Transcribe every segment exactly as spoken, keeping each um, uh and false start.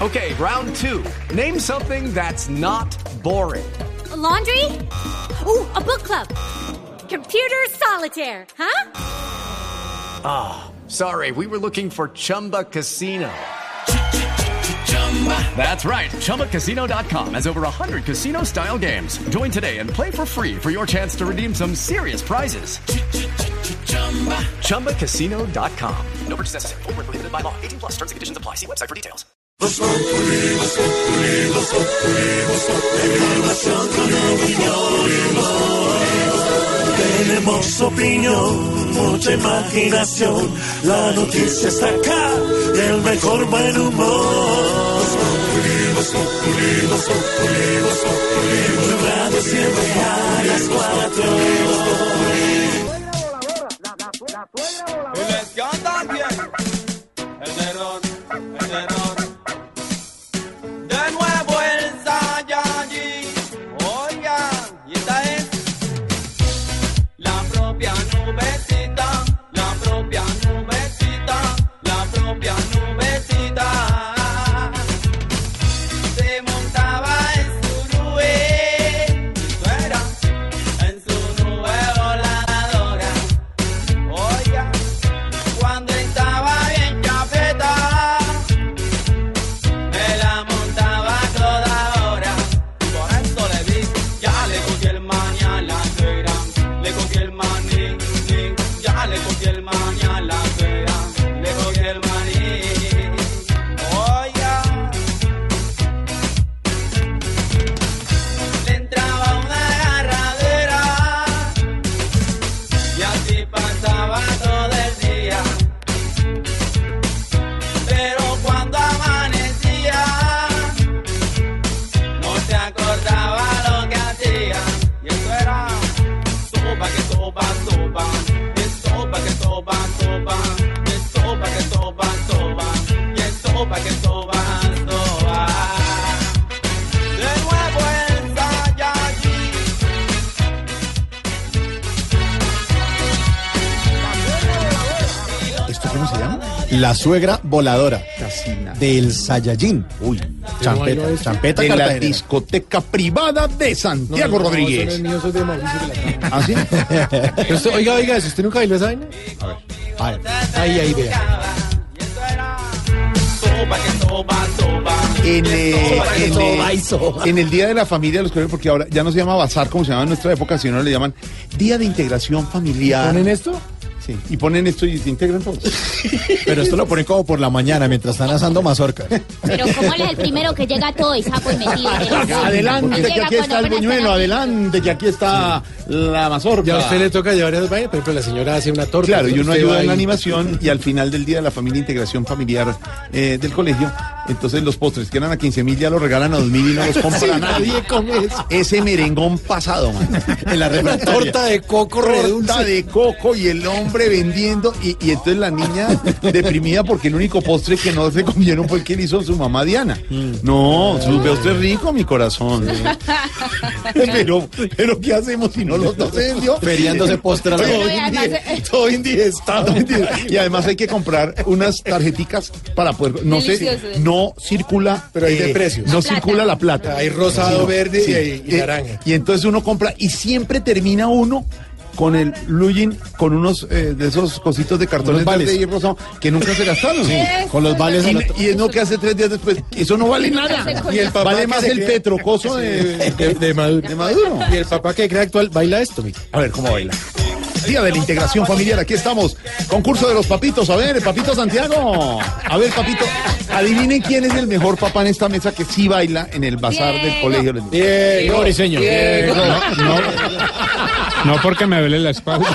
Okay, round two. Name something that's not boring. A laundry? Ooh, a book club. Computer solitaire, huh? Ah, oh, sorry, we were looking for Chumba Casino. That's right, Chumba Casino dot com has over one hundred casino-style games. Join today and play for free for your chance to redeem some serious prizes. Chumba Casino dot com. No purchase necessary. Void where prohibited by law. eighteen plus terms and conditions apply. See website for details. Tenemos opinión, mucha imaginación. La noticia está acá, el mejor buen humor. Radio siempre a las cuatro. Y les cantan bien. El terror, el terror. De nuevo el Saiyajin. Oigan, y esta es la propia nubecita, la propia nubecita, la propia nubecita. Se montaba en su nube, eso era, en su nube voladora. Oiga, cuando estaba bien chafeta, me la montaba toda hora. Por eso le di, ya le cogí el maní a la suegra. Le cogí el maní, ya le cogí el maní a la suegra. Le cogí el maní. Oiga, le entraba una agarradera y así pasaba todo el día. Pero cuando amanecía, no se acordaba lo que hacía. Y eso era sopa que sopa, sopa. Es sopa que sopa, sopa. Es sopa que sopa, sopa. Y es sopa que sopa, sopa. De nuevo el Saiyajin. ¿Esto cómo se llama? La suegra voladora del Saiyajin. Uy, champeta, champeta de la cartagenera. discoteca privada de Santiago Rodríguez. No, el mío, soy de Mauricio de la Caja. ¿Ah, sí? Pero usted- oiga, oiga, ¿si usted nunca bailó esa vaina? A ver. Ahí, ahí, vea. Y eso era sopa que sopa, sopa. En, eh, Sopa que en, sopa eh, y sopa. en el Día de la Familia de los colegios, porque ahora ya no se llama bazar como se llamaba en nuestra época, sino le llaman Día de Integración Familiar. ¿Ponen esto? Sí, y ponen esto y se integran todos. Pero esto lo ponen como por la mañana mientras están asando mazorcas. Pero como él es el primero que llega todo y sapo y metido. Adelante, que aquí está el buñuelo, adelante, que aquí está la mazorca. Y a usted le toca llevar esas vainas. Por ejemplo, la señora hace una torta. Claro, y uno usted ayuda va en la y- animación y al final del día de la familia, integración familiar eh, del colegio, entonces los postres que eran a quince mil ya los regalan a dos mil y no los compra Sí, nadie. nadie come eso. Ese merengón pasado, man. En la Una refractaria. torta de coco Torta redulce. de coco y el hombre vendiendo y, y entonces la niña deprimida porque el único postre que no se comieron fue el que le hizo su mamá Diana. No, su postre es rico, mi corazón. Pero, pero ¿qué hacemos si no los dos se vendió? Feriándose postre. Todo, Pero además, indi- eh, todo indigestado. todo indigestado. Y además hay que comprar unas tarjeticas para poder, no sé, Delicioso. no circula, Pero hay de precios. no La plata. circula la plata. Hay rosado, Sí, verde sí. y, y Eh, naranja. Y entonces uno compra y siempre termina uno con el Lugin, con unos eh, de esos cositos de cartones Unos vales. verde y rosado que nunca se gastaron. Con los vales. Y, al me- otro- y es no que hace tres días después, eso no vale nada. Y el papá Vale que más se el cree- petrocoso de, de, de Maduro. de Maduro. Y el papá que cree actual baila esto, mira. A ver cómo baila. Día de la integración familiar, aquí estamos. Concurso de los papitos. A ver, el papito Santiago. A ver, papito, adivinen quién es el mejor papá en esta mesa que sí baila en el bazar del Diego. colegio. Diego, Briseño. No, no porque me duele la espalda.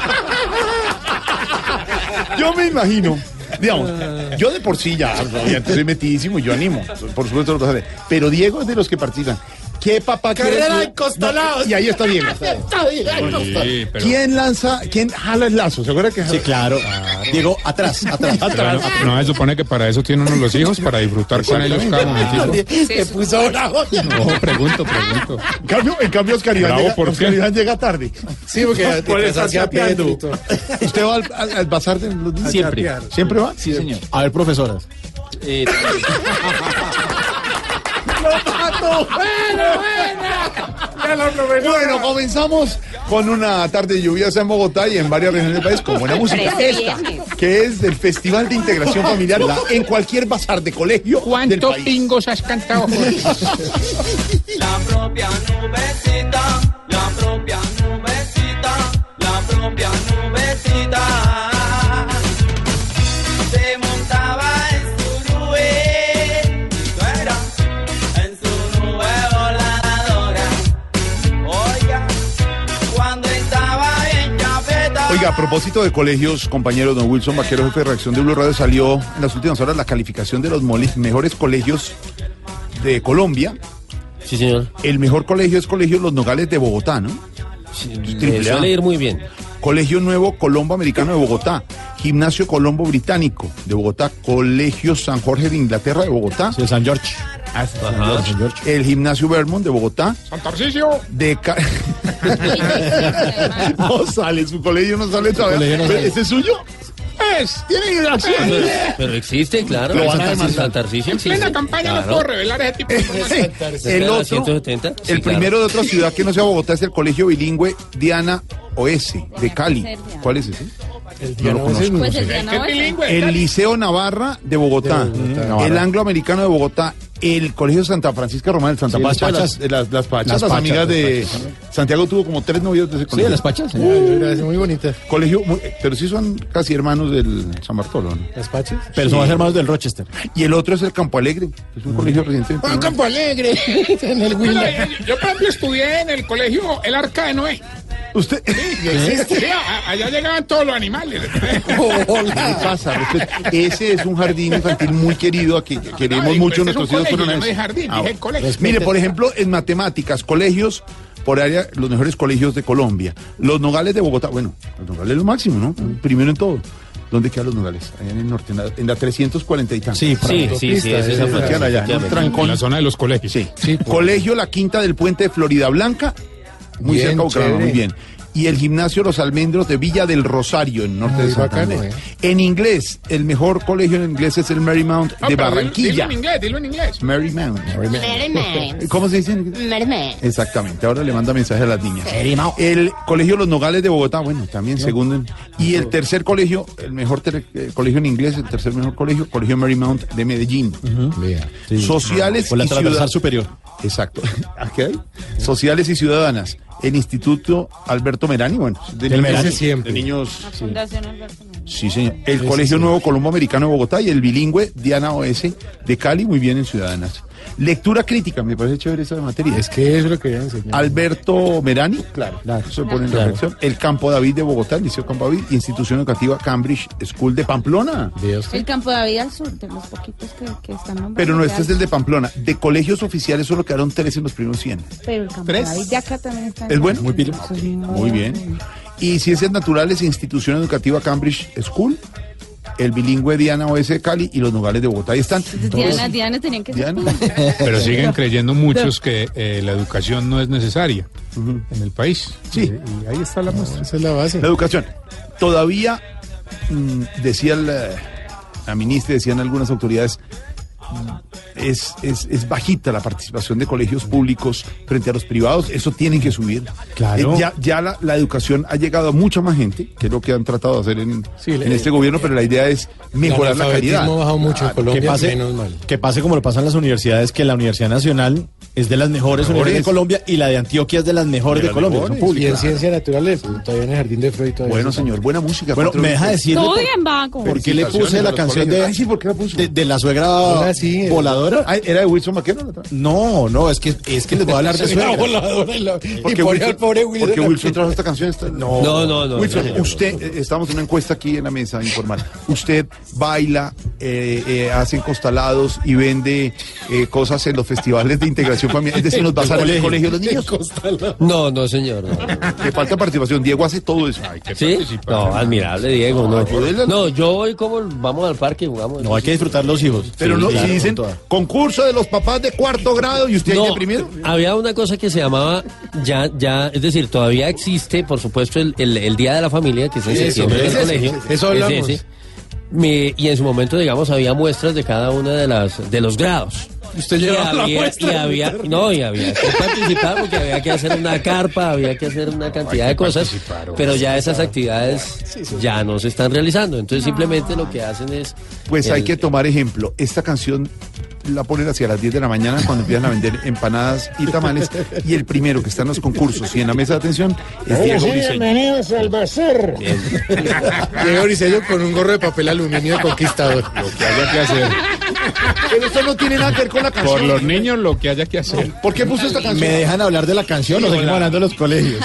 Yo me imagino, digamos, yo de por sí ya, obviamente soy metidísimo y yo animo, por supuesto lo hacer. Pero Diego es de los que participan. ¿Qué papá quiere? Carrera de costalados. No, y ahí está Diego. Sí, pero- ¿Quién lanza, quién jala el lazo? ¿Se acuerda que jala? Sí, claro. Diego, atrás, atrás. pero no, no se supone que para eso tienen uno los hijos, para disfrutar con ellos cada momentico. Se puso bravo. No, pregunto, pregunto. En cambio, en cambio Oscar Iván, Bravo, llega, ¿por Oscar qué? Iván llega tarde. Sí, porque No, por te estar hacía chapeando. Pedro y todo. ¿Usted va al, al- al bazar de los niños? Siempre. ¿Siempre va? Sí, señor. A ver, profesoras. Eh, Bueno, comenzamos con una tarde lluviosa en Bogotá y en varias regiones del país con buena música. Esta, que es del Festival de Integración Familiar la- en cualquier bazar de colegio del ¿Cuántos país. pingos has cantado, Jorge? La propia nubecita, la propia nubecita, la propia nubecita se montaba en su nube, y era en su nube voladora. Oiga, cuando estaba en chapeta. Oiga, a propósito de colegios, compañero don Wilson Vaquero, jefe de redacción de Blue Radio, salió en las últimas horas la calificación de los mole- mejores colegios de Colombia. sí, señor. El mejor colegio es Colegio Los Nogales de Bogotá, ¿no? Sí, Triple le A. suele ir muy bien. Colegio Nuevo Colombo Americano de Bogotá, Gimnasio Colombo Británico de Bogotá, Colegio San Jorge de Inglaterra de Bogotá, Sí, San George. Ajá. el Gimnasio Vermont de Bogotá, San Tarcisio. de Ca- no sale, su colegio no sale todavía. colegio no sale. ¿Ese es suyo? Es. Tiene acción. Pero, pero existe, claro. Lo van a San Tarcisio- demandar. San Tarcisio En existe. plena campaña no Claro. puedo revelar ese tipo de información. El ¿La otro, ciento setenta? Sí, el claro. primero de otra ciudad que no sea Bogotá es el Colegio Bilingüe Diana Oeste de Cali. ¿Cuál es ese? El No lo conozco. Pues el Es Diana que es Oeste. bilingüe. El Liceo Navarra de Bogotá, De Bogotá. el Angloamericano de Bogotá, el Colegio Santa Francisca Romana, el Santa Sí, las Pacha, de las, Pachas. de las, las Pachas, Las las, Pachas, amigas las de Santiago tuvo como tres novios de ese Sí, colegio. de las Pachas. sí. Gracias, muy bonita. Colegio, muy- pero sí son casi hermanos del San Bartolo, ¿no? ¿Las Pachas? Pero son más hermanos del Rochester. Y el otro es el Campo Alegre, que es un colegio reciente. Ah, Campo Alegre. En el Bueno, Huila. eh, yo, por ejemplo, estudié en el colegio El Arca de Noé. Usted, Sí, a- allá llegaban todos los animales. ¿qué pasa? Respeto. Ese es un jardín infantil muy querido, a que que queremos No, mucho, pues, es un nuestros hijos colegio, fueron a yo no ese. dije jardín, Ah, dije bueno. colegio. Mire, por ejemplo, en matemáticas, colegios por área, los mejores colegios de Colombia. Los Nogales de Bogotá, bueno, los Nogales es lo máximo, ¿no? Primero en todo. ¿Dónde quedan los Nogales? Allá en el norte, en la, en la trescientos cuarenta y tantos. Sí, por Sí, ahí. sí, sí, es esa Quedan frase. allá, en un efectivamente. trancón. En la zona de los colegios. Sí. Colegio La Quinta del Puente de Florida Blanca, muy Bien, cerca de Bucaramanga, muy chévere. bien. Y el Gimnasio Los Almendros de Villa del Rosario, en norte Muy de Santander. bacano, En inglés, el mejor colegio en inglés es el Marymount No, de pero dilo- Barranquilla. Dilo en inglés, dilo en inglés. Marymount. Merman. ¿Cómo se dice? en inglés? Merman. Exactamente, ahora le manda mensaje a las niñas. El Colegio Los Nogales de Bogotá, bueno, también segundo. en- Y el tercer colegio, el mejor tele- eh, colegio en inglés, el tercer mejor colegio, Colegio Marymount de Medellín. Sí. Sociales Por la y transversal ciudad- superior. Exacto. ¿A qué hay? Sociales y ciudadanas. El Instituto Alberto Merani, bueno, de Del niños, Merani. de niños. Sí, señor. El Colegio Nuevo Colombo Americano de Bogotá y el bilingüe Diana O S de Cali, muy bien en Ciudadanas. Lectura crítica, me parece chévere esa materia. Es que eso es lo que quería enseñar. Alberto Merani, claro, eso se pone en Claro. reflexión. El Campo David de Bogotá, el Liceo Campo David, Institución Educativa Cambridge School de Pamplona. ¿Ve usted? El Campo David al sur, de los poquitos que, que están nombrados. Pero no, este al es el de sur. Pamplona. De colegios oficiales solo quedaron tres en los primeros cien. Pero el Campo ¿Tres? David de acá también está. en- ¿Es bueno? Muy pilo. Eso es muy Muy bien. Y Ciencias Naturales, Institución Educativa Cambridge School, el bilingüe Diana O S de Cali y los Nogales de Bogotá. Ahí están. Entonces, Diana, Diana tenían que ser. Diana. Pero siguen creyendo muchos que eh, la educación no es necesaria en el país. Sí. Y, y ahí está la muestra. Esa es la base. La educación. Todavía, mm, decía la, la ministra, decían algunas autoridades, mm, es, es, es bajita la participación de colegios públicos frente a los privados. Eso tienen que subir. Claro. Eh, ya ya la, la educación ha llegado a mucha más gente, que es lo que han tratado de hacer en, Sí, en le- este gobierno, pero la idea es mejorar la calidad. ha bajado mucho en Que Colombia, pase, menos mal. que pase como lo pasa en las universidades, que la Universidad Nacional es de las mejores universidades de Colombia y la de Antioquia es de las mejores De de, las Colombia. mejores. Son Y públicas. en ciencia naturales, todavía en el jardín de Freud. Todavía Bueno, se señor, buena música. Bueno, cuatro me deja veces. decirle Todo por, bien, Baco. por qué le puse Felicitaciones a la los canción colegios. de, Ay, sí, ¿por qué la puso? de, de la suegra Ahora sí, eh. voladora. Ay, ¿era de Wilson Vaquero? la otra? No, no, es que, es que les voy a hablar de La suegra. voladora y, la, y Porque pone Wilson, al pobre Wilson. porque Wilson trajo esta canción. esta- No. No, no, no. Wilson, no. usted, eh, estamos en una encuesta aquí en la mesa informal. Usted baila, eh, eh, hace encostalados y vende eh, cosas en los festivales de integración familiar. Es decir, nos va a salir el colegio de los niños. No, no, señor. No. Que falta participación. Diego hace todo eso. ¿Sí? No, admirable, Diego. No, Ayúdele. no yo voy como vamos al parque y jugamos. No, hay que disfrutar los hijos. Pero Sí, no, claro, si dicen con toda. concurso de los papás de cuarto grado y usted No, hay que primero. había una cosa que se llamaba, ya, ya, es decir, todavía existe, por supuesto, el, el, el Día de la Familia, que es en Eso, septiembre en el ese, colegio. ese, eso hablamos. Ese, ese. Mi- y en su momento, digamos, había muestras de cada una de las de los grados. Usted Y llevaba la había, muestra. y había, no, y había que participar porque había que hacer una carpa, había que hacer una cantidad de cosas, pero ya esas actividades ya no se están realizando. Entonces simplemente lo que hacen es... Pues el- hay que tomar ejemplo. Esta canción la ponen hacia las diez de la mañana cuando empiezan a vender empanadas y tamales. Y el primero que está en los concursos y en la mesa de atención es Diego Briseño. Bienvenidos al Bazar. Diego Briseño con un gorro de papel aluminio de conquistador. Lo que haya que hacer. Pero esto no tiene nada que ver con la canción. Por los niños, lo que haya que hacer. ¿Por qué puso esta canción? ¿Me dejan hablar de la canción o Sí, seguimos hola. hablando de los colegios?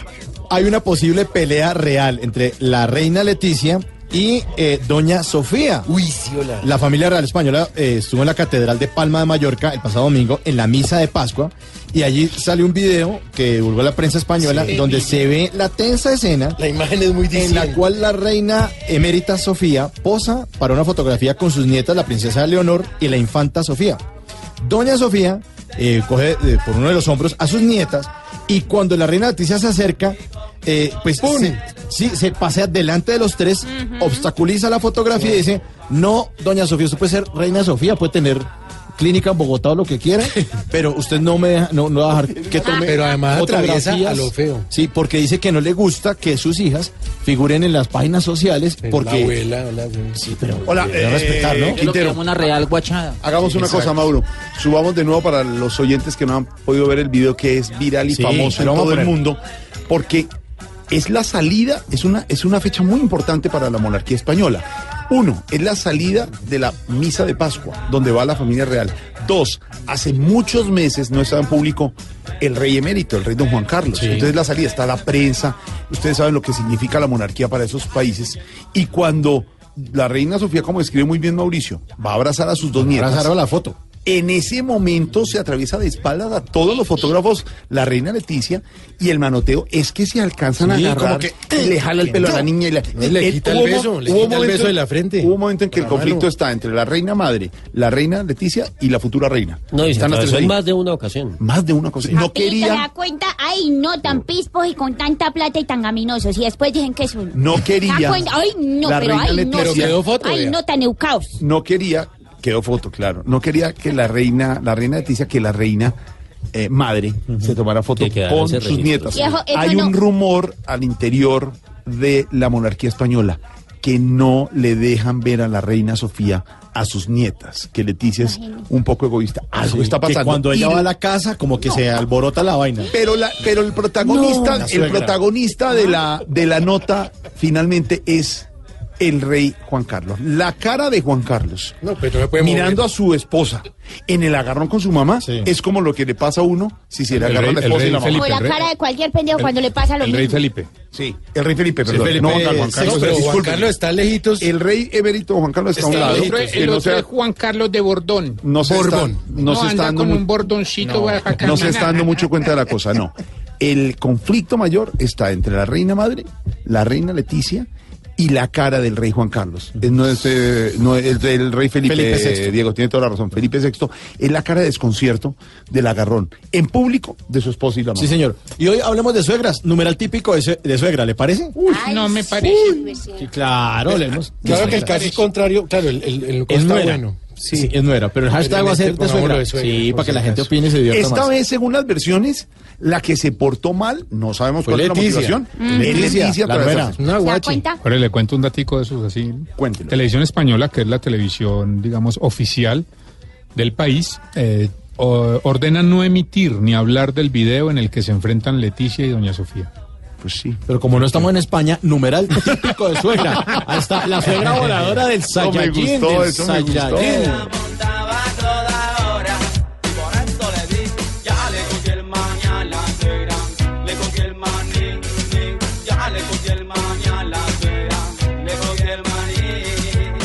Hay una posible pelea real entre la reina Leticia y eh, doña Sofía. Uy, sí, hola. La familia real española eh, estuvo en la Catedral de Palma de Mallorca el pasado domingo en la misa de Pascua y allí salió un video que divulgó la prensa española Sí. donde se ve la tensa escena La imagen es muy en la diciente. cual la reina emérita Sofía posa para una fotografía con sus nietas, la princesa Leonor y la infanta Sofía. Doña Sofía eh, coge eh, por uno de los hombros a sus nietas y cuando la reina Leticia se acerca, eh, pues se, sí, se pasea delante de los tres, obstaculiza la fotografía y dice, no, doña Sofía, usted puede ser reina Sofía, puede tener clínica en Bogotá o lo que quiera, pero usted no me deja, no, no va a dejar que tome Pero además atraviesa fotografías. a lo feo. Sí, porque dice que no le gusta que sus hijas figuren en las páginas sociales Pero porque... La abuela, hola. Sí, pero Hola, debe eh, respetar, ¿no? Quintero. Una real guachada. Hagamos una cosa, Mauro. Subamos de nuevo para los oyentes que no han podido ver el video que es viral y Sí, famoso en lo vamos todo a el poner. mundo, porque es la salida, es una, es una fecha muy importante para la monarquía española. Uno, es la salida de la misa de Pascua, donde va la familia real. Dos, hace muchos meses no estaba en público el rey emérito, el rey don Juan Carlos. Entonces la salida está la prensa, ustedes saben lo que significa la monarquía para esos países. Y cuando la reina Sofía, como describe muy bien Mauricio, va a abrazar a sus dos nietas. Abrazar a la foto. En ese momento se atraviesa de espaldas a todos los fotógrafos la reina Leticia y el manoteo es que se alcanzan Sí, a agarrar, como que- le jala el pelo a la niña y la, No, le eh, quita el hubo beso, mo- le hubo quita el momento- beso de la frente. Hubo un momento en que el La conflicto mano. está entre la reina madre, la reina Leticia y la futura reina. No, y se Están las tres atravesó en ahí. más de una ocasión. Más de una cosa. No Papito, ¿se da quería, cuenta? Ay, no, tan pispos y con tanta plata y tan gaminosos. Y después dicen que es un... no ¿Se da quería. cuenta? Ay, no, la pero reina ay, no. Leticia Pero quedó foto, Ay, vea. no, tan eucaos. no quería, quedó foto, claro, no quería que la reina, la reina Leticia, que la reina eh, madre se tomara foto Que quedara con ese sus registro. nietas. Y eso- eso Hay un no- rumor al interior de la monarquía española que no le dejan ver a la reina Sofía a sus nietas, que Leticia es un poco egoísta. Algo Sí, está que pasando. cuando ella Y- va a la casa, como que se alborota la vaina. pero la, pero el protagonista, No, la el suegra. protagonista de la, de la nota finalmente es el rey Juan Carlos. La cara de Juan Carlos, No, pero no me puede mirando mover. a su esposa en el agarrón con su mamá, Sí. es como lo que le pasa a uno si se le El agarran la rey- el esposa y rey la mamá. Felipe. O la el rey- cara de cualquier pendejo cuando le pasa lo El mismo. rey Felipe. Sí, el rey Felipe, perdón. Felipe no Juan Carlos. Juan sexto, Carlos, No, pero Juan disculpe. Carlos está lejitos. El rey emérito Juan Carlos está a un Está lado. el otro- que no se, Juan Carlos de Bordón. no se está, Borbón. no se está dando muy- bordoncito. no se está dando mucho cuenta de la cosa, no. El conflicto mayor está entre la reina madre, la reina Leticia y la cara del rey Juan Carlos. Eh, No es, eh, no es el, el rey Felipe, Felipe sexto. eh, Diego, tiene toda la razón. Felipe sexto es la cara de desconcierto del agarrón en público de su esposa y la mamá. Sí, señor. Y hoy hablemos de suegras. Numeral típico de, sue- de suegra, ¿le parece? Ay, no me sí, parece. pues sí. Sí, claro, leemos. Claro de que el suegra. caso es contrario. Claro, el, el, el Es está nuera. bueno. Sí, es nuera, pero el hashtag va a ser de Pongámoslo suegra. de suegra, Sí, por para que si la gente acaso. opine y se divierta Esta más. vez, según las versiones, la que se portó mal, no sabemos Fue cuál es la Leticia. motivación. Mm. Es Leticia, Leticia la Travesas. nuera. Es una ¿Se da guache. cuenta? Ahora le cuento un datico de esos así. Cuéntelo. Televisión Española, que es la televisión, digamos, oficial del país, eh, o- ordena no emitir ni hablar del video en el que se enfrentan Leticia y Doña Sofía. Pues sí. Pero como no estamos en España, numeral típico de suegra. Ahí está la suegra voladora del Eso me Saiyajin. gustó, del eso me gustó. Saiyajin. Montaba toda hora y por eso le di, ya le cogí el mañana la suegra, le cogí el maní, ni, ya le cogí el mañana la suegra, le cogí el maní.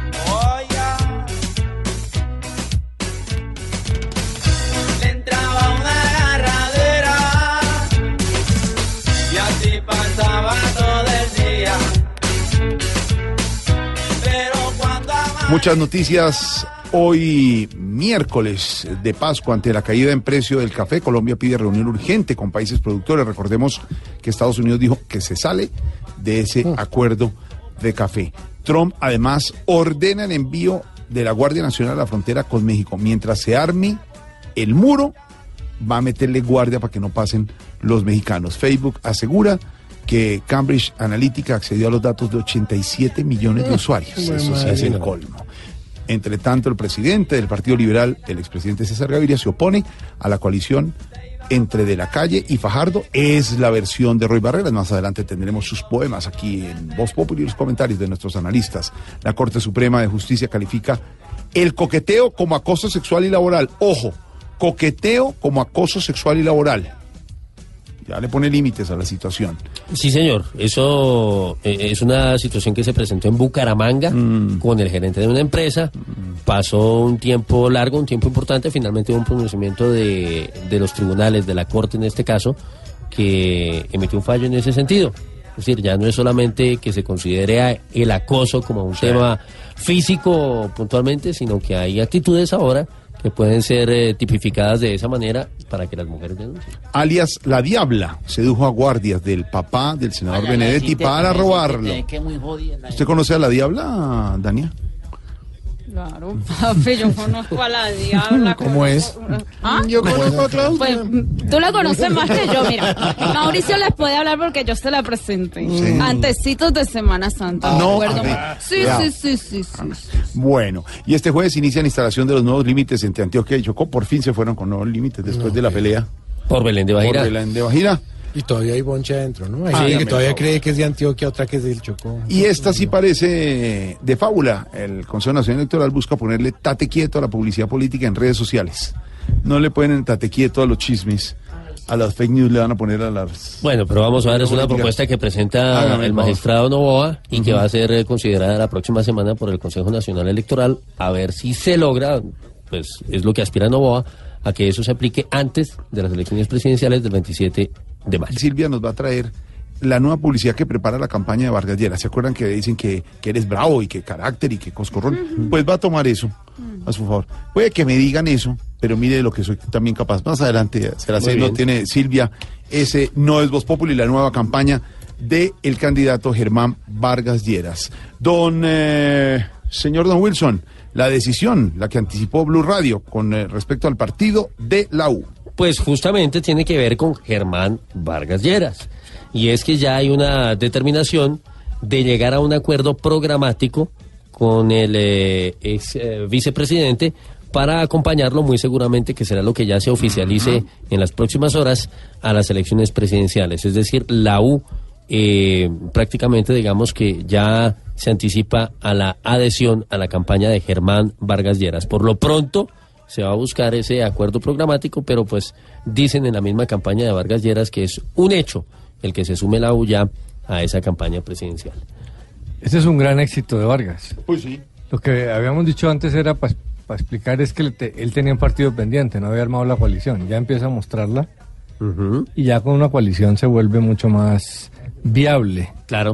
Oiga, le entraba una agarradera y así pasaba todo el día. Pero cuando amaba Muchas noticias hoy miércoles de Pascua ante la caída en precio del café. Colombia pide reunión urgente con países productores. Recordemos que Estados Unidos dijo que se sale de ese acuerdo de café. Trump además ordena el envío de la Guardia Nacional a la frontera con México. Mientras se arme el muro, va a meterle guardia para que no pasen los mexicanos. Facebook asegura que Cambridge Analytica accedió a los datos de ochenta y siete millones de usuarios. Eso sí es el colmo. Entre tanto, el presidente del Partido Liberal, el expresidente César Gaviria, se opone a la coalición entre De la Calle y Fajardo. Es la versión de Roy Barreras. Más adelante tendremos sus poemas aquí en Voz Populi y los comentarios de nuestros analistas. La Corte Suprema de Justicia califica el coqueteo como acoso sexual y laboral. Ojo, coqueteo como acoso sexual y laboral. Ya le pone límites a la situación. Sí, señor. Eso eh, es una situación que se presentó en Bucaramanga mm. con el gerente de una empresa. Mm. Pasó un tiempo largo, un tiempo importante. Finalmente hubo un pronunciamiento de, de los tribunales, de la Corte en este caso, que emitió un fallo en ese sentido. Es decir, ya no es solamente que se considere el acoso como un sí. tema físico puntualmente, sino que hay actitudes ahora que pueden ser eh, tipificadas de esa manera para que las mujeres denuncien. Alias La Diabla sedujo a guardias del papá del senador Vaya, Benedetti para robarlo. ¿Usted conoce a La Diabla, Dania? Claro, papi, yo conozco a La Diabla. ¿Cómo es? ¿Ah? Yo conozco a Claudia. Pues tú la conoces más que yo, mira. Mauricio les puede hablar porque yo se la presenté. Sí. Antecitos de Semana Santa. No, sí, sí, sí, sí, sí. Bueno, y este jueves inicia la instalación de los nuevos límites entre Antioquia y Chocó. Por fin se fueron con nuevos límites después no, de la pelea. Por Belén de Bajira. Por Belén de Bajira. Y todavía hay boncha adentro, ¿no? Hay ah, gente que todavía cree que es de Antioquia, otra que es del Chocó. Y esta sí parece de fábula. El Consejo Nacional Electoral busca ponerle tate quieto a la publicidad política en redes sociales. No le ponen tate quieto a los chismes. A las fake news le van a poner a las... Bueno, pero vamos a ver, es una propuesta que presenta Hágame el magistrado Novoa y uh-huh. que va a ser eh, considerada la próxima semana por el Consejo Nacional Electoral, a ver si se logra, pues es lo que aspira Novoa, a que eso se aplique antes de las elecciones presidenciales del veintisiete de mayo. Silvia nos va a traer la nueva publicidad que prepara la campaña de Vargas Lleras. ¿Se acuerdan que dicen que, que eres bravo y que carácter y que coscorrón? Uh-huh. Pues va a tomar eso a su favor. Puede que me digan eso, pero mire lo que soy también capaz. Más adelante será así. No tiene Silvia, ese no es Voz Populi, la nueva campaña de el candidato Germán Vargas Lleras. Don eh, señor Don Wilson, la decisión, la que anticipó Blue Radio con eh, respecto al partido de la U. Pues justamente tiene que ver con Germán Vargas Lleras. Y es que ya hay una determinación de llegar a un acuerdo programático con el eh, ex eh, vicepresidente para acompañarlo, muy seguramente que será lo que ya se oficialice uh-huh. en las próximas horas a las elecciones presidenciales. Es decir, la U eh, prácticamente digamos que ya se anticipa a la adhesión a la campaña de Germán Vargas Lleras. Por lo pronto se va a buscar ese acuerdo programático, pero pues dicen en la misma campaña de Vargas Lleras que es un hecho el que se sume la U ya a esa campaña presidencial. Este es un gran éxito de Vargas. Pues sí. Lo que habíamos dicho antes era para pa explicar es que él, te, él tenía un partido pendiente, no había armado la coalición. Ya empieza a mostrarla uh-huh. y ya con una coalición se vuelve mucho más viable. Claro.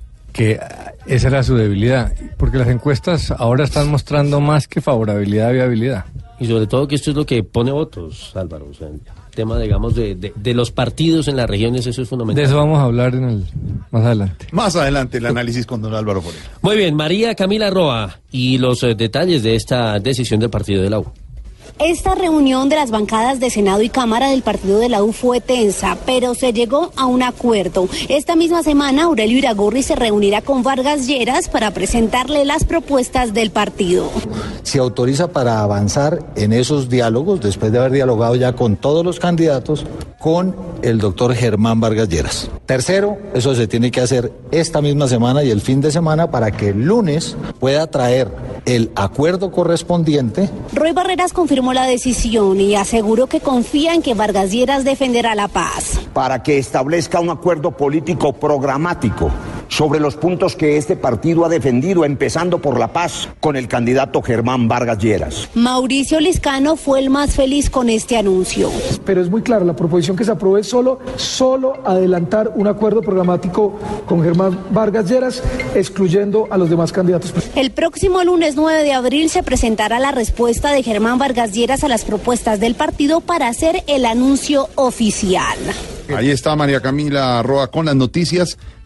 Que esa era su debilidad, porque las encuestas ahora están mostrando más que favorabilidad a viabilidad. Y sobre todo que esto es lo que pone votos, Álvaro. O sea, el tema, digamos, de, de, de los partidos en las regiones, eso es fundamental. De eso vamos a hablar en el más adelante. Más adelante el análisis con don Álvaro Forero. Muy bien, María Camila Roa y los eh, detalles de esta decisión del partido de la U. Esta reunión de las bancadas de Senado y Cámara del partido de la U fue tensa, pero se llegó a un acuerdo. Esta misma semana, Aurelio Iragorri se reunirá con Vargas Lleras para presentarle las propuestas del partido. Se autoriza para avanzar en esos diálogos, después de haber dialogado ya con todos los candidatos, con el doctor Germán Vargas Lleras. Tercero, eso se tiene que hacer esta misma semana y el fin de semana para que el lunes pueda traer el acuerdo correspondiente. Roy Barreras confirmó la decisión y aseguró que confía en que Vargas Lleras defenderá la paz. Para que establezca un acuerdo político programático sobre los puntos que este partido ha defendido, empezando por la paz, con el candidato Germán Vargas Lleras. Mauricio Liscano fue el más feliz con este anuncio. Pero es muy claro, la proposición que se aprobó es solo, solo adelantar un acuerdo programático con Germán Vargas Lleras, excluyendo a los demás candidatos. El próximo lunes nueve de abril se presentará la respuesta de Germán Vargas Lleras a las propuestas del partido para hacer el anuncio oficial. Ahí está María Camila Roa con las noticias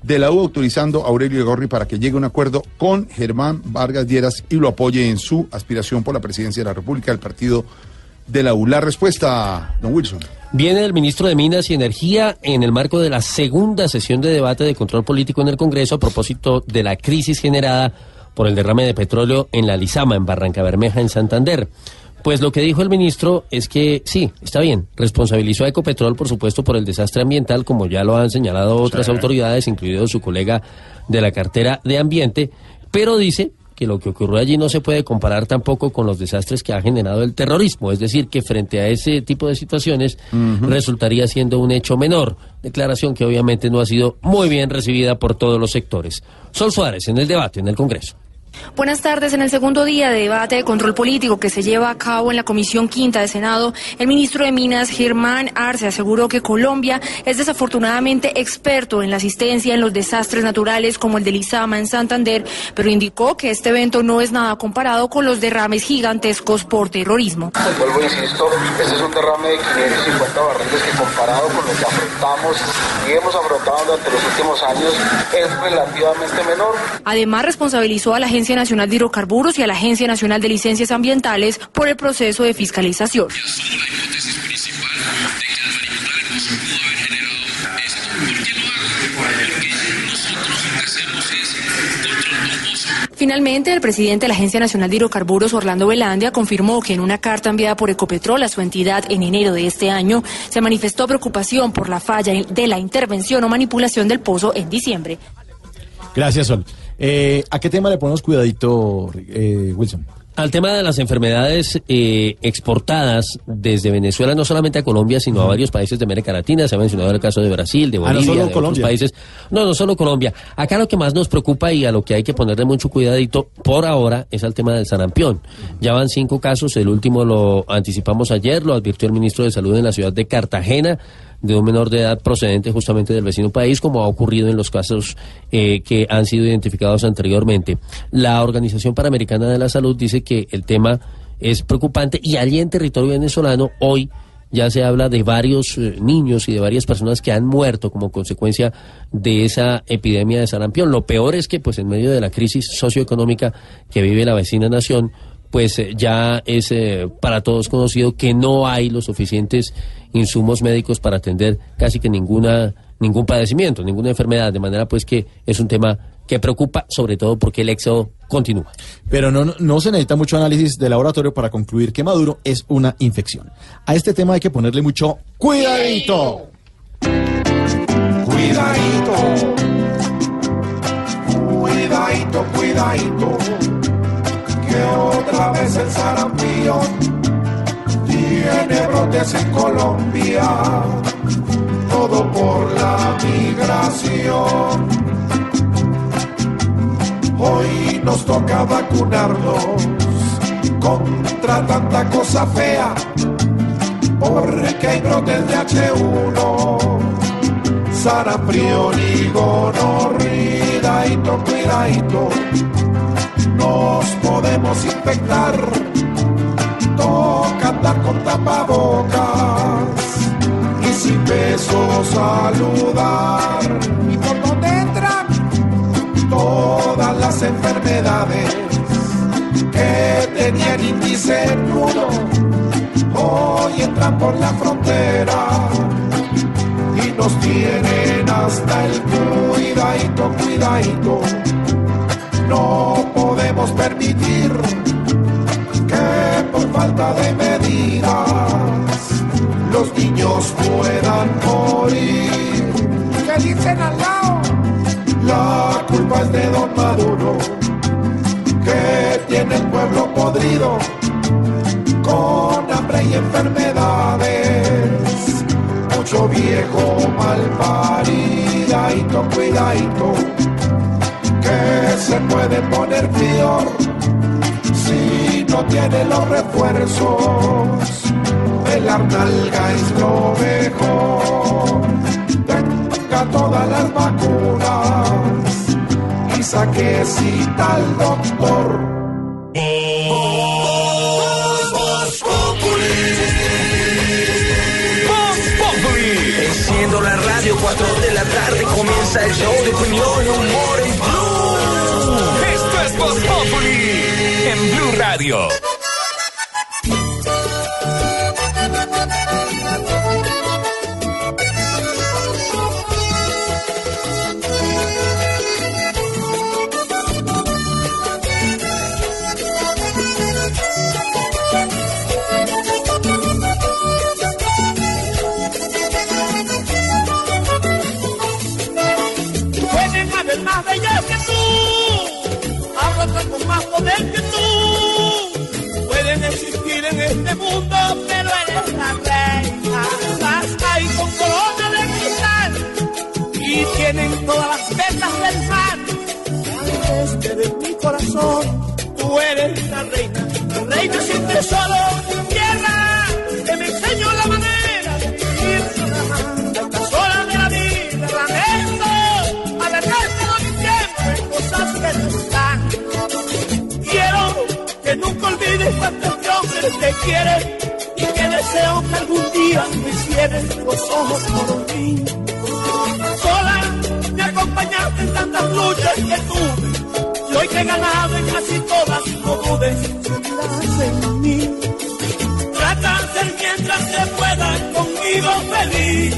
de la U autorizando a Aurelio Igorri para que llegue a un acuerdo con Germán Vargas Lleras y lo apoye en su aspiración por la presidencia de la República del partido de la U. La respuesta, don Wilson. Viene el ministro de Minas y Energía en el marco de la segunda sesión de debate de control político en el Congreso a propósito de la crisis generada por el derrame de petróleo en la Lizama, en Barranca Bermeja, en Santander. Pues lo que dijo el ministro es que sí, está bien, responsabilizó a Ecopetrol, por supuesto, por el desastre ambiental, como ya lo han señalado otras sí. autoridades, incluido su colega de la cartera de Ambiente, pero dice que lo que ocurrió allí no se puede comparar tampoco con los desastres que ha generado el terrorismo, es decir, que frente a ese tipo de situaciones uh-huh. resultaría siendo un hecho menor, declaración que obviamente no ha sido muy bien recibida por todos los sectores. Sol Suárez, en el debate en el Congreso. Buenas tardes. En el segundo día de debate de control político que se lleva a cabo en la Comisión Quinta de Senado, el ministro de Minas, Germán Arce, aseguró que Colombia es desafortunadamente experto en la asistencia en los desastres naturales como el de Lizama en Santander, pero indicó que este evento no es nada comparado con los derrames gigantescos por terrorismo. Vuelvo, insisto, este es un derrame de quinientos cincuenta barriles que comparado con lo que afrontamos y hemos afrontado durante los últimos años es relativamente menor. Además, responsabilizó a la Agencia Nacional de Hidrocarburos y a la Agencia Nacional de Licencias Ambientales por el proceso de fiscalización. Finalmente, el presidente de la Agencia Nacional de Hidrocarburos, Orlando Velandia, confirmó que en una carta enviada por Ecopetrol a su entidad en enero de este año, se manifestó preocupación por la falla de la intervención o manipulación del pozo en diciembre. Gracias, Sol. Eh, ¿A qué tema le ponemos cuidadito, eh, Wilson? Al tema de las enfermedades eh, exportadas desde Venezuela, no solamente a Colombia, sino a varios países de América Latina. Se ha mencionado el caso de Brasil, de Bolivia, ah, no solo de Colombia. Otros países. No, no solo Colombia. Acá lo que más nos preocupa y a lo que hay que ponerle mucho cuidadito por ahora es al tema del sarampión. Ya van cinco casos, el último lo anticipamos ayer, lo advirtió el ministro de Salud en la ciudad de Cartagena, de un menor de edad procedente justamente del vecino país, como ha ocurrido en los casos eh, que han sido identificados anteriormente. La Organización Panamericana de la Salud dice que el tema es preocupante y allí en territorio venezolano hoy ya se habla de varios eh, niños y de varias personas que han muerto como consecuencia de esa epidemia de sarampión. Lo peor es que pues en medio de la crisis socioeconómica que vive la vecina nación, pues eh, ya es eh, para todos conocido que no hay los suficientes insumos médicos para atender casi que ninguna ningún padecimiento, ninguna enfermedad, de manera pues que es un tema que preocupa, sobre todo porque el éxodo continúa. Pero no, no se necesita mucho análisis de laboratorio para concluir que Maduro es una infección. A este tema hay que ponerle mucho cuidadito. Cuidadito. Cuidadito, cuidadito. Que otra vez el sarampión tiene brotes en Colombia, todo por la migración. Hoy nos toca vacunarnos contra tanta cosa fea, porque hay brotes de hache uno, sarampión y gonorrea, cuidadito, nos podemos infectar. Toca andar con tapabocas y sin besos saludar. ¿Y por dónde entran? Todas las enfermedades que tenían índice nulo, hoy entran por la frontera y nos tienen hasta el cuidadito, cuidadito. No podemos permitir que por falta de medidas los niños puedan morir. ¿Qué dicen al lado? La culpa es de don Maduro, que tiene el pueblo podrido con hambre y enfermedades. Mucho viejo mal paridadito, cuidadito, que se puede poner peor si no tiene los refuerzos. El nalga es lo mejor. Tenga todas las vacunas y saque cita al doctor. Enciendo la radio Radio, cuatro de la tarde, comienza el show de opinión y humor en Blue. Esto es Voz Populi en Blue Radio. Más bella que tú, hablo con más poder que tú. Pueden existir en este mundo, pero eres la reina. Las hay con corona de cristal y tienen todas las vetas del mar. Desde de mi corazón, tú eres la reina, la reina siempre solo en tierra, que me enseñó la manera de vivir sin amar. Las horas de la vida, lamento, cosas que no están. Quiero que nunca olvides cuántos hombres te quieren y que deseo que algún día me cierres los ojos por mí. Sola me acompañaste en tantas luchas que tuve y hoy que he ganado en casi todas, no dudes, seguirás en mí. Trata de ser mientras se pueda conmigo feliz.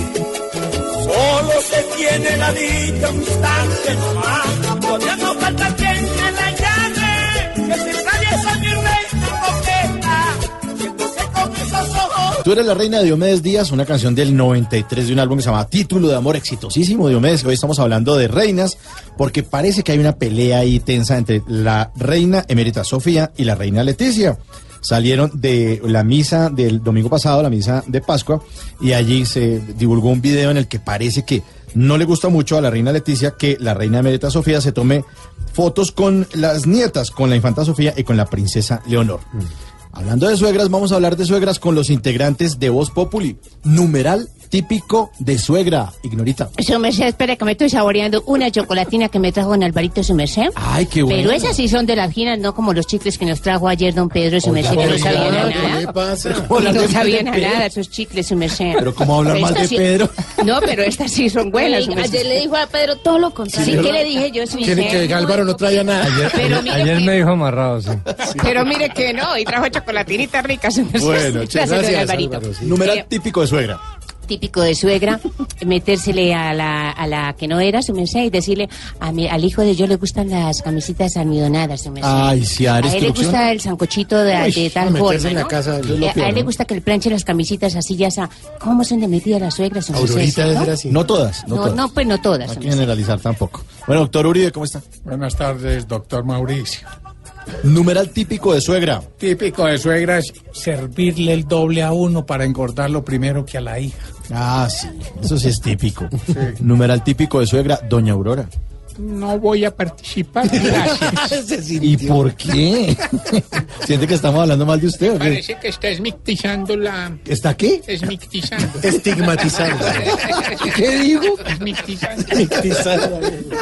Solo se tiene la dicha un instante nomás. Todavía no falta quien me la llame, que se atraviesa mi reina coqueta, viéndose con esos ojos. Tú eres la reina de Diomedes Díaz, una canción del noventa y tres de un álbum que se llama Título de Amor, exitosísimo Diomedes. Hoy estamos hablando de reinas, porque parece que hay una pelea ahí tensa entre la reina emérita Sofía y la reina Leticia. Salieron de la misa del domingo pasado, la misa de Pascua, y allí se divulgó un video en el que parece que no le gusta mucho a la reina Leticia que la reina emérita Sofía se tome fotos con las nietas, con la infanta Sofía y con la princesa Leonor. Mm. Hablando de suegras, vamos a hablar de suegras con los integrantes de Voz Populi. Numeral típico de suegra, Ignorita. Su merced, espera que me estoy saboreando una chocolatina que me trajo don Alvarito, su merced. Ay, qué bueno. Pero esas sí son de las finas, no como los chicles que nos trajo ayer don Pedro, su merced, que no sabían a nada. ¿Qué pasa? No sabían a nada esos chicles, su merced. Pero cómo hablar mal de sí... Pedro. No, pero estas sí son buenas, Oye, ayer le dijo a Pedro todo lo contrario. Sí, ¿qué le dije yo, su merced? Quiere que Álvaro no traiga nada. Ayer, pero ayer, ayer que... me dijo amarrado, sí. sí. Pero mire que no, y trajo chocolatinita rica, su merced. Bueno, gracias, gracias Alvarito. Álvaro, sí. Numeral eh, típico de suegra. Típico de suegra, metérsele a la, a la que no era, su merced, y decirle, a mi, al hijo de yo le gustan las camisitas almidonadas, su merced. Ay, sí, a, a él le gusta el sancochito de, Uy, de tal forma, en la ¿no? casa, a, a él le gusta que le planche las camisitas así, ya sa. ¿Cómo son de metidas las suegras, su merced? Aurorita debe ser así. No todas, no, no todas. No, pues no todas. No hay que generalizar tampoco. Bueno, doctor Uribe, ¿cómo está? Buenas tardes, doctor Mauricio. Numeral típico de suegra. Típico de suegra es servirle el doble a uno para engordarlo primero que a la hija. Ah, sí, eso sí es típico. Sí. Numeral típico de suegra, doña Aurora. No voy a participar, gracias. ¿Y por qué? ¿Siente que estamos hablando mal de usted o qué? Parece que está esmictizando la... ¿Está qué? Esmictizando. Estigmatizando. ¿Qué digo? Esmictizando. Estigmatizando.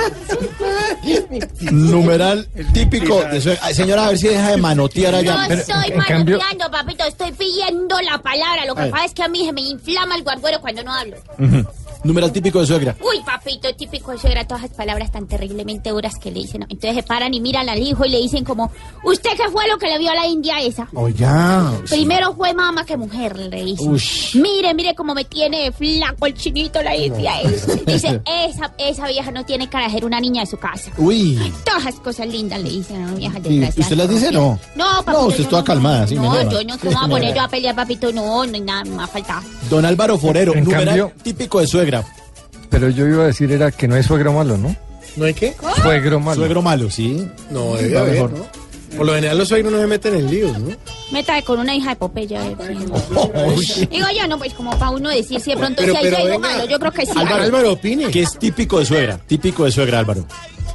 Numeral típico de suegra. Ay, señora, a ver si deja de manotear allá. No Pero, estoy manoteando, cambio... papito, estoy pidiendo la palabra. Lo que pasa es que a mí se me inflama el guarguero cuando no hablo. Uh-huh. Numeral típico de suegra. Uy, papito, típico de suegra, todas las palabras tan terriblemente duras que le dicen. Entonces se paran y miran al hijo y le dicen como, ¿usted qué fue lo que le vio a la india esa? Oiga. Primero fue mamá que mujer, le dice. Ush. Mire, mire cómo me tiene flaco el chinito la india no. esa. Dice, esa, esa vieja no tiene cara de ser una niña de su casa. Uy. Todas las cosas lindas le dicen a una vieja desgraciada. ¿Usted las dice no? No, papito. No, usted está no, calmada, sí. No, yo no, ¿cómo voy a poner yo a pelear, papito? No, no hay nada, me ha faltado. Don Álvaro Forero, en numeral cambio, típico de suegra. Pero yo iba a decir era que no hay suegro malo, ¿no? ¿No hay qué? ¿Cómo? Suegro malo. Suegro malo, sí. No, debe haber, mejor. ¿no? Por lo general los suegros no se meten en líos, ¿no? Meta con una hija de Popeye. Oh, digo yo, no, pues como para uno decir si de pronto pero, si hay algo malo, yo creo que sí. Álvaro, Álvaro, opine. ¿Qué es típico de suegra? Típico de suegra, Álvaro.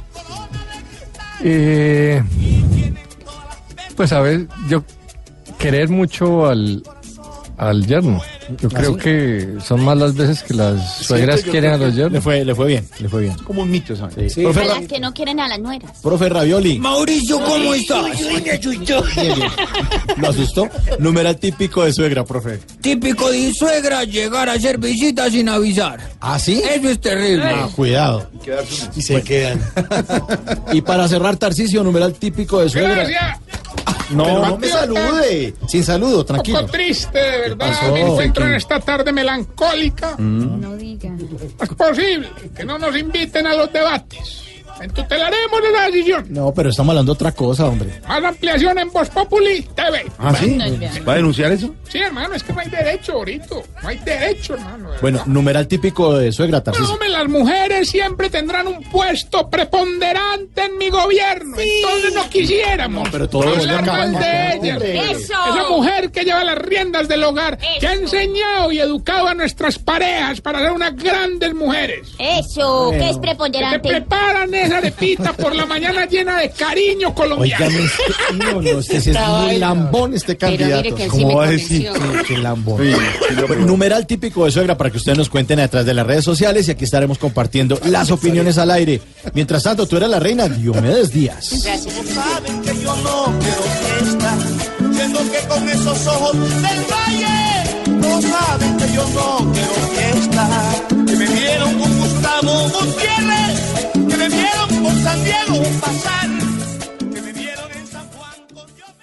Eh, pues a ver, yo querer mucho al, al yerno. Yo ¿Ah, creo sí? que son más las veces que las suegras yo quieren a creo los que yernos. Le fue, le fue bien, le fue bien. Como un mito, ¿sabes? Sí. A Profe, las que no quieren a las nueras. profe Ravioli. Mauricio, ¿cómo estás? Bien, bien. ¿Lo asustó? Numeral típico de suegra, profe. Típico de suegra, llegar a hacer visitas sin avisar. ¿Ah, sí? Eso es terrible. Ah, cuidado. Y se quedan. Y para cerrar, Tarcisio, numeral típico de suegra. Gracias. No, Pero no me salude. Sin saludo, Un tranquilo. poco triste, de verdad. pasó? Me encuentro ¿Qué? en esta tarde melancólica. No diga. Es posible que no nos inviten a los debates. Entutelaremos esa decisión. No, pero estamos hablando de otra cosa, hombre. Más ampliación en Voz Populi T V. ¿Ah, sí? ¿Va a denunciar eso? Sí, hermano, es que no hay derecho ahorita. No hay derecho, hermano. de Bueno, numeral típico de suegra, No, Tarcisio. hombre, las mujeres siempre tendrán un puesto preponderante en mi gobierno. Entonces no quisiéramos No, pero todo hablar lo mal de ellas. hombre. ¡Eso! Esa mujer que lleva las riendas del hogar, que ha Eso. enseñado y educado a nuestras parejas para ser unas grandes mujeres. Eso, que es Que te preponderante. preparan esa arepita por la mañana llena de cariño colombiano. Oigan, este, no, no, este sí es muy lambón, este Pero candidato. mire que él sí ¿Cómo me va a decir? convenció. Sí, qué lambón. Bueno, numeral típico de suegra para que ustedes nos cuenten a través de las redes sociales y aquí estaremos compartiendo las opiniones al aire. Mientras tanto, tú eres la reina Diomedes Díaz. Gracias. Saben que yo no quiero fiesta, siendo que con esos ojos del valle no saben que yo no quiero fiesta. Que me vieron con Gustavo Gutiérrez, que me vieron con San Diego pasar, que me vieron en San Juan con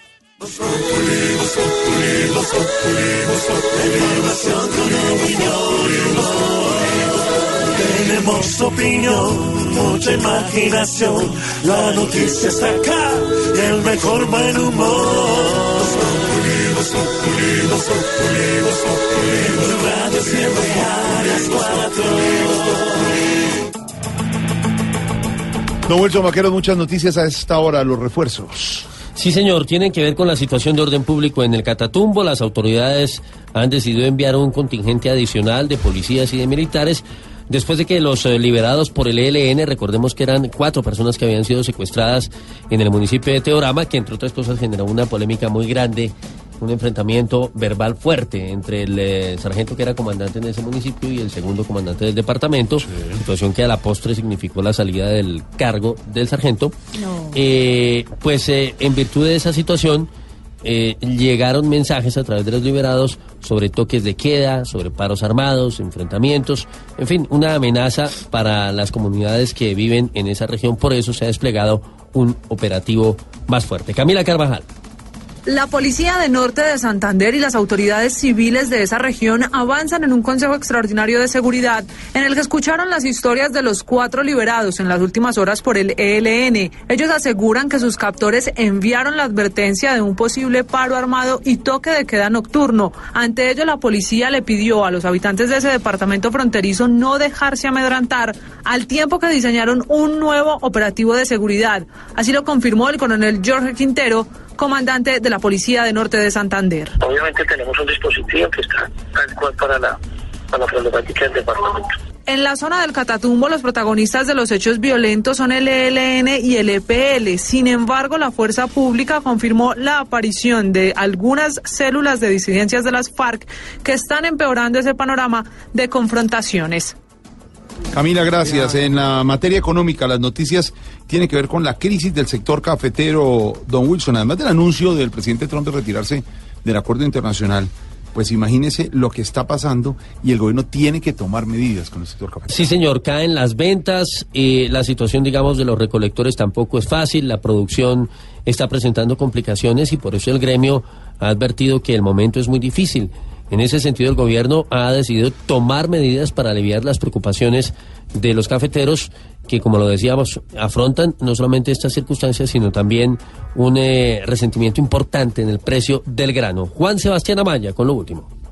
Tenemos opinión, mucha imaginación. La noticia está acá y el mejor buen humor. Radio siempre a las cuatro. Don Wilson Vaqueros, muchas noticias a esta hora, los refuerzos. Sí, señor, tienen que ver con la situación de orden público en el Catatumbo. Las autoridades han decidido enviar un contingente adicional de policías y de militares después de que los eh, liberados por el E L N, recordemos que eran cuatro personas que habían sido secuestradas en el municipio de Teorama, que entre otras cosas generó una polémica muy grande, un enfrentamiento verbal fuerte entre el eh, sargento que era comandante en ese municipio y el segundo comandante del departamento, situación que a la postre significó la salida del cargo del sargento. No. Eh, pues eh, en virtud de esa situación eh, llegaron mensajes a través de los liberados sobre toques de queda, sobre paros armados, enfrentamientos, en fin, una amenaza para las comunidades que viven en esa región. Por eso se ha desplegado un operativo más fuerte. Camila Carvajal. La Policía de Norte de Santander y las autoridades civiles de esa región avanzan en un Consejo Extraordinario de Seguridad en el que escucharon las historias de los cuatro liberados en las últimas horas por el E L N. Ellos aseguran que sus captores enviaron la advertencia de un posible paro armado y toque de queda nocturno. Ante ello, la policía le pidió a los habitantes de ese departamento fronterizo no dejarse amedrentar, al tiempo que diseñaron un nuevo operativo de seguridad. Así lo confirmó el coronel Jorge Quintero, comandante de la Policía de Norte de Santander. Obviamente tenemos un dispositivo que está tal cual para la, para la problemática del departamento. En la zona del Catatumbo, los protagonistas de los hechos violentos son el E L N y el E P L. Sin embargo, la fuerza pública confirmó la aparición de algunas células de disidencias de las FARC que están empeorando ese panorama de confrontaciones. Camila, gracias. En la materia económica, las noticias tienen que ver con la crisis del sector cafetero, don Wilson. Además del anuncio del presidente Trump de retirarse del acuerdo internacional, pues imagínese lo que está pasando y el gobierno tiene que tomar medidas con el sector cafetero. Sí, señor, caen las ventas, eh, la situación, digamos, de los recolectores tampoco es fácil, la producción está presentando complicaciones y por eso el gremio ha advertido que el momento es muy difícil. En ese sentido, el gobierno ha decidido tomar medidas para aliviar las preocupaciones de los cafeteros que, como lo decíamos, afrontan no solamente estas circunstancias, sino también un eh, resentimiento importante en el precio del grano. Juan Sebastián Amaya, con lo último.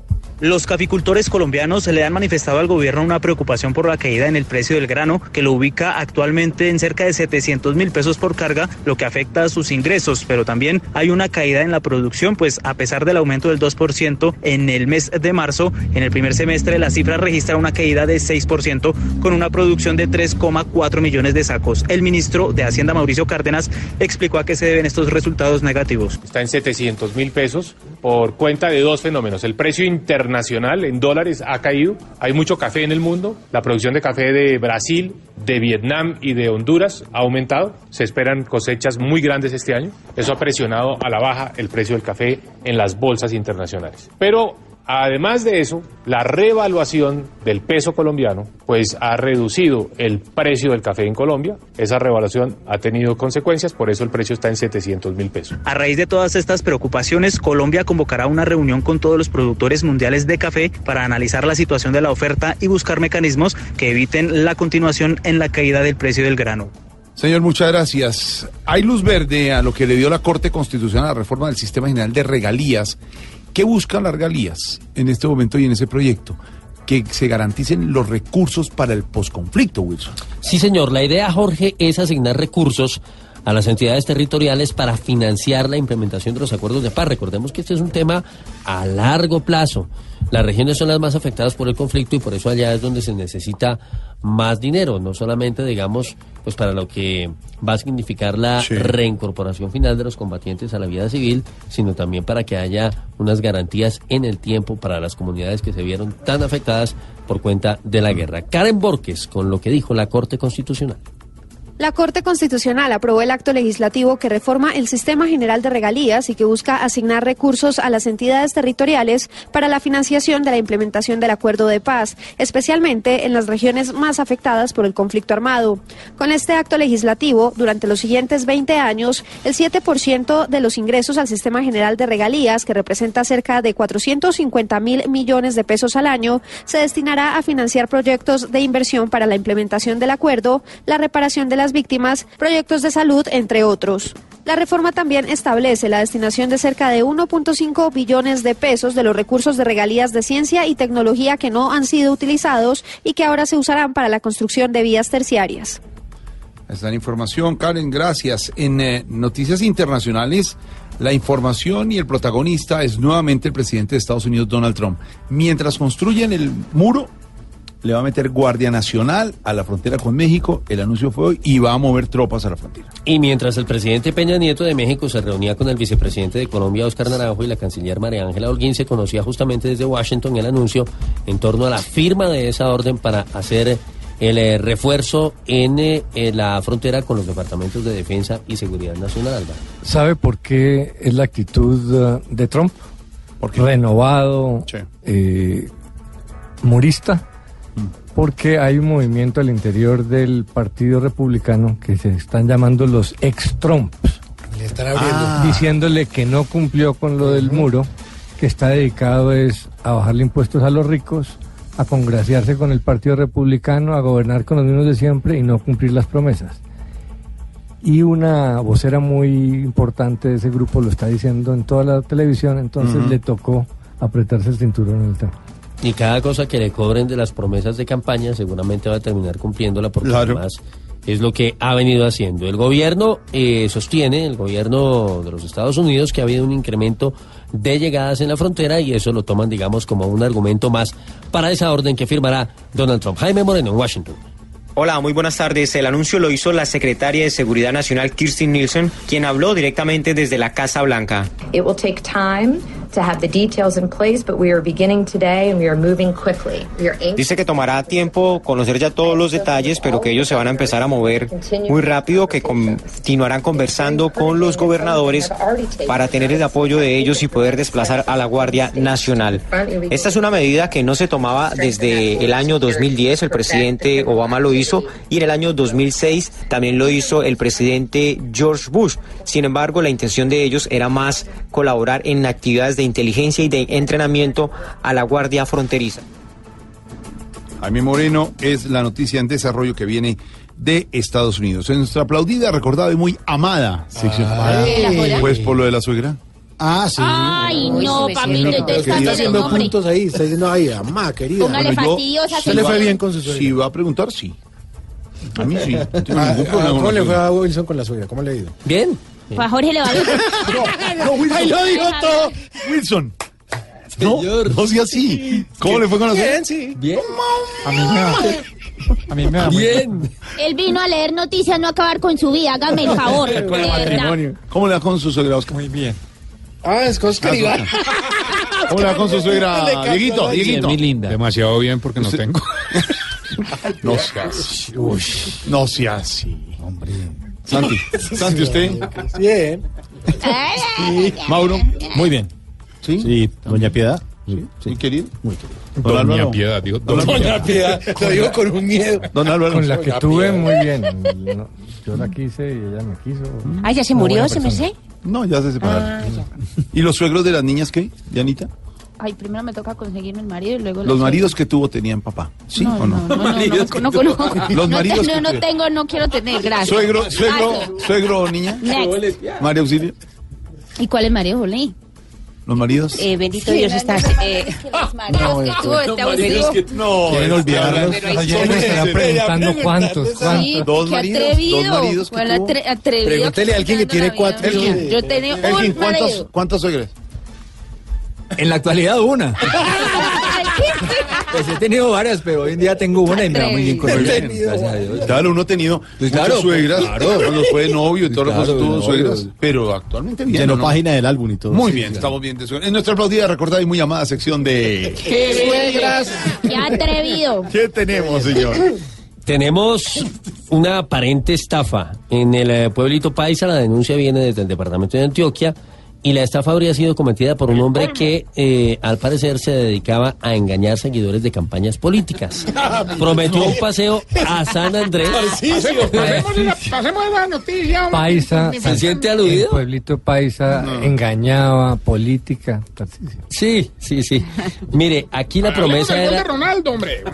Los caficultores colombianos le han manifestado al gobierno una preocupación por la caída en el precio del grano, que lo ubica actualmente en cerca de setecientos mil pesos por carga, lo que afecta a sus ingresos, pero también hay una caída en la producción, pues a pesar del aumento del dos por ciento en el mes de marzo, en el primer semestre la cifra registra una caída de seis por ciento con una producción de tres coma cuatro millones de sacos. El ministro de Hacienda, Mauricio Cárdenas, explicó a qué se deben estos resultados negativos. Está en setecientos mil pesos por cuenta de dos fenómenos. El precio internacional en dólares ha caído, hay mucho café en el mundo, la producción de café de Brasil, de Vietnam y de Honduras ha aumentado, se esperan cosechas muy grandes este año, eso ha presionado a la baja el precio del café en las bolsas internacionales. Pero además de eso, la revaluación del peso colombiano pues ha reducido el precio del café en Colombia. Esa revaluación ha tenido consecuencias, por eso el precio está en setecientos mil pesos. A raíz de todas estas preocupaciones, Colombia convocará una reunión con todos los productores mundiales de café para analizar la situación de la oferta y buscar mecanismos que eviten la continuación en la caída del precio del grano. Señor, muchas gracias. Hay luz verde a lo que le dio la Corte Constitucional a la reforma del Sistema General de Regalías. ¿Qué buscan las regalías en este momento y en ese proyecto? Que se garanticen los recursos para el posconflicto, Wilson. Sí, señor. La idea, Jorge, es asignar recursos a las entidades territoriales para financiar la implementación de los acuerdos de paz. Recordemos que este es un tema a largo plazo. Las regiones son las más afectadas por el conflicto y por eso allá es donde se necesita más dinero, no solamente, digamos, pues para lo que va a significar la sí. reincorporación final de los combatientes a la vida civil, sino también para que haya unas garantías en el tiempo para las comunidades que se vieron tan afectadas por cuenta de la guerra. Karen Borges, con lo que dijo la Corte Constitucional. La Corte Constitucional aprobó el acto legislativo que reforma el Sistema General de Regalías y que busca asignar recursos a las entidades territoriales para la financiación de la implementación del acuerdo de paz, especialmente en las regiones más afectadas por el conflicto armado. Con este acto legislativo, durante los siguientes veinte años, el siete por ciento de los ingresos al Sistema General de Regalías, que representa cerca de cuatrocientos cincuenta mil millones de pesos al año, se destinará a financiar proyectos de inversión para la implementación del acuerdo, la reparación de las víctimas, proyectos de salud, entre otros. La reforma también establece la destinación de cerca de uno punto cinco billones de pesos de los recursos de regalías de ciencia y tecnología que no han sido utilizados y que ahora se usarán para la construcción de vías terciarias. Esta es la información, Karen, gracias. En eh, noticias internacionales, la información y el protagonista es nuevamente el presidente de Estados Unidos, Donald Trump. Mientras construyen el muro, le va a meter Guardia Nacional a la frontera con México, el anuncio fue hoy, y va a mover tropas a la frontera. Y mientras el presidente Peña Nieto de México se reunía con el vicepresidente de Colombia, Óscar Naranjo, y la canciller María Ángela Holguín, se conocía justamente desde Washington el anuncio en torno a la firma de esa orden para hacer el eh, refuerzo en eh, la frontera con los departamentos de Defensa y Seguridad Nacional. Álvaro. ¿Sabe por qué es la actitud uh, de Trump? Porque renovado, sí. eh, murista. Porque hay un movimiento al interior del Partido Republicano que se están llamando los ex-Trumps. Le están abriendo. Ah. Diciéndole que no cumplió con lo del muro, que está dedicado es a bajarle impuestos a los ricos, a congraciarse con el Partido Republicano, a gobernar con los mismos de siempre y no cumplir las promesas. Y una vocera muy importante de ese grupo lo está diciendo en toda la televisión, entonces uh-huh. le tocó apretarse el cinturón en el tema. Y cada cosa que le cobren de las promesas de campaña seguramente va a terminar cumpliéndola porque claro. además es lo que ha venido haciendo. El gobierno eh, sostiene, el gobierno de los Estados Unidos, que ha habido un incremento de llegadas en la frontera y eso lo toman, digamos, como un argumento más para esa orden que firmará Donald Trump. Jaime Moreno, en Washington. Hola, muy buenas tardes. El anuncio lo hizo la secretaria de Seguridad Nacional, Kirstjen Nielsen, quien habló directamente desde la Casa Blanca. It will take time to have the details in place, but we are beginning today and we are moving quickly. We are aiming... Dice que tomará tiempo conocer ya todos los detalles, pero que ellos se van a empezar a mover muy rápido, que continuarán conversando con los gobernadores para tener el apoyo de ellos y poder desplazar a la Guardia Nacional. Esta es una medida que no se tomaba desde el año dos mil diez, el presidente Obama lo hizo, y en el año dos mil seis también lo hizo el presidente George Bush. Sin embargo, la intención de ellos era más colaborar en actividades de inteligencia y de entrenamiento a la Guardia Fronteriza. Jaime Moreno es la noticia en desarrollo que viene de Estados Unidos. En nuestra aplaudida, recordada y muy amada sección. Ah, pues por lo de la suegra. Ah, sí. Ay, no, Sí, papito, no, entonces está cámbiale el haciendo nombre. puntos ahí, está diciendo, ay, mamá, querida. Póngale Bueno, yo- fastidiosa. ¿Se le fue bien con su Si suegra? va a preguntar, sí. A mí sí. No tengo Ah, ningún ah, problema ¿Cómo con le la fue suegra. a Wilson con la suegra? ¿Cómo le ha ido? Bien. Pues a Jorge le va bien. No, Wilson. Ahí lo dijo todo. Wilson. No, no sea así. ¿Cómo le fue con la suegra? Bien, sí. Bien. A mí me va. A mí me va. muy Bien. Él vino a leer noticias, no a acabar con su vida. Hágame el favor. de Con el verdad. matrimonio. ¿Cómo le va con su suegra, Oscar? Muy bien. Ah, es Oscar Iván. ¿Cómo le va con su suegra, Le cambió Dieguito? la- Dieguito. Muy linda. Demasiado bien porque no tengo. No sea así. No sea así. Hombre. Santi, Santi, ¿usted? Bien. Ay, Mauro. Muy bien. ¿Sí? Sí, doña Piedad. Sí. ¿Muy querido? Muy querido. Don Doña Álvaro. Piedad, digo. Don Doña Piedad, lo digo con un miedo. Don Álvaro. Con la que Doña tuve Piedad. muy bien. No, yo la quise y ella me quiso. Ah, ya se Una murió, buena se me persona. sé. No, ya se separaron. ¿Y los suegros de las niñas qué, Dianita? Ay, primero me toca conseguirme el marido y luego... la Los suegra. maridos que tuvo tenían papá. ¿Sí No, o no? no, no, no, no, no, conozco. Los No maridos te- que No, no tuvieron. tengo, no quiero tener, gracias. Suegro, suegro, Paso. suegro o niña. Next. María Auxilio. ¿Y cuál es María Jolí? Los maridos. Eh, bendito Dios, estás. Eh, Maridos que tuvo este abusivo. No, Quieren olvidarlos. Ayer me estarán preguntando cuántos, Sí, cuántos. Dos qué maridos, atrevido. dos maridos que Fue tuvo. atre- atrevido. Pregúntele a alguien que tiene cuatro Yo- hijos. Yo tenía Elgin, un ¿cuántas, marido. ¿cuántas suegras? En la actualidad una. Pues he tenido varias, pero hoy en día tengo una y me va muy bien con ella. Gracias a Dios. Claro, uno ha tenido Pues muchas claro, suegras, claro. cuando fue novio y todas las Claro, cosas tuvo no, suegras, no. pero actualmente bien. Llenó ¿o no? página del álbum y todo. Muy bien, estamos bien de suegra. En nuestra aplaudida, recordada y muy amada sección de... ¡Qué suegras! ¡Qué atrevido! ¿Qué tenemos, señor? Tenemos una aparente estafa en el eh, pueblito Paisa. La denuncia viene desde el departamento de Antioquia y la estafa habría sido cometida por un hombre que eh, al parecer se dedicaba a engañar seguidores de campañas políticas. Prometió un paseo a San Andrés. Pasemos, pasemos, la, pasemos la noticia. hombre. Paisa, ¿Se siente el aludido? pueblito Paisa engañaba, política. Tarcisio. Sí, sí, sí. Mire, aquí la Hablemos promesa del gol de era... Ronaldo, hombre.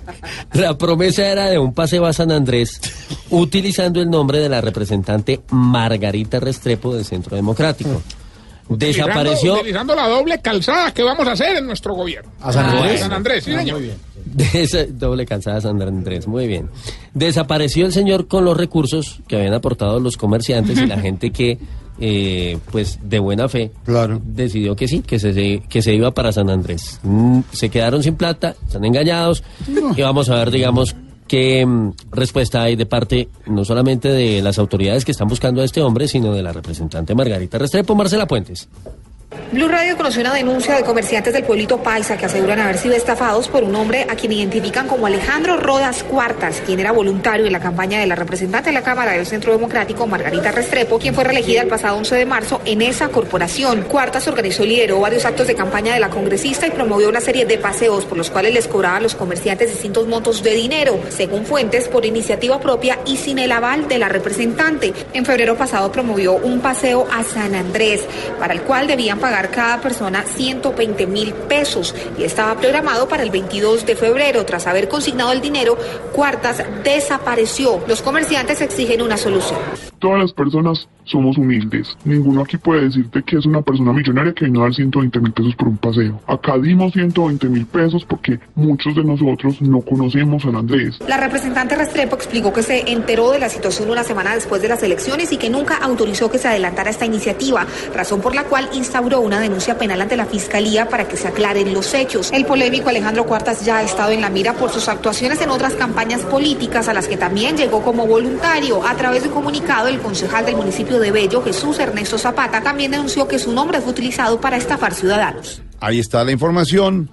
La promesa era de un paseo a San Andrés utilizando el nombre de la representante Margarita Restrepo del Centro Democrático. Desapareció Utilizando, utilizando la doble calzada que vamos a hacer en nuestro gobierno. ¿A San Andrés? A San Andrés, sí, señor. de esa doble calzada San Andrés, muy bien. Desapareció el señor con los recursos que habían aportado los comerciantes y la gente que, eh, pues, de buena fe, Claro. decidió que sí, que se, que se iba para San Andrés. Mm, Se quedaron sin plata, están engañados y vamos a ver, digamos, qué mm, respuesta hay de parte no solamente de las autoridades que están buscando a este hombre, sino de la representante Margarita Restrepo. Marcela Puentes. Blue Radio conoció una denuncia de comerciantes del pueblito Paisa que aseguran haber sido estafados por un hombre a quien identifican como Alejandro Rodas Cuartas, quien era voluntario en la campaña de la representante de la Cámara del Centro Democrático, Margarita Restrepo, quien fue reelegida el pasado once de marzo en esa corporación. Cuartas organizó y lideró varios actos de campaña de la congresista y promovió una serie de paseos por los cuales les cobraba a los comerciantes distintos montos de dinero, según fuentes, por iniciativa propia y sin el aval de la representante. En febrero pasado promovió un paseo a San Andrés, para el cual debían pagar cada persona ciento veinte mil pesos y estaba programado para el veintidós de febrero. Tras haber consignado el dinero, Cuartas desapareció. Los comerciantes exigen una solución. Todas las personas somos humildes. Ninguno aquí puede decirte que es una persona millonaria que vino a dar ciento veinte mil pesos por un paseo. Acá dimos ciento veinte mil pesos porque muchos de nosotros no conocemos a San Andrés. La representante Restrepo explicó que se enteró de la situación una semana después de las elecciones y que nunca autorizó que se adelantara esta iniciativa, razón por la cual instauró una denuncia penal ante la Fiscalía para que se aclaren los hechos. El polémico Alejandro Cuartas ya ha estado en la mira por sus actuaciones en otras campañas políticas a las que también llegó como voluntario. A través de un comunicado, el concejal del municipio de Bello, Jesús Ernesto Zapata, también denunció que su nombre fue utilizado para estafar ciudadanos. Ahí está la información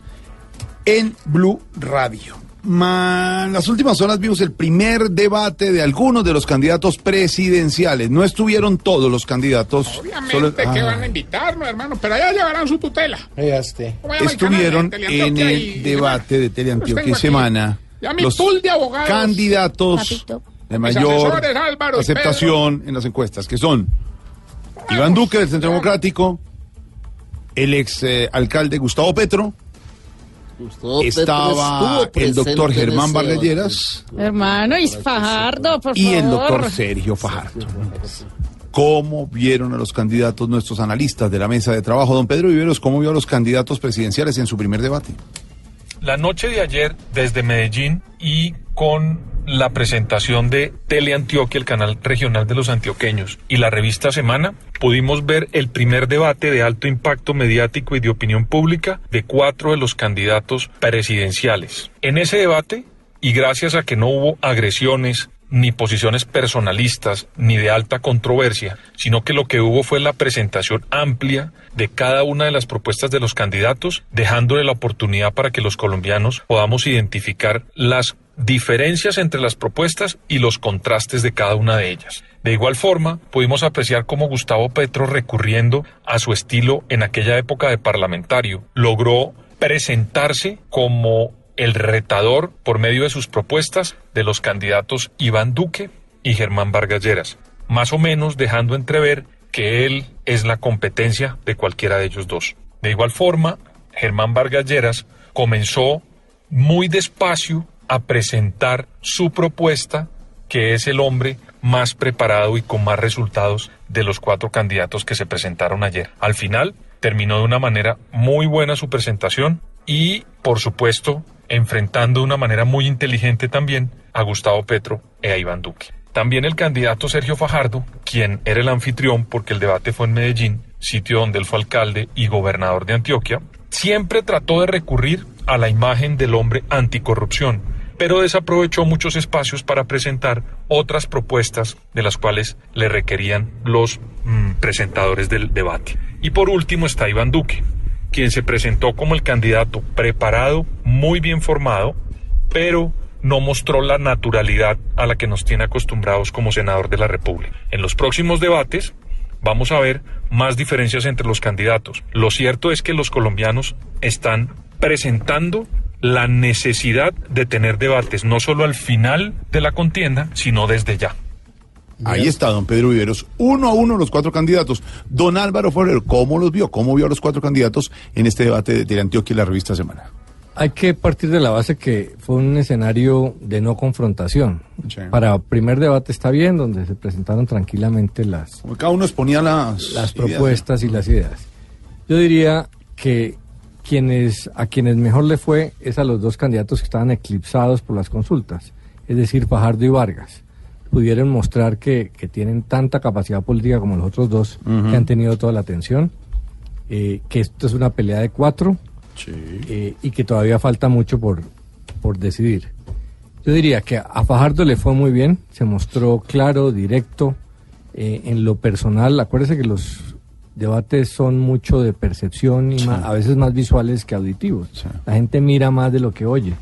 en Blue Radio. Ma, en las últimas horas vimos el primer debate de algunos de los candidatos presidenciales. No estuvieron todos los candidatos. Obviamente solo- que Ah. van a invitarnos, hermano, pero allá llevarán su tutela. Ya esté. ¿Cómo llama el Estuvieron canal de en Teleantioquia el y- debate de Los Teleantioquia tengo y aquí. Semana. Ya mi Los pool de abogados. candidatos Papito. de Mis mayor asesores, Álvaro y aceptación en las encuestas, que son Iván Duque del Centro Democrático, el ex eh, alcalde Gustavo Petro, estaba el doctor Germán Barrelleras Hermano, y Fajardo, por y favor. el doctor Sergio Fajardo. ¿Cómo vieron a los candidatos nuestros analistas de la mesa de trabajo? Don Pedro Viveros, ¿cómo vio a los candidatos presidenciales en su primer debate? La noche de ayer, desde Medellín y con la presentación de Teleantioquia, el canal regional de los antioqueños, y la revista Semana, pudimos ver el primer debate de alto impacto mediático y de opinión pública de cuatro de los candidatos presidenciales. En ese debate, y gracias a que no hubo agresiones, ni posiciones personalistas, ni de alta controversia, sino que lo que hubo fue la presentación amplia de cada una de las propuestas de los candidatos, dejándole la oportunidad para que los colombianos podamos identificar las diferencias entre las propuestas y los contrastes de cada una de ellas. De igual forma, pudimos apreciar cómo Gustavo Petro, recurriendo a su estilo en aquella época de parlamentario, logró presentarse como el retador por medio de sus propuestas de los candidatos Iván Duque y Germán Vargas Lleras, más o menos dejando entrever que él es la competencia de cualquiera de ellos dos. De igual forma, Germán Vargas Lleras comenzó muy despacio a presentar su propuesta, que es el hombre más preparado y con más resultados de los cuatro candidatos que se presentaron ayer. Al final, terminó de una manera muy buena su presentación y, por supuesto, enfrentando de una manera muy inteligente también a Gustavo Petro e a Iván Duque. También el candidato Sergio Fajardo, quien era el anfitrión porque el debate fue en Medellín, sitio donde él fue alcalde y gobernador de Antioquia, siempre trató de recurrir a la imagen del hombre anticorrupción, pero desaprovechó muchos espacios para presentar otras propuestas de las cuales le requerían los mmm, presentadores del debate. Y por último está Iván Duque, quien se presentó como el candidato preparado, muy bien formado, pero no mostró la naturalidad a la que nos tiene acostumbrados como senador de la República. En los próximos debates vamos a ver más diferencias entre los candidatos. Lo cierto es que los colombianos están presentando la necesidad de tener debates, no solo al final de la contienda, sino desde ya. Ahí está, don Pedro Viveros, uno a uno los cuatro candidatos. Don Álvaro Forero, ¿cómo los vio? ¿Cómo vio a los cuatro candidatos en este debate de Teleantioquia y la revista Semana? Hay que partir de la base que fue un escenario de no confrontación. Sí. Para primer debate está bien, donde se presentaron tranquilamente las... Como cada uno exponía las... Las propuestas ideas. Y las ideas. Yo diría que quienes a quienes mejor le fue es a los dos candidatos que estaban eclipsados por las consultas, es decir, Fajardo y Vargas. Pudieron mostrar que, que tienen tanta capacidad política como los otros dos, uh-huh. que han tenido toda la atención, eh, que esto es una pelea de cuatro, sí. eh, y que todavía falta mucho por, por decidir. Yo diría que a Fajardo le fue muy bien, se mostró claro, directo, eh, en lo personal. Acuérdese que los debates son mucho de percepción y sí. más, a veces más visuales que auditivos. Sí. La gente mira más de lo que oye.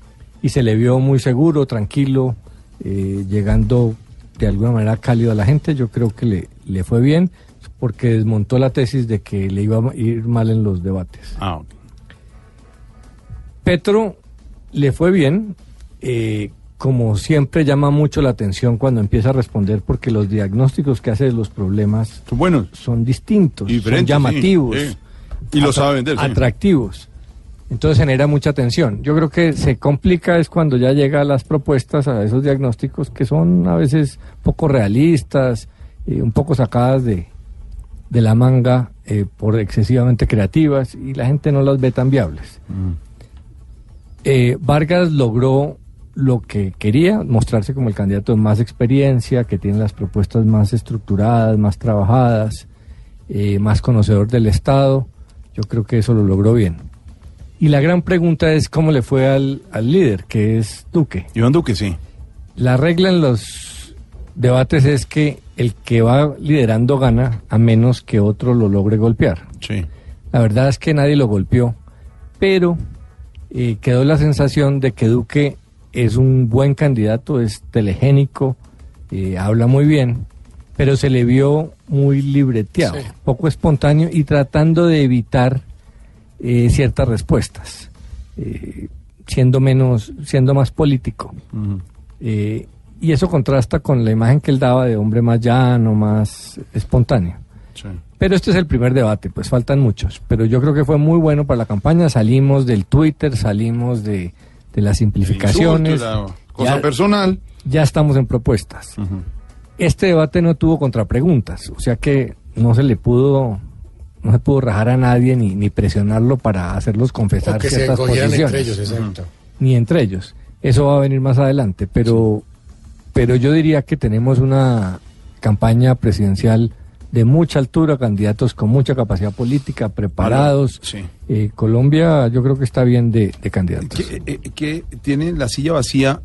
Y se le vio muy seguro, tranquilo, Eh, llegando de alguna manera cálido a la gente. Yo creo que le, le fue bien porque desmontó la tesis de que le iba a ir mal en los debates. Ah, okay. Petro le fue bien, eh, como siempre llama mucho la atención cuando empieza a responder, porque los diagnósticos que hace de los problemas son buenos, son distintos, son llamativos, sí, sí. y lo saben vender, sí. atractivos. Entonces genera mucha atención. Yo creo que se complica es cuando ya llega a las propuestas, a esos diagnósticos que son a veces poco realistas, eh, un poco sacadas de, de la manga eh, por excesivamente creativas, y la gente no las ve tan viables. Mm. Eh, Vargas logró lo que quería, mostrarse como el candidato de más experiencia, que tiene las propuestas más estructuradas, más trabajadas, eh, más conocedor del Estado. Yo creo que eso lo logró bien. Y la gran pregunta es cómo le fue al, al líder, que es Duque. Iván Duque, sí. La regla en los debates es que el que va liderando gana, a menos que otro lo logre golpear. Sí. La verdad es que nadie lo golpeó, pero eh, quedó la sensación de que Duque es un buen candidato, es telegénico, eh, habla muy bien, pero se le vio muy libreteado, sí. poco espontáneo y tratando de evitar Eh, ciertas respuestas, eh, siendo menos, siendo más político. Uh-huh. Eh, y eso contrasta con la imagen que él daba de hombre más llano, más espontáneo. Sí. Pero este es el primer debate, pues faltan muchos. Pero yo creo que fue muy bueno para la campaña. Salimos del Twitter, salimos de, de las simplificaciones. Insulto, la cosa ya, personal. Ya estamos en propuestas. Uh-huh. Este debate no tuvo contrapreguntas, o sea que no se le pudo, no se pudo rajar a nadie ni, ni presionarlo para hacerlos confesar O que se ciertas encogieran posiciones. entre ellos, exacto. Ni entre ellos. Eso va a venir más adelante, pero, pero yo diría que tenemos una campaña presidencial de mucha altura, candidatos con mucha capacidad política, preparados. Sí. Eh, Colombia yo creo que está bien de, de candidatos. Que, eh, que tiene en la silla vacía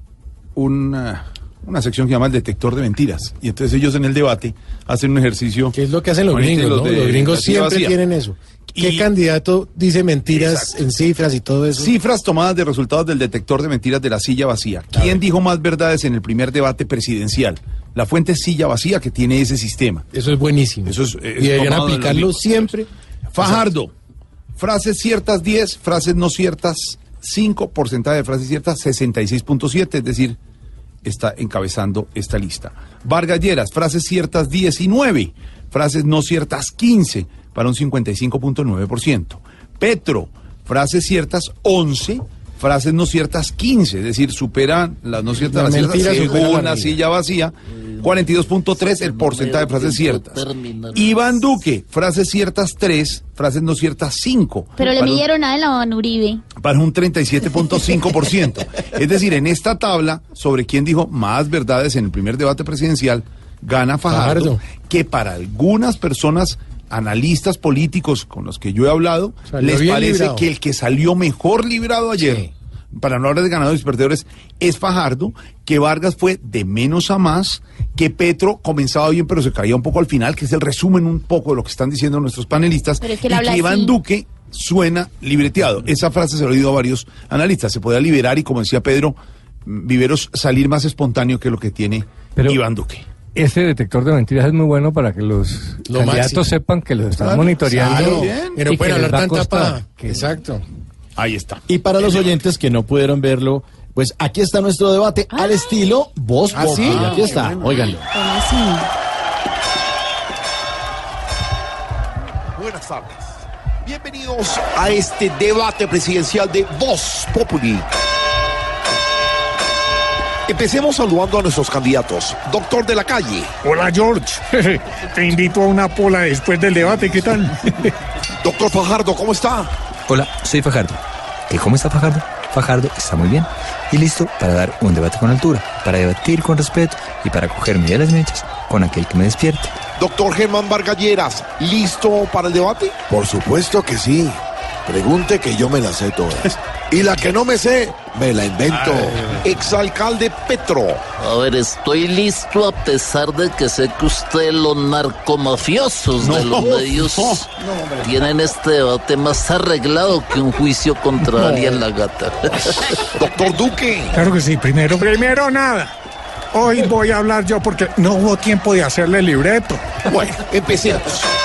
una, una sección que llama el detector de mentiras. Y entonces ellos en el debate hacen un ejercicio. ¿Qué es lo que hacen los Juanita, gringos? los ¿no? de Los gringos la silla siempre vacía. tienen eso. ¿Qué Y- candidato dice mentiras Exacto. en cifras y todo eso? Cifras tomadas de resultados del detector de mentiras de la silla vacía. ¿Quién dijo más verdades en el primer debate presidencial? La fuente es Silla Vacía, que tiene ese sistema. Eso es buenísimo. Eso es, es y deberían tomado de los aplicarlo libros. siempre. Fajardo, frases ciertas diez, frases no ciertas cinco, porcentaje de frases ciertas sesenta y seis punto siete, es decir, está encabezando esta lista. Vargas Lleras, frases ciertas diecinueve, frases no ciertas quince, para un cincuenta y cinco punto nueve por ciento. Petro, frases ciertas once, frases no ciertas quince, es decir, superan las no ciertas La las ciertas, mentira supera según la la mentira. silla vacía, cuarenta y dos punto tres el porcentaje de frases ciertas. Iván Duque, frases ciertas tres, frases no ciertas cinco. Pero le para un- midieron a él a Iván Uribe. para un treinta y siete punto cinco por ciento. Es decir, en esta tabla, sobre quién dijo más verdades en el primer debate presidencial, gana Fajardo, Fajardo. que para algunas personas, analistas políticos con los que yo he hablado, Salió les bien parece librado. que el que salió mejor librado ayer, para no hablar de ganadores y perdedores, es Fajardo, que Vargas fue de menos a más, que Petro comenzaba bien pero se caía un poco al final, que es el resumen un poco de lo que están diciendo nuestros panelistas, Pero es que él y habla que Iván así. Duque suena libreteado. Esa frase se lo he oído a varios analistas. Se podía liberar y, como decía Pedro, mm, Viveros, salir más espontáneo que lo que tiene Pero- Iván Duque. Ese detector de mentiras es muy bueno para que los Lo candidatos máximo. sepan que los están Claro, monitoreando. claro. Que no y pueden les hablar va a tanta costar, paja. que- Exacto. Ahí está. Y para los oyentes que no pudieron verlo, pues aquí está nuestro debate al estilo Voz ¿Ah, Populi. sí? Aquí está, óiganlo. ¿Cómo así? Buenas tardes. Bienvenidos a este debate presidencial de Voz Populi. Empecemos saludando a nuestros candidatos. Doctor de la Calle. Hola, George. Te invito a una pola después del debate, ¿qué tal? Doctor Fajardo, ¿cómo está? Hola, soy Fajardo. ¿Y cómo está Fajardo? Fajardo está muy bien y listo para dar un debate con altura, para debatir con respeto y para cogerme de las mechas con aquel que me despierte. Doctor Germán Vargas Lleras, ¿listo para el debate? Por supuesto que sí. Pregunte que yo me las sé todas. Y la que no me sé, me la invento. Exalcalde Petro. A ver, estoy listo a pesar de que sé que ustedes los narcomafiosos No, de los medios no, tienen este debate más arreglado que un juicio contra alias La Gata. Doctor Duque. Claro que sí, primero. Primero nada. Hoy voy a hablar yo porque no hubo tiempo de hacerle libreto. Bueno, empecemos.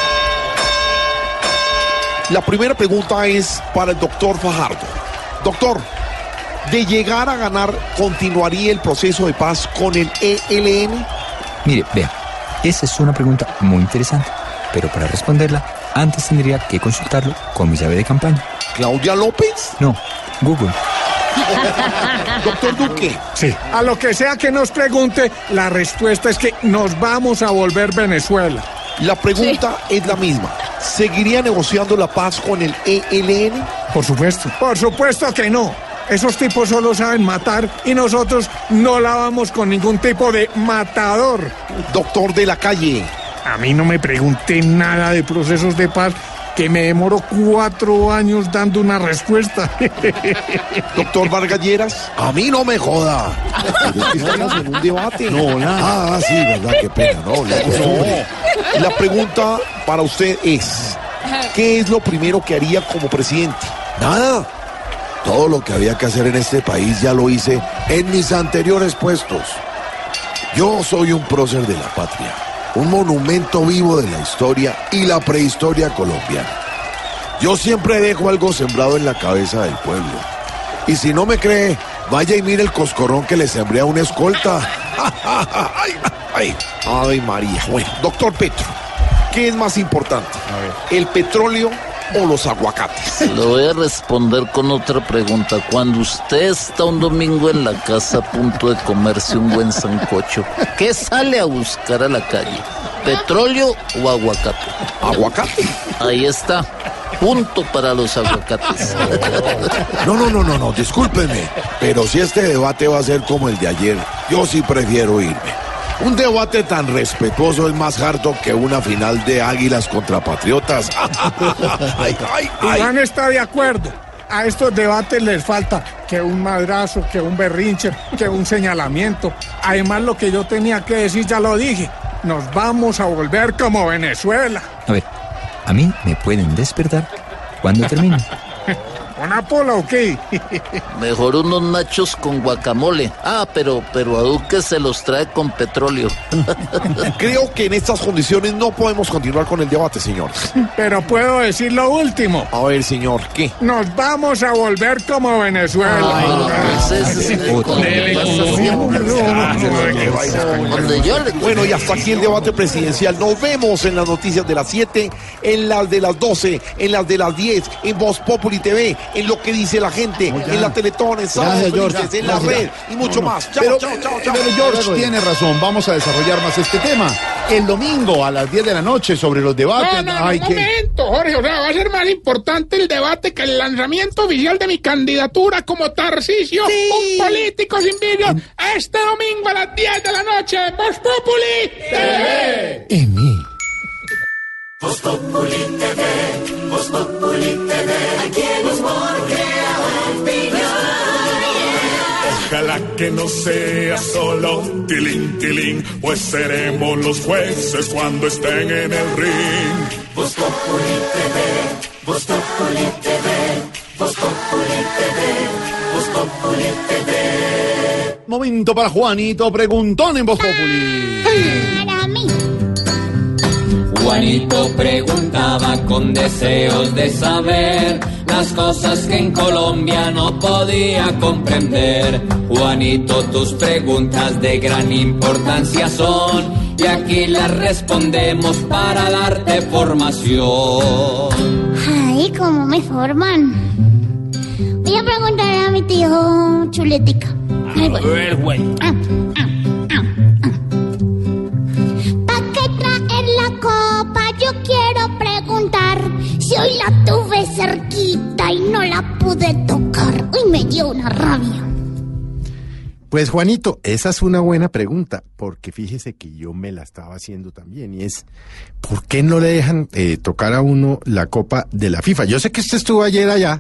La primera pregunta es para el doctor Fajardo. Doctor, de llegar a ganar, ¿continuaría el proceso de paz con el E L N? Mire, vea, esa es una pregunta muy interesante, pero para responderla, antes tendría que consultarlo con mi llave de campaña. ¿Claudia López? No, Google. Doctor Duque. Sí. A lo que sea que nos pregunte, la respuesta es que nos vamos a volver Venezuela. La pregunta es la misma. ¿Seguiría negociando la paz con el E L N? Por supuesto. Por supuesto que no. Esos tipos solo saben matar y nosotros no la vamos con ningún tipo de matador. Doctor de la Calle. A mí no me pregunté nada de procesos de paz, que me demoro cuatro años dando una respuesta. Doctor Vargas Lleras. A mí no me joda. Pero es que estamos en un debate. No, nada. Ah, sí, verdad, qué pena, ¿no? La costumbre. No. La pregunta para usted es, ¿qué es lo primero que haría como presidente? Nada. Todo lo que había que hacer en este país ya lo hice en mis anteriores puestos. Yo soy un prócer de la patria, un monumento vivo de la historia y la prehistoria colombiana. Yo siempre dejo algo sembrado en la cabeza del pueblo. Y si no me cree, vaya y mire el coscorrón que le sembré a una escolta. ay, ay, ay, María. Bueno, doctor Petro, ¿qué es más importante? ¿El petróleo o los aguacates? Le voy a responder con otra pregunta. Cuando usted está un domingo en la casa a punto de comerse un buen sancocho, ¿qué sale a buscar a la calle? ¿Petróleo o aguacate? ¿Aguacate? Ahí está. Punto para los aguacates. No, no, no, no, no, discúlpenme, pero si este debate va a ser como el de ayer, yo sí prefiero irme. Un debate tan respetuoso es más harto que una final de Águilas contra Patriotas. Ay, ay, ay. Iván está de acuerdo. A estos debates les falta que un madrazo, que un berrinche, que un señalamiento. Además, lo que yo tenía que decir ya lo dije. Nos vamos a volver como Venezuela. A ver, a mí me pueden despertar cuando termine. ¿Una pola o qué? Mejor unos nachos con guacamole. Ah, pero, pero a Duque se los trae con petróleo. Creo que en estas condiciones no podemos continuar con el debate, señores. Pero puedo decir lo último. A ver, señor, ¿qué? Nos vamos a volver como Venezuela. Bueno, y hasta aquí el debate presidencial. Nos vemos en las noticias de las siete, en las de las doce, en las de las diez, en Voz Populi T V, en Lo que dice la gente, oh, en la Teletón, en Sábado Felices, en la red y mucho no, no. más. Chao, pero, chao, chao, chao. Pero George tiene razón, vamos a desarrollar más este tema. El domingo a las diez de la noche sobre los debates. No, no, Ay, un que... momento, Jorge, o sea, va a ser más importante el debate que el lanzamiento oficial de mi candidatura como Tarcisio, sí. un político sin vidrio, este domingo a las diez de la noche, Voz Populi T V. En mí. Voz Populi T V, Voz Populi T V, aquí en Voz Ojalá que no sea solo tilín, tilín, pues seremos los jueces cuando estén en el ring. Voz Populi T V, Voz Populi T V, Voz Populi T V, Voz Populi T V. Momento para Juanito Preguntón en Voz Populi. Para mí. Juanito preguntaba con deseos de saber las cosas que en Colombia no podía comprender. Juanito, tus preguntas de gran importancia son y aquí las respondemos para darte formación. Ay, ¿cómo me forman? Voy a preguntarle a mi tío Chuletica. A ver, güey. Ah, ah, ah, ah. ¿Para qué traer la copa? Yo quiero preguntar si hoy la tuve cerquita y no la pude tocar. Uy, me dio una rabia. Pues Juanito, esa es una buena pregunta, porque fíjese que yo me la estaba haciendo también, y es, ¿por qué no le dejan eh, tocar a uno la copa de la FIFA? Yo sé que usted estuvo ayer allá,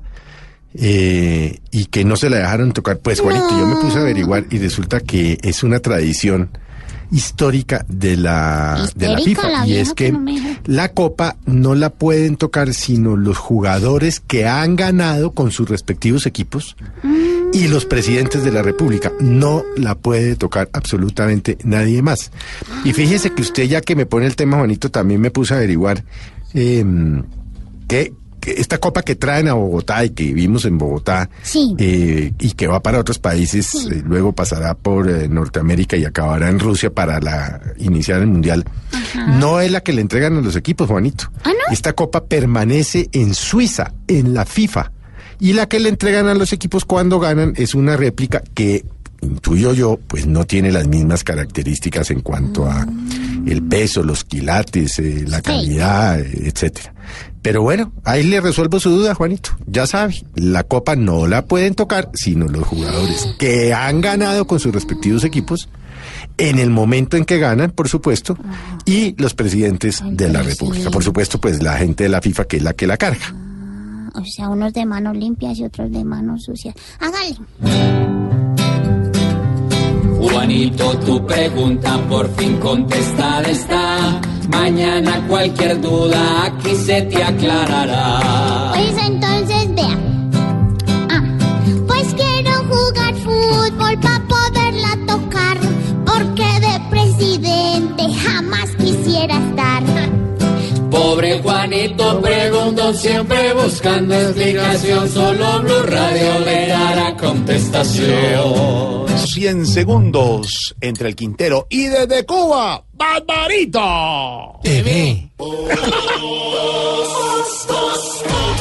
eh, y que no se la dejaron tocar. Pues Juanito, no. Yo me puse a averiguar y resulta que es una tradición histórica de la, de la FIFA, la y es que, que no me... la copa no la pueden tocar sino los jugadores que han ganado con sus respectivos equipos mm. y los presidentes de la República. No la puede tocar absolutamente nadie más. Y fíjese que usted, ya que me pone el tema, Juanito, también me puse a averiguar eh, que esta copa que traen a Bogotá y que vimos en Bogotá, sí. eh, y que va para otros países, sí. eh, luego pasará por eh, Norteamérica y acabará en Rusia para la iniciar el Mundial, ajá. No es la que le entregan a los equipos, Juanito. ¿Ah, no? Esta copa permanece en Suiza, en la FIFA, y la que le entregan a los equipos cuando ganan es una réplica que, intuyo yo, pues no tiene las mismas características en cuanto a el peso, los quilates, eh, la calidad, eh, etcétera. Pero bueno, ahí le resuelvo su duda, Juanito. Ya sabe, la copa no la pueden tocar sino los jugadores que han ganado con sus respectivos equipos en el momento en que ganan, por supuesto, y los presidentes de la República. Por supuesto, pues la gente de la FIFA, que es la que la carga. O sea, unos de manos limpias y otros de manos sucias. Hágale. Juanito, tu pregunta por fin contestada está. Mañana cualquier duda aquí se te aclarará. Pues entonces vea. Ah, pues quiero jugar fútbol para poderla tocar, porque de presidente jamás quisiera estar. Pobre Juanito preguntó, siempre buscando explicación, solo Blue Radio le dará contestación. cien segundos entre el Quintero y desde Cuba, Barbarito T V.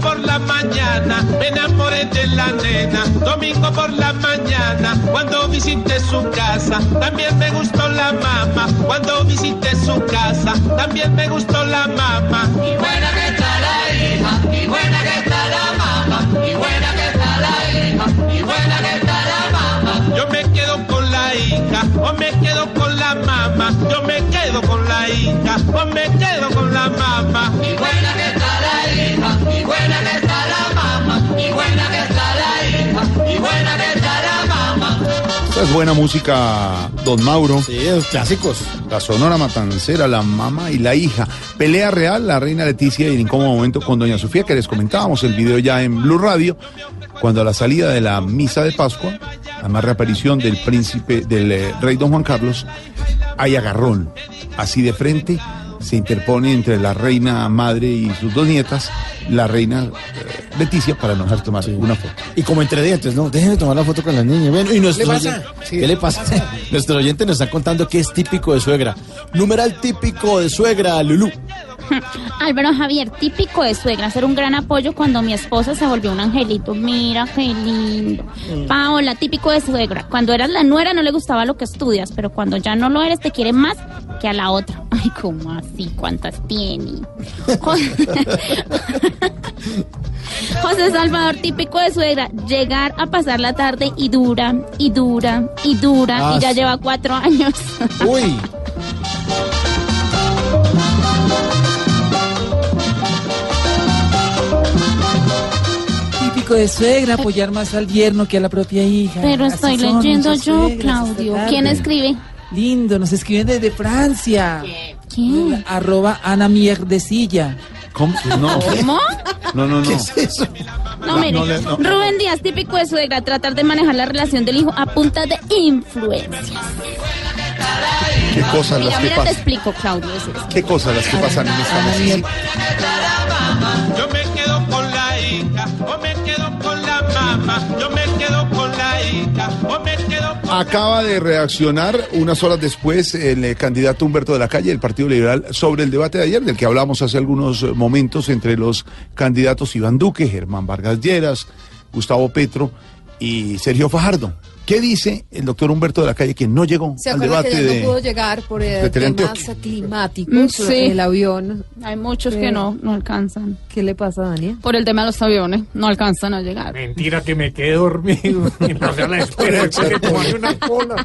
por la mañana me enamoré de la nena. Domingo por la mañana cuando visité su casa también me gustó la mamá. Cuando visité su casa también me gustó la mamá. Y buena que está la hija, y buena que está la mamá, y buena que está la hija, y buena que está la mamá. Yo me quedo con la hija o me quedo con la mamá. Yo me quedo con la hija o me quedo con la mamá. Y buena que está la hija, y buena que está la mamá, y buena que está la hija, y buena que está la mamá. Esta es buena música, don Mauro. Sí, los clásicos. La Sonora Matancera, la mamá y la hija. Pelea real, la reina Leticia y el incómodo momento con doña Sofía, que les comentábamos el video ya en Blue Radio, cuando a la salida de la misa de Pascua, además reaparición del príncipe, del eh, rey don Juan Carlos, hay agarrón. Así de frente se interpone entre la reina madre y sus dos nietas, la reina eh, Leticia, para no dejar tomar una foto. Y como entre dientes, ¿no? Déjenme tomar la foto con las niñas. Bueno, y nuestro ¿Qué le pasa? oyente, ¿qué le pasa? Nuestro oyente nos está contando que es típico de suegra. Numeral típico de suegra, Lulú. Álvaro Javier, típico de suegra, ser un gran apoyo cuando mi esposa se volvió un angelito. Mira, qué lindo. Mm. Paola, típico de suegra, cuando eras la nuera no le gustaba lo que estudias, pero cuando ya no lo eres te quiere más que a la otra. Ay, ¿cómo así? ¿Cuántas tiene? José Salvador, típico de suegra, llegar a pasar la tarde y dura, y dura, y dura, ah, y ya sí. Lleva cuatro años. Uy. Típico de suegra, apoyar más al yerno que a la propia hija. Pero estoy Así son leyendo yo, suegras, Claudio. ¿Quién escribe? Lindo, nos escriben desde Francia. ¿Quién? Arroba Ana Mierdecilla. ¿Cómo? No. ¿Cómo? No, no, no. ¿Qué es eso? No, mire, no, no, no. Rubén Díaz, típico de suegra, tratar de manejar la relación del hijo a punta de influencias. ¿Qué cosas mira, las que mira, pasan? te explico, Claudio. Es eso. ¿Qué cosas las que pasan en esta música? Yo me quedo con la hija o me quedo con la mamá. Yo me quedo con la hija o me quedo con... Acaba de reaccionar unas horas después el eh, candidato Humberto de la Calle del Partido Liberal sobre el debate de ayer, del que hablamos hace algunos momentos entre los candidatos Iván Duque, Germán Vargas Lleras, Gustavo Petro y Sergio Fajardo. ¿Qué dice el doctor Humberto de la Calle, que no llegó ¿Se al acuerda debate que ya de... no pudo llegar por eh, temas climáticos, Sí. el avión? Hay muchos ¿Qué? que no, no alcanzan. ¿Qué le pasa, Daniel? Por el tema de los aviones, no alcanzan a llegar. Mentira, que me quedé dormido mientras a la espera después de tomarme una cola.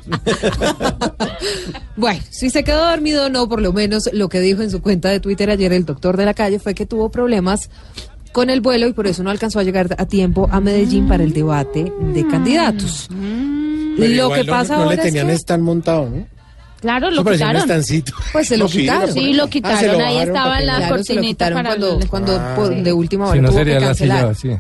Bueno, si se quedó dormido o no, por lo menos lo que dijo en su cuenta de Twitter ayer el doctor de la Calle fue que tuvo problemas con el vuelo y por eso no alcanzó a llegar a tiempo a Medellín para el debate de candidatos. Pero lo que no, pasa no ahora le tenían es que... stand montado, ¿no? Claro, lo Eso parecía un quitaron. estancito. Pues se lo No, sí, quitaron. Sí, lo quitaron. Ah, se lo Ahí bajaron estaba para que- la Claro, se lo cortinita quitaron para cuando, el... cuando Ah. por- de última hora Si no tuvo sería que la cancelar. silla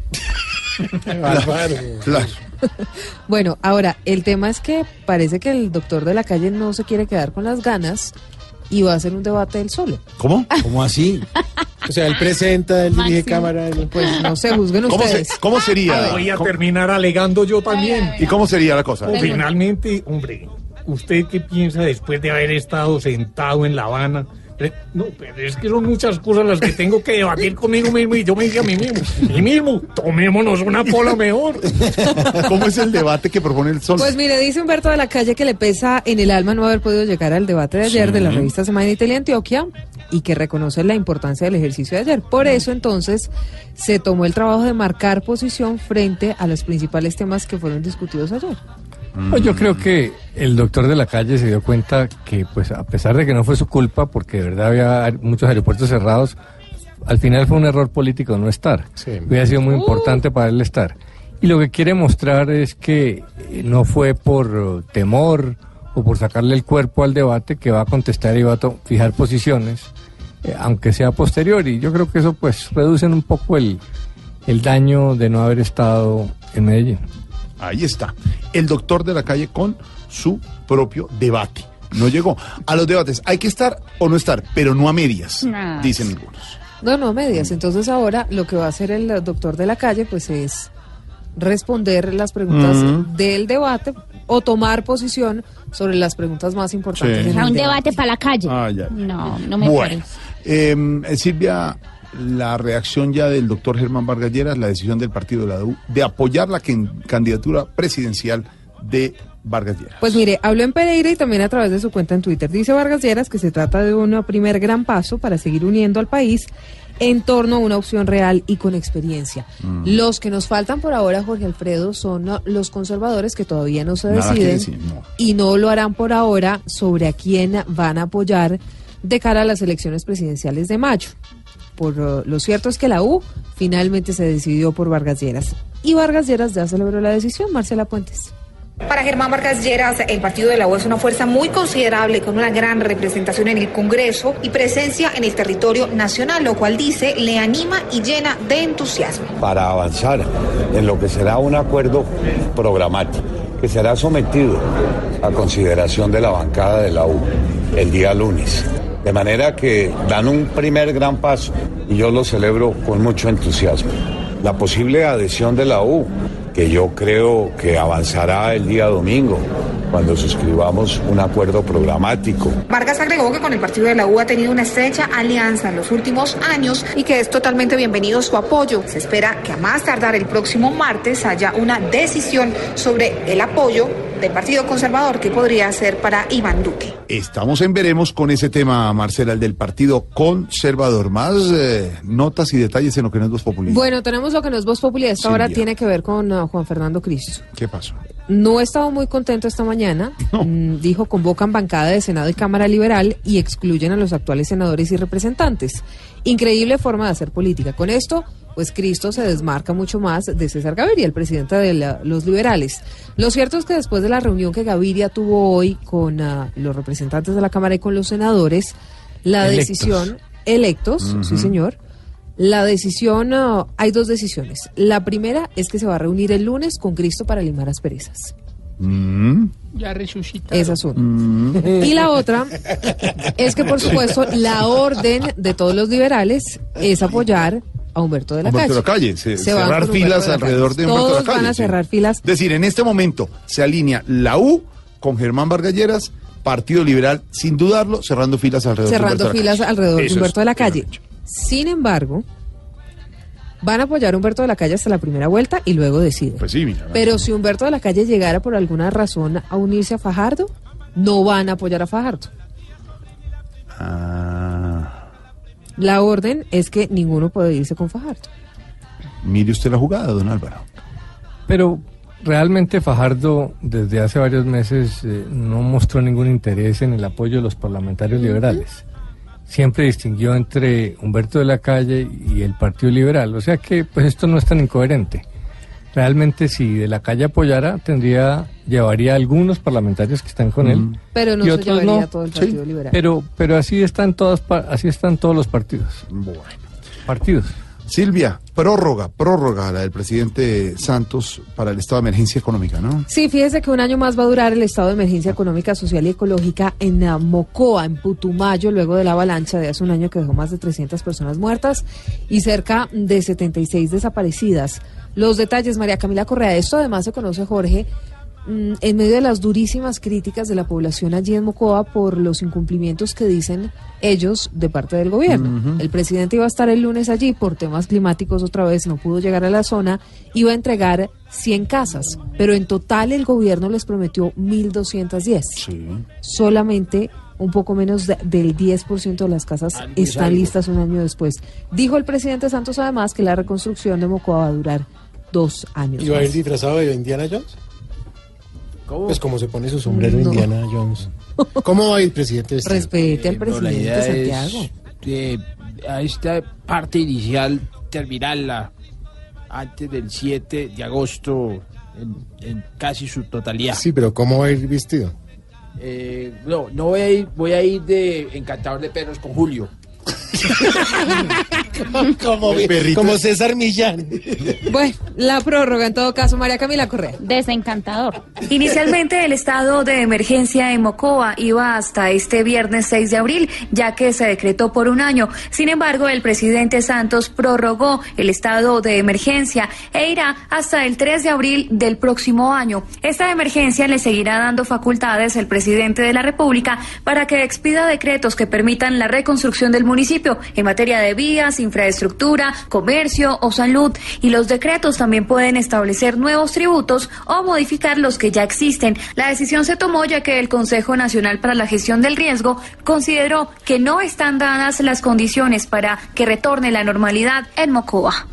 vacía. Bárbaro. Claro. Bueno, ahora, el tema es que parece que el doctor de la Calle no se quiere quedar con las ganas y va a hacer un debate él solo. ¿Cómo? ¿Cómo así? O sea, él presenta, él dirige Máximo. cámara. él- Pues no sé, juzguen ¿Cómo, ustedes. se- ¿Cómo sería? Voy a ¿Cómo- terminar alegando yo también. ¿Y cómo sería la cosa? O finalmente, hombre, ¿usted qué piensa después de haber estado sentado en La Habana? Eh, No, pero es que son muchas cosas las que tengo que debatir conmigo mismo y yo me dije a mí mismo, y mismo, tomémonos una pola mejor. ¿Cómo es el debate que propone el Sol? Pues mire, dice Humberto de la Calle que le pesa en el alma no haber podido llegar al debate de ayer Sí. de la revista Semana y Teleantioquia y que reconoce la importancia del ejercicio de ayer. Por eso entonces se tomó el trabajo de marcar posición frente a los principales temas que fueron discutidos ayer. Pues yo creo que el doctor de la Calle se dio cuenta que, pues, a pesar de que no fue su culpa, porque de verdad había muchos aeropuertos cerrados, al final fue un error político no estar. Sí. Hubiera sido muy importante para él estar. Y lo que quiere mostrar es que eh, no fue por uh, temor o por sacarle el cuerpo al debate que va a contestar y va a to- fijar posiciones, eh, aunque sea posterior. Y yo creo que eso, pues, reduce un poco el, el daño de no haber estado en Medellín. Ahí está. El doctor de la Calle con su propio debate. No llegó. A los debates hay que estar o no estar, pero no a medias, Ah. dicen algunos. No, no, medias. Entonces ahora lo que va a hacer el doctor de la Calle pues es responder las preguntas Ujú. del debate o tomar posición sobre las preguntas más importantes. Sí. en A el un debate. debate para la calle. Ah, ya. No, no me Bueno, parece. eh, Silvia, la reacción ya del doctor Germán Vargas Lleras, la decisión del partido de la U de apoyar la que- candidatura presidencial de Vargas Lleras. Pues mire, habló en Pereira y también a través de su cuenta en Twitter. Dice Vargas Lleras que se trata de un primer gran paso para seguir uniendo al país en torno a una opción real y con experiencia. Mm. Los que nos faltan por ahora, Jorge Alfredo, son uh, los conservadores que todavía no se Nada que deciden decir, no. y no lo harán por ahora sobre a quién van a apoyar de cara a las elecciones presidenciales de mayo. Por uh, lo cierto es que la U finalmente se decidió por Vargas Lleras. Y Vargas Lleras ya celebró la decisión. Marcela Puentes. Para Germán Vargas Lleras, el partido de la U es una fuerza muy considerable con una gran representación en el Congreso y presencia en el territorio nacional, lo cual dice le anima y llena de entusiasmo. Para avanzar en lo que será un acuerdo programático que será sometido a consideración de la bancada de la U el día lunes. De manera que dan un primer gran paso y yo lo celebro con mucho entusiasmo. La posible adhesión de la U, que yo creo que avanzará el día domingo, cuando suscribamos un acuerdo programático. Vargas agregó que con el partido de la U ha tenido una estrecha alianza en los últimos años y que es totalmente bienvenido su apoyo. Se espera que a más tardar el próximo martes haya una decisión sobre el apoyo del Partido Conservador que podría ser para Iván Duque. Estamos en veremos con ese tema, Marcela, el del Partido Conservador. Más eh, notas y detalles en lo que no es Voz Populi. Bueno, tenemos lo que no es Voz Populi. Esta Silvia. hora tiene que ver con uh, Juan Fernando Cristo. ¿Qué pasó? No estaba muy contento esta mañana. Mm, dijo, convocan bancada de Senado y Cámara Liberal y excluyen a los actuales senadores y representantes. Increíble forma de hacer política. Con esto, pues Cristo se desmarca mucho más de César Gaviria, el presidente de la- los liberales. Lo cierto es que después de la reunión que Gaviria tuvo hoy con uh, los representantes de la Cámara y con los senadores, la Electos. decisión, electos, Ujú. sí señor, la decisión, uh, hay dos decisiones. La primera es que se va a reunir el lunes con Cristo para limar asperezas. Mm. Ya resucita. Esa es una. Mm. Y la otra es que, por supuesto, la orden de todos los liberales es apoyar a Humberto de la Humberto de Calle. la Calle, se- Se van cerrar con Humberto filas de la Calle. alrededor de Humberto de Todos la Calle. van a sí. cerrar filas. Es decir, en este momento se alinea la U con Germán Vargas Lleras, Partido Liberal, sin dudarlo, cerrando filas alrededor de Cerrando Humberto de la filas Calle. alrededor de Eso Humberto es, de la Calle. Sin embargo, van a apoyar a Humberto de la Calle hasta la primera vuelta y luego deciden. Pues sí, mira. Pero si Humberto de la Calle llegara por alguna razón a unirse a Fajardo, no van a apoyar a Fajardo. Ah, La orden es que ninguno puede irse con Fajardo. mire usted la jugada, don Álvaro. Pero realmente Fajardo desde hace varios meses eh, no mostró ningún interés en el apoyo de los parlamentarios liberales. Siempre distinguió entre Humberto de la Calle y el Partido Liberal. O sea que pues esto no es tan incoherente. Realmente si de la Calle apoyara, tendría, llevaría a algunos parlamentarios que están con él. Pero no y se otros llevaría no. a todo el Sí, Partido Liberal. Pero, pero así están todas, pa- así están todos los partidos. Bueno. Partidos. Silvia, prórroga, prórroga la del presidente Santos para el estado de emergencia económica, ¿no? Sí, fíjese que un año más va a durar el estado de emergencia económica, social y ecológica en uh, Mocoa, en Putumayo, luego de la avalancha de hace un año que dejó más de trescientas personas muertas y cerca de setenta y seis desaparecidas. Los detalles, María Camila Correa. Esto además se conoce, Jorge, mm, en medio de las durísimas críticas de la población allí en Mocoa por los incumplimientos que dicen ellos de parte del gobierno. Ujú. El presidente iba a estar el lunes allí por temas climáticos otra vez, no pudo llegar a la zona, iba a entregar cien casas, pero en total el gobierno les prometió mil doscientas diez. Solamente un poco menos de- del diez por ciento de las casas Algo es están algo. listas un año después. Dijo el presidente Santos además que la reconstrucción de Mocoa va a durar dos años ¿Y va a ir más. disfrazado de Indiana Jones? Pues como se pone su sombrero No. Indiana Jones. ¿Cómo va a ir, presidente? vestido? Respete al Eh, no, la presidente idea es, Santiago. eh, a esta parte inicial terminarla antes del siete de agosto en, en casi su totalidad. Sí, pero ¿cómo va a ir vestido? Eh, no, no voy a ir, voy a ir de encantador de perros con Julio. como, El perrito. como César Millán. Bueno, la prórroga en todo caso, María Camila Correa. Desencantador. Inicialmente el estado de emergencia en Mocoa iba hasta este viernes seis de abril, ya que se decretó por un año. Sin embargo, el presidente Santos prorrogó el estado de emergencia e irá hasta el tres de abril del próximo año. Esta emergencia le seguirá dando facultades al presidente de la República para que expida decretos que permitan la reconstrucción del municipio en materia de vías, infraestructura, comercio o salud, y los decretos también pueden establecer nuevos tributos o modificar los que ya existen. La decisión se tomó ya que el Consejo Nacional para la Gestión del Riesgo consideró que no están dadas las condiciones para que retorne la normalidad en Mocoa.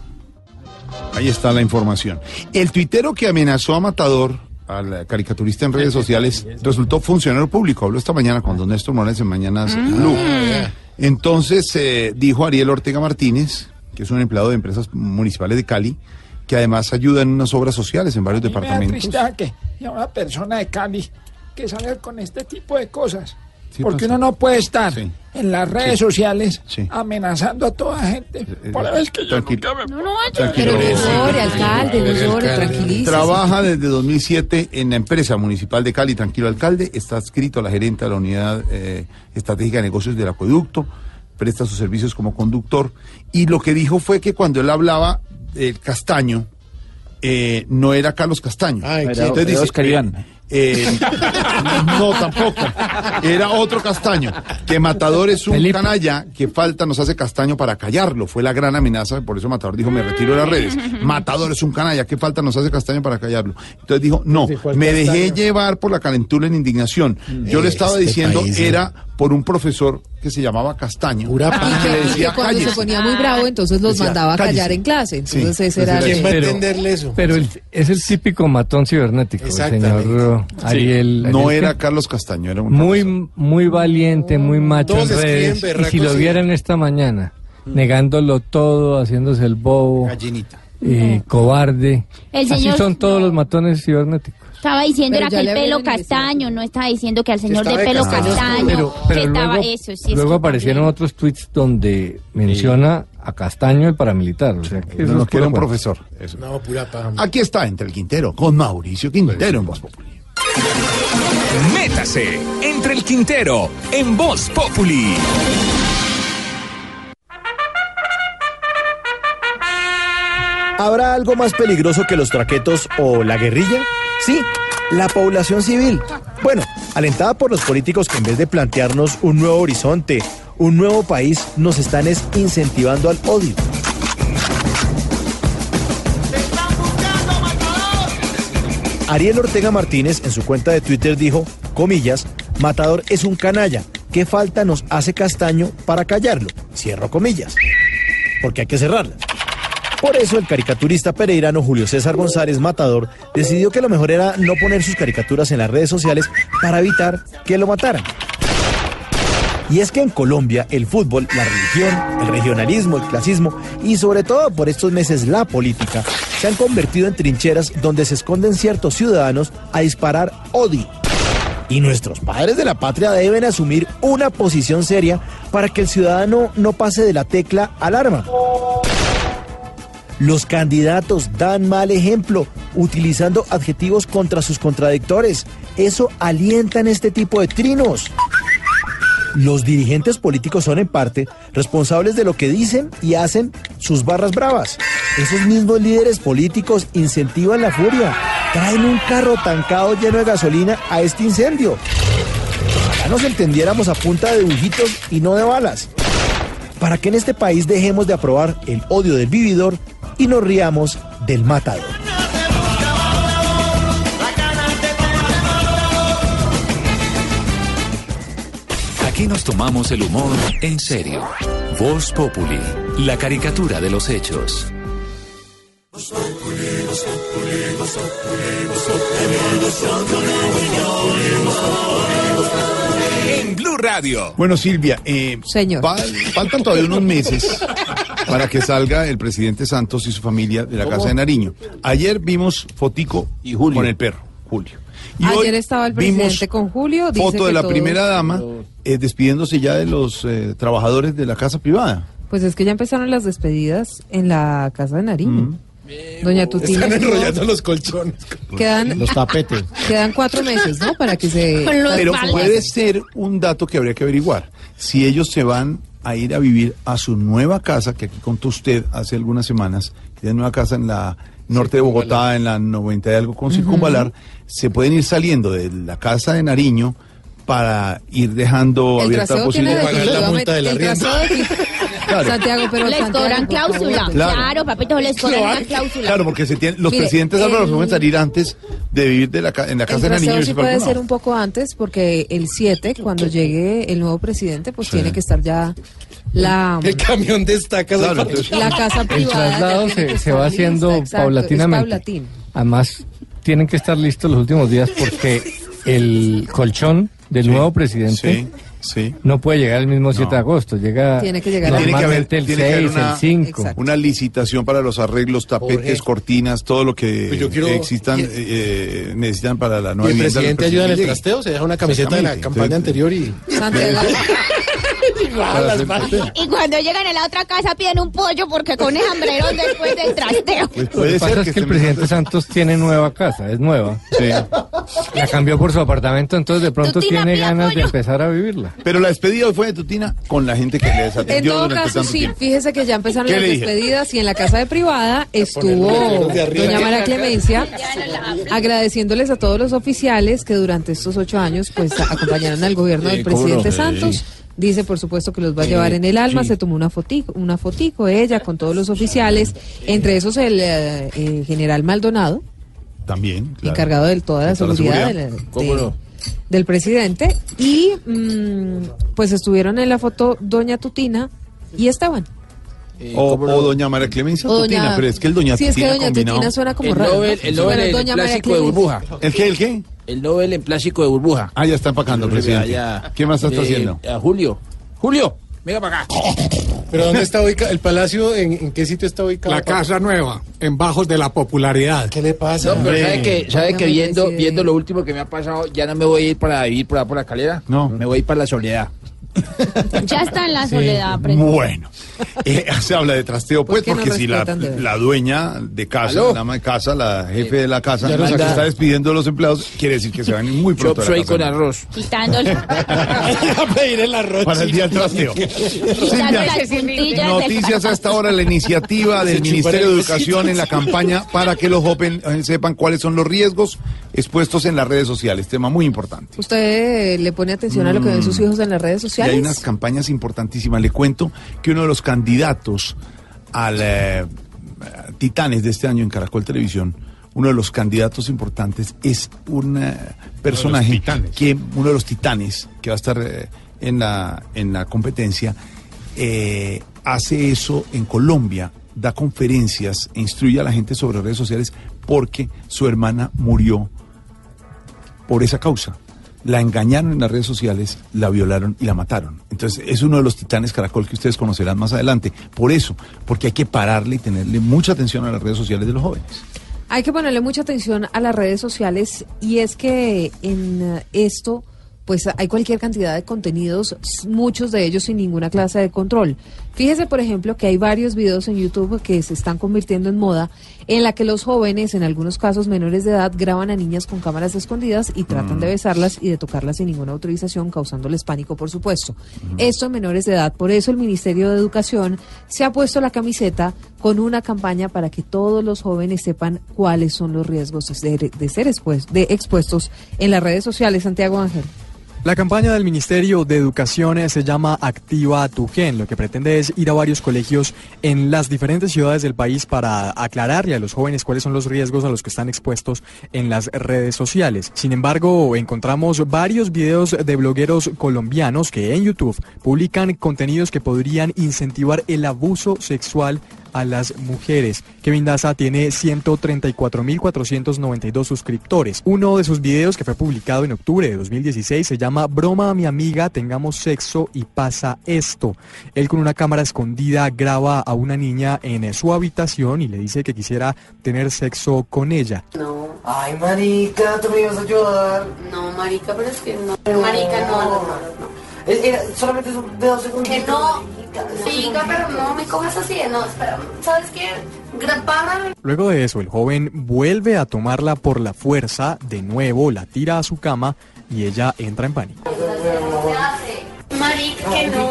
Ahí está la información. El tuitero que amenazó a Matador, al caricaturista en redes sociales, resultó funcionario público. Habló esta mañana con don Néstor Morales en Mañanas Blue. Entonces eh, dijo Ariel Ortega Martínez, que es un empleado de empresas municipales de Cali, que además ayuda en unas obras sociales en varios departamentos. Me da tristeza que una persona de Cali que salga con este tipo de cosas. Sí, porque pasa. uno no puede estar Sí. en las redes Sí. sociales Sí. amenazando a toda gente. Por eso es que yo Tranquilo. nunca me... No, no, Tranquilo. Pero no llore, alcalde, no llore, tranquilícese. Trabaja desde dos mil siete en la empresa municipal de Cali, Tranquilo Alcalde, está adscrito a la gerente de la unidad eh, estratégica de negocios del acueducto, presta sus servicios como conductor, y lo que dijo fue que cuando él hablaba del Castaño, eh, no era Carlos Castaño. Ay, Entonces era- era dice, Oscar Iván. eh, eh, no, tampoco. Era otro Castaño. Que Matador es un Felipe. canalla que falta nos hace Castaño para callarlo. Fue la gran amenaza, por eso Matador dijo, me retiro de las redes. Matador es un canalla, que falta nos hace Castaño para callarlo. Entonces dijo, no, Sí, fue el me dejé Castaño. llevar por la calentura en indignación. Yo le estaba Este diciendo, país, era por un profesor que se llamaba Castaño. Pura y paja. que le Y decía, que cuando se cállese. ponía muy bravo, entonces los Decía, mandaba a callar cállese. en clase. Entonces Sí, ese era entonces ¿Quién va a Pero- entenderle eso? Pero el- es el típico matón cibernético, el Exactamente. señor uh, Ariel. No Ariel, era que- Carlos Castaño, era un Muy, profesor. muy valiente, muy macho Todos en escriben redes. Y si berracos, lo sí. vieran esta mañana, negándolo todo, haciéndose el bobo, Gallinita. eh, cobarde. El Así señor- son todos los matones cibernéticos. Estaba diciendo Pero era ya que le el pelo habían castaño, no estaba diciendo que al señor estaba de de pelo castaño. castaño, Pero, que pero estaba luego, eso, sí, es luego que aparecieron también. otros tweets donde menciona a Castaño, el paramilitar. O sea, que eso No, es que era un puro profesor. Eso. No, pura paja. Aquí está Entre el Quintero, con Mauricio Quintero en Voz Populi. Métase entre el Quintero en Voz Populi. ¿Habrá algo más peligroso que los traquetos o la guerrilla? Sí, la población civil. Bueno, alentada por los políticos que en vez de plantearnos un nuevo horizonte, un nuevo país, nos están es incentivando al odio. Ariel Ortega Martínez en su cuenta de Twitter dijo, comillas, Matador es un canalla, ¿qué falta nos hace Castaño para callarlo? Cierro comillas, porque hay que cerrarlas. Por eso el caricaturista pereirano Julio César González Matador decidió que lo mejor era no poner sus caricaturas en las redes sociales para evitar que lo mataran. Y es que en Colombia el fútbol, la religión, el regionalismo, el clasismo y sobre todo por estos meses la política se han convertido en trincheras donde se esconden ciertos ciudadanos a disparar odio. Y nuestros padres de la patria deben asumir una posición seria para que el ciudadano no pase de la tecla al arma. Los candidatos dan mal ejemplo, utilizando adjetivos contra sus contradictores. Eso alienta en este tipo de trinos. Los dirigentes políticos son en parte responsables de lo que dicen y hacen sus barras bravas. Esos mismos líderes políticos incentivan la furia. Traen un carro tancado lleno de gasolina a este incendio. Ojalá nos entendiéramos a punta de dibujitos y no de balas. Para que en este país dejemos de aprobar el odio del vividor y nos riamos del matador. Aquí nos tomamos el humor en serio. Voz Populi, la caricatura de los hechos. En Blue Radio. Bueno, Silvia, eh, Señor. va- faltan todavía unos meses para que salga el presidente Santos y su familia de la ¿Cómo? casa de Nariño. Ayer vimos fotico y Julio. con el perro, Julio. Y hoy Ayer estaba el vimos presidente con Julio. Dice foto de que la todos- primera dama eh, despidiéndose ya de los eh, trabajadores de la casa privada. Pues es que ya empezaron las despedidas en la casa de Nariño. Doña Tutina. Están estuvo- enrollando los colchones. Quedan, Los tapetes. quedan cuatro meses, ¿no? Para que se... Pero puede ser un dato que habría que averiguar. Si ellos se van a ir a vivir a su nueva casa, que aquí contó usted hace algunas semanas, tiene nueva casa en la norte de Bogotá, en la noventa y algo con Circunvalar, se pueden ir saliendo de la casa de Nariño para ir dejando El abierta la traseo tiene posibilidad definitivamente- multa de la el rienda. traseo- Claro. Santiago, pero Les Santiago, cobran por favor. cláusula. Claro. Claro, papito, les cobran una cláusula. Claro, porque se tiene, los Mire, presidentes Álvaro el- pueden salir antes de vivir de la, ca- en la casa El de la niña. traseo y sí irse para puede algún ser lado. un poco antes porque el siete, cuando llegue el nuevo presidente, pues Sí. tiene que estar ya la... El camión destaca. Claro, entonces- La casa El privada. traslado ya tiene se, que se estar va lista, haciendo exacto, es paulatinamente. paulatino. Además, tienen que estar listos los últimos días porque el colchón del nuevo presidente Sí, sí. no puede llegar el mismo siete de agosto. Llega Tiene que llegar Tiene que haber, normalmente el tiene que haber seis, una, el cinco. una licitación para los arreglos, tapetes, Jorge. cortinas, todo lo que Pues yo quiero- existan, y- eh, eh, necesitan para la ¿Y nueva el vivienda del presidente ayuda en el llegue. trasteo? ¿Se deja una camiseta de la Exactamente. campaña anterior y...? Santiago. Para hacer trasteo. Y cuando llegan a la otra casa piden un pollo porque con el hambrerón después del trasteo. Pues Lo que puede pasa ser es que el estén presidente Santos tiene nueva casa, es nueva. Sí. La cambió por su apartamento, entonces de pronto Tutina, tiene pida ganas de pollo. empezar a vivirla. Pero la despedida hoy fue de Tutina con la gente que les En atendió todo durante caso, tanto sí, tiempo. fíjese que ya empezaron ¿Qué las le dije? despedidas y en la casa de privada estuvo los de arriba. doña María Clemencia agradeciéndoles a todos los oficiales que durante estos ocho años pues acompañaron al gobierno del Sí, cómo presidente no. Santos. Dice, por supuesto, que los va a llevar en el alma. sí. Se tomó una fotico, una fotico ella con todos los oficiales, entre esos el eh, eh, general Maldonado, También. claro. encargado de toda la De toda la seguridad, seguridad. del- ¿Cómo de- no? del presidente. Y mm, pues estuvieron en la foto doña Tutina y Esteban. Eh, O, ¿cómo o no? doña María Clemencia O Tutina, doña- pero es que el doña sí, es que Tutina doña combinado. Tutina suena como El raro. Nobel, ¿no? el Nobel Bueno, en doña María plástico de Clemencia. burbuja. ¿El qué? ¿El qué? El Nobel en plástico de burbuja. Ah, ya está empacando, presidente. Ya- ¿Qué más está eh, haciendo? A Julio. Julio, venga para acá. ¿Pero dónde está ubicado? ¿El palacio? ¿En, en qué sitio está ubicado? La Casa Nueva, en Bajos de la Popularidad. ¿Qué le pasa? No, pero hombre? sabe que, sabe que Óigame, viendo, presidente. viendo lo último que me ha pasado, ya no me voy a ir para vivir por, allá por la calera. No. Me voy a ir para la soledad. Ya está en la soledad, presidente. Bueno, eh, se habla de trasteo, ¿Por pues, qué no porque si la, respetan de verdad? la dueña de casa, ¿Aló? la ama de casa, la jefe de la casa, Ya se nos está saca. despidiendo de los empleados, quiere decir que se van a ir muy Yo pronto a la soy casa. con arroz. Quitándole, A pedir el arroz. Para el día del trasteo. quitando Silvia, las puntillas noticias del hasta ahora, la iniciativa del Se Ministerio de chupan el Educación en la campaña para que los jóvenes eh, sepan cuáles son los riesgos expuestos en las redes sociales, tema muy importante. ¿Usted eh, le pone atención a lo que ven sus hijos en las redes Y sociales? hay unas campañas importantísimas. Le cuento que uno de los candidatos al eh, Titanes de este año en Caracol Televisión, uno de los candidatos importantes es un eh, personaje que, uno de los titanes que va a estar eh, en la en la competencia, eh, hace eso en Colombia, da conferencias e instruye a la gente sobre redes sociales porque su hermana murió por esa causa. La engañaron en las redes sociales, la violaron y la mataron. Entonces es uno de los titanes Caracol que ustedes conocerán más adelante. Por eso, porque hay que pararle y tenerle mucha atención a las redes sociales de los jóvenes. Hay que ponerle mucha atención a las redes sociales y es que en eh, esto pues hay cualquier cantidad de contenidos, s- muchos de ellos sin ninguna clase de control. Fíjese, por ejemplo, que hay varios videos en YouTube que se están convirtiendo en moda, en la que los jóvenes, en algunos casos menores de edad, graban a niñas con cámaras escondidas y tratan de besarlas y de tocarlas sin ninguna autorización, causándoles pánico, por supuesto. Esto en menores de edad. Por eso el Ministerio de Educación se ha puesto la camiseta con una campaña para que todos los jóvenes sepan cuáles son los riesgos de, de ser expues- de expuestos en las redes sociales. Santiago Ángel. La campaña del Ministerio de Educación eh, se llama Activa tu Gen. Lo que pretende es ir a varios colegios en las diferentes ciudades del país para aclararle a los jóvenes cuáles son los riesgos a los que están expuestos en las redes sociales. Sin embargo, encontramos varios videos de blogueros colombianos que en YouTube publican contenidos que podrían incentivar el abuso sexual a las mujeres. Kevin Daza tiene ciento treinta y cuatro mil cuatrocientos noventa y dos suscriptores. Uno de sus videos, que fue publicado en octubre de dos mil dieciséis, se llama Broma a mi amiga, tengamos sexo y pasa esto. Él con una cámara escondida graba a una niña en su habitación y le dice que quisiera tener sexo con ella. No. Ay, marica, tú me ibas a ayudar. No, marica, pero es que no. Marica, no, no, no. no. Es- era solamente es un- de dos segundos. Que no. Marica, pero no me cojas así. No, espera. ¿Sabes qué? Grapara. Luego de eso, el joven vuelve a tomarla por la fuerza, de nuevo la tira a su cama y ella entra en pánico. Marica, que no.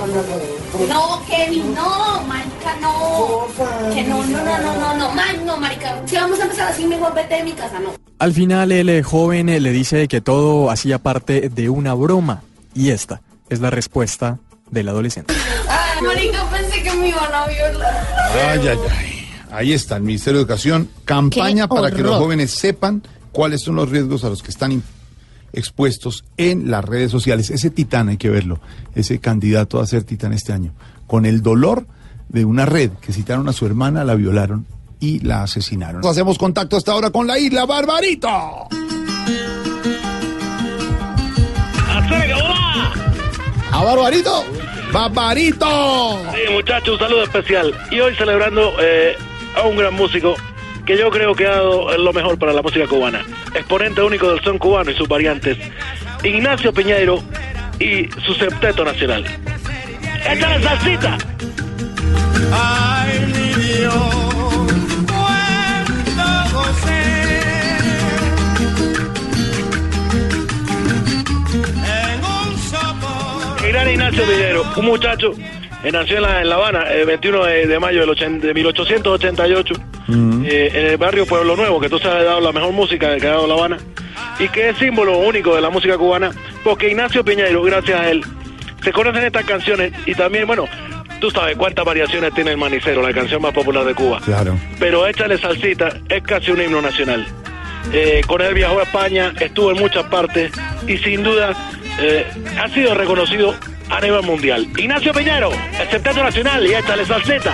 No, Kevin, no. Marica, no. Que no, no, no, no, no, no. Man, no, marica. Si vamos a empezar así, mejor vete de mi casa, no. Al final el eh, joven eh, le dice que todo hacía parte de una broma y esta es la respuesta del adolescente. Ay, marica, pensé que me iban a violar. Ay, ay, ay. Ahí está el Ministerio de Educación, campaña Qué para que los horror. jóvenes sepan cuáles son los riesgos a los que están in- expuestos en las redes sociales. Ese titán, hay que verlo, ese candidato a ser titán este año, con el dolor de una red que citaron a su hermana, la violaron y la asesinaron. Hacemos contacto hasta ahora con la isla Barbarito. ¡A Barbarito! ¡Barbarito! Sí, muchachos, un saludo especial. Y hoy celebrando eh, a un gran músico que yo creo que ha dado lo mejor para la música cubana. Exponente único del son cubano y sus variantes. Ignacio Piñeiro y su septeto nacional. ¡Échale salsita! Ay, mi Dios, cuánto gocé en un sopor. El gran Ignacio Piñeiro, un muchacho que nació en La, en La Habana el veintiuno de, de mayo del ochenta de mil ochocientos ochenta y ocho, eh, en el barrio Pueblo Nuevo, que tú sabes, ha dado la mejor música que ha dado La Habana, y que es símbolo único de la música cubana, porque Ignacio Piñeiro, gracias a él, se conocen estas canciones, y también, bueno, tú sabes cuántas variaciones tiene el Manicero, la canción más popular de Cuba. Claro. Pero Échale Salsita es casi un himno nacional. Eh, con él viajó a España, estuvo en muchas partes y sin duda eh, ha sido reconocido a nivel mundial. Ignacio Piñeiro, el septeto nacional y Échale Salsita.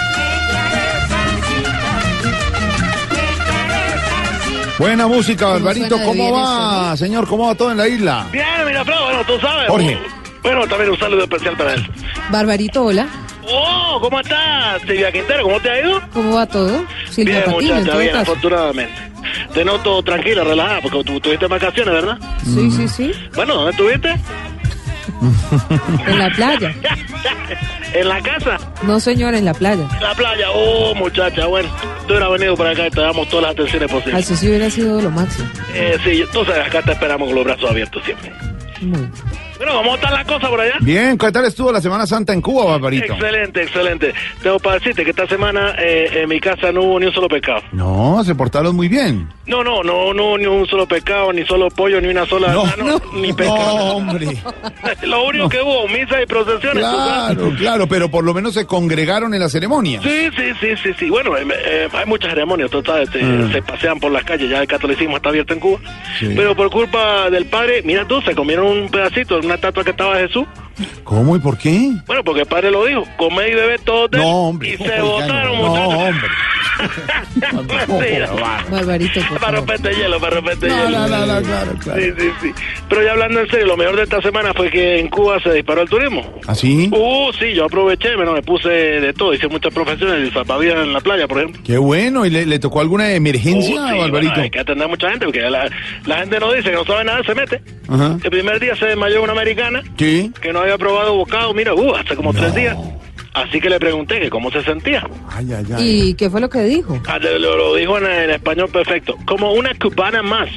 Buena música, Barbarito. suena ¿Cómo bien va, señor? ¿Cómo va todo en la isla? Bien, mira, Flo, bueno, tú sabes. Jorge. Bueno, también un saludo especial para él. Barbarito, hola. Oh, ¿cómo estás, Silvia Quintero? ¿Cómo te ha ido? ¿Cómo va todo? Silvia Bien, Patiño, en muchacha, todo bien, caso. afortunadamente. Te noto tranquila, relajada, porque tú tuviste vacaciones, ¿verdad? Sí, sí, sí. Bueno, ¿dónde estuviste? En la playa. ¿En la casa? No, señor, en la playa. En la playa. Oh, muchacha, bueno, tú hubieras venido para acá y te damos todas las atenciones posibles. Eso sí hubiera sido lo máximo. Eh, sí, tú sabes, acá te esperamos con los brazos abiertos siempre. Muy bien. Bueno, ¿cómo está la cosa por allá? Bien, ¿qué tal estuvo la Semana Santa en Cuba, Barbarito? Excelente, excelente. Tengo para decirte que esta semana eh, en mi casa no hubo ni un solo pescado. No, se portaron muy bien. No, no, no, no, ni un solo pescado, ni solo pollo, ni una sola... No, ah, no, ni pescado. No, hombre. Lo único que hubo, misa y procesiones. ¿tú sabes? Claro, claro, pero por lo menos se congregaron en la ceremonia. Sí, sí, sí, sí, sí. Bueno, eh, eh, hay muchas ceremonias, tú sabes, se, Mm. se pasean por las calles, ya el catolicismo está abierto en Cuba. Sí. Pero por culpa del padre, mira tú, se comieron un pedacito de una estatua que estaba de Jesús. ¿Cómo y por qué? Bueno, porque el padre lo dijo, comer y beber todo de él, No, hombre. y se Oiga, botaron, no, muchachos. hombre. Mentira. Barbarito, por Para favor. romperte hielo, para romperte No, hielo. no, no, no, claro, claro. Sí, sí, sí. Pero ya hablando en serio, lo mejor de esta semana fue que en Cuba se disparó el turismo. ¿Así? Uh, sí, yo aproveché, bueno, me puse de todo, hice muchas profesiones, salvavidas en la playa, por ejemplo. Qué bueno. ¿Y le, le tocó alguna emergencia, Uh, sí, Barbarito? bueno, hay que atender a mucha gente, porque la, la gente no dice que no sabe nada, se mete. Ajá. El primer día se desmayó una americana Sí. que no había probado bocado, mira, uh, hace como tres días. Así que le pregunté que cómo se sentía. Ay, ay, ay. ¿Y qué fue lo que dijo? Ah, Lo, lo- lo dijo en, en español perfecto. Como una cubana más.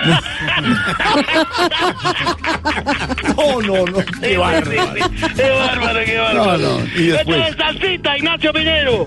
No, no, no. Qué bárbaro. Sí, sí, sí. Qué bárbaro, qué bárbaro. No, no. Y después. Esto es salsita, Ignacio Piñeiro.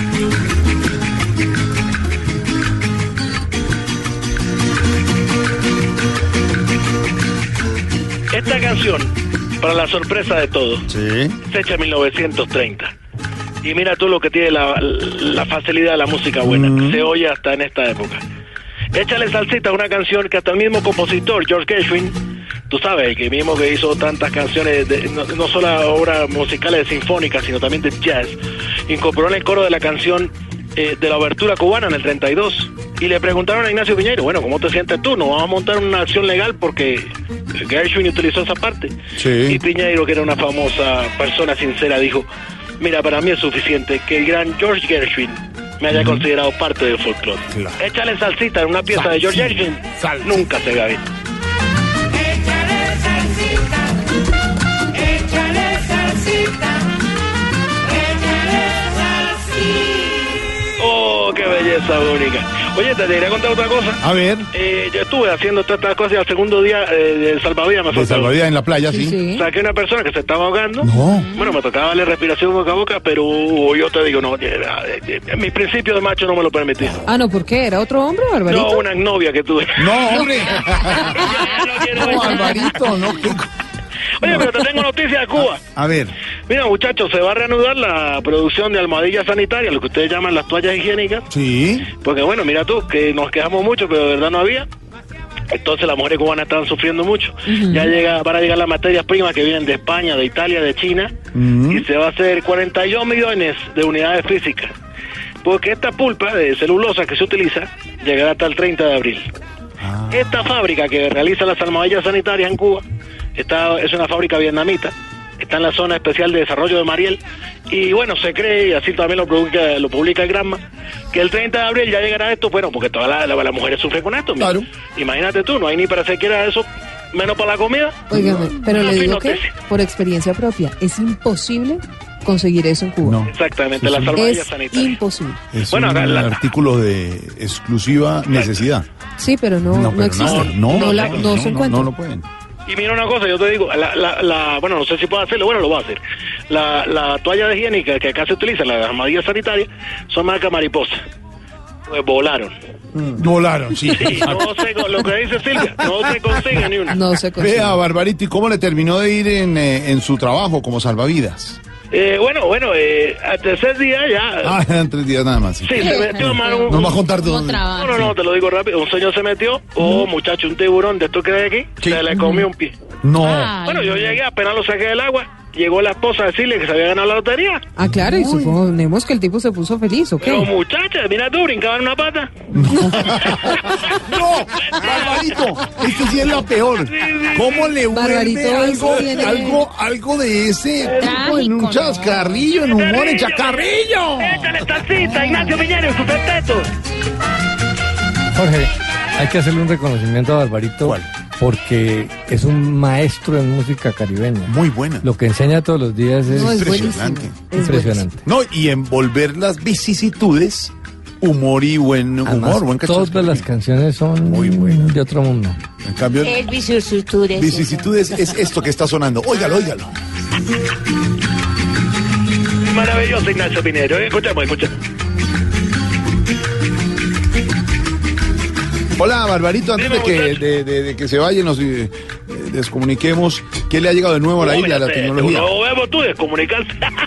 Esta canción, para la sorpresa de todos, Sí. se echa en mil novecientos treinta. Y mira tú lo que tiene la, la facilidad de la música buena. Se oye hasta en esta época. Échale Salsita, una canción que hasta el mismo compositor, George Gershwin, tú sabes, el que mismo que hizo tantas canciones, de, no, no solo obras musicales sinfónicas, sino también de jazz, incorporó en el coro de la canción eh, de la obertura cubana en el treinta y dos. Y le preguntaron a Ignacio Piñeiro, bueno, ¿cómo te sientes tú? ¿No vamos a montar una acción legal porque Gershwin utilizó esa parte? Sí. Y Piñeiro, que era una famosa persona sincera, dijo, mira, para mí es suficiente que el gran George Gershwin me haya considerado parte del folclore. Claro. Échale salsita en una pieza de George Gershwin, nunca se vea bien. Échale salsita, échale salsita, échale salsita. Oh, qué belleza. Cosa única. Oye, te quería contar otra cosa. A ver. Eh, yo estuve haciendo todas estas cosas y al segundo día eh, de salvavidas me De faltó. salvavidas en la playa, sí. Sí. Saqué una persona que se estaba ahogando. No. Bueno, me tocaba darle respiración boca a boca, pero yo te digo, no, eh, eh, eh, mi principio de macho no me lo permitía. Ah, no, ¿por qué? ¿Era otro hombre, Barbarito? No, una novia que tuve. No, hombre. no quiero No, eso. Alvarito, no. ¿qué? Oye, pero te tengo noticias de Cuba. A ver. Mira, muchachos, se va a reanudar la producción de almohadillas sanitarias, lo que ustedes llaman las toallas higiénicas. Sí. Porque bueno, mira tú, que nos quejamos mucho, pero de verdad no había. Entonces las mujeres cubanas están sufriendo mucho. Ujú. Ya llega, van a llegar las materias primas que vienen de España, de Italia, de China, Mm. y se va a hacer cuarenta y dos millones de unidades físicas. Porque esta pulpa de celulosa que se utiliza llegará hasta el treinta de abril. Ah. Esta fábrica que realiza las almohadillas sanitarias en Cuba está, es una fábrica vietnamita, está en la zona especial de desarrollo de Mariel, y bueno, se cree, y así también lo publica, lo publica el Granma, que el treinta de abril ya llegará esto, bueno, porque todas las la, las mujeres sufren con esto. Claro. Imagínate tú, no hay ni para siquiera eso, menos para la comida. Óigame, pero Una le digo fin que, noticia. por experiencia propia, es imposible conseguir eso en Cuba. Exactamente, las almohadillas Es sanitarias. imposible. Es Bueno, un acá la- artículo de exclusiva necesidad. Sí, pero no, no, pero existe. No, no, la- no, no se no, encuentra. no lo pueden. Y mira una cosa, yo te digo, la, la, la, bueno, no sé si puedo hacerlo, bueno, lo voy a hacer. La, la toalla de higiénica que acá se utiliza, las almohadillas sanitarias, son marca Mariposa. Pues volaron. Volaron, sí. Sí, no sé, con lo que dice Silvia, no se consigue ni una. No se consigue. Vea, Barbarito, ¿y cómo le terminó de ir en, eh, en su trabajo como salvavidas? Eh, bueno, bueno, eh, al tercer día ya... Ah, eran tres días nada más. Sí, Sí, se metió, hermano. un- No me va a contar de dónde. No, no, no, te lo digo rápido. Un señor se metió, oh, muchacho, un tiburón de estos que hay aquí, se le comió un pie. No. Bueno, yo llegué, apenas lo saqué del agua, llegó la esposa a decirle que se había ganado la lotería. Ah, claro, y suponemos que el tipo se puso feliz, ¿o qué? Pero muchacha, mira tú, brincaba en una pata. No, Barbarito, esto sí es la peor. ¿Cómo le vuelve Barbarito, algo, sí tiene- algo, algo de ese tipo en un chascarrillo, en humor, en chacarrillo? Échale salsita, Ignacio Piñero, en su teto. Jorge, hay que hacerle un reconocimiento a Barbarito porque es un maestro en música caribeña. Muy buena. Lo que enseña todos los días es, No, es impresionante. buenísimo. Es impresionante. No, y envolver las vicisitudes, humor y buen humor, Además, buen todas cachascarrillo. las canciones son de otro mundo. En cambio, El vicisitudes. vicisitudes es esto que está sonando. Óigalo, óigalo. Maravilloso, Ignacio Piñero. Eh, Escuchamos, escuchamos. Hola, Barbarito, antes de Dime, que, muchacho. de, de- de que se vaya y nos eh, descomuniquemos, ¿qué le ha llegado de nuevo a la No, isla, a la mira, tecnología? No vemos tú descomunicarse.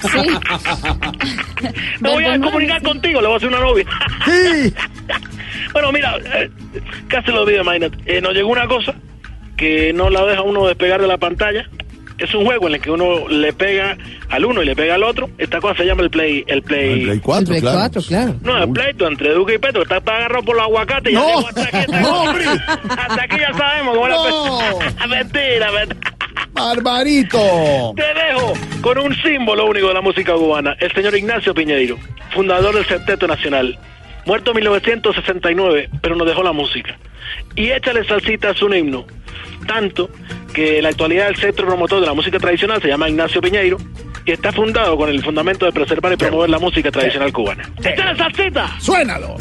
Me voy a descomunicar contigo, le voy a hacer una novia. Bueno, mira, eh, casi lo olvido, imagínate. Eh, nos llegó una cosa que no la deja uno despegar de la pantalla. Es un juego en el que uno le pega al uno y le pega al otro. Esta cosa se llama el Play... El Play, El Play cuatro, El Play claro. cuatro, claro. No, el pleito entre Duque y Petro está para agarrado por los aguacates. y ya No, llegó hasta aquí, hasta no, aquí. hombre. Hasta aquí ya sabemos cómo No. la... Mentira, mentira. Barbarito. Te dejo con un símbolo único de la música cubana, el señor Ignacio Piñeiro, fundador del Septeto Nacional, muerto en mil novecientos sesenta y nueve, pero nos dejó la música. Y Échale Salsita es un himno, tanto que en la actualidad el centro promotor de la música tradicional se llama Ignacio Piñeiro y está fundado con el fundamento de preservar y promover la música tradicional cubana. ¡Échale Salsita! ¡Suénalo!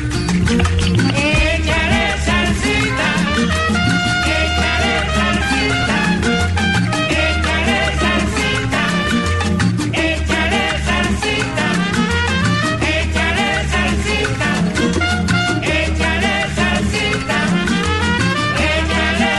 Échale salsita, échale salsita, échale salsita, échale salsita, échale salsita, échale salsita, échale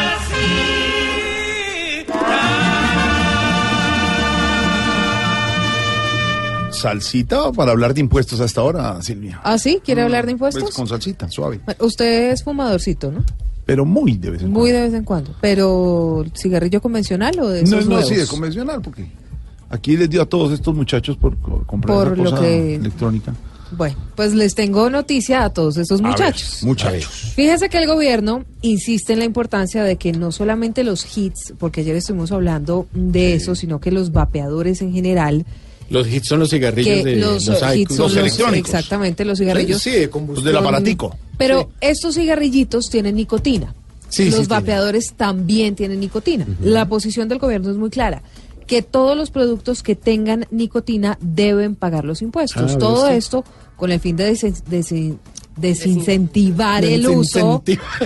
¿Salsita para hablar de impuestos hasta ahora, Silvia? ¿Ah, sí? ¿Quiere hablar de impuestos? Pues con salsita, suave. Bueno, usted es fumadorcito, ¿no? Pero muy de vez en Muy de vez en cuando. ¿Pero cigarrillo convencional o de esos No, no, nuevos? sí, de convencional, porque aquí les dio a todos estos muchachos por co- comprar Por esa lo cosa que- electrónica. Bueno, pues les tengo noticia a todos esos muchachos. A ver, muchachos. Fíjese que el gobierno insiste en la importancia de que no solamente los hits, porque ayer estuvimos hablando de eso, sino que los vapeadores en general, Los hits son los cigarrillos que de los, los, hits Icos. son los- exactamente, los cigarrillos. Sí, de combustión. Los del aparatico. Pero estos cigarrillitos tienen nicotina. Sí, los sí, tienen. vapeadores también tienen nicotina. La posición del gobierno es muy clara. que todos los productos que tengan nicotina deben pagar los impuestos. Ah, Todo ¿viste? esto con el fin de des- des- desincentivar el uso,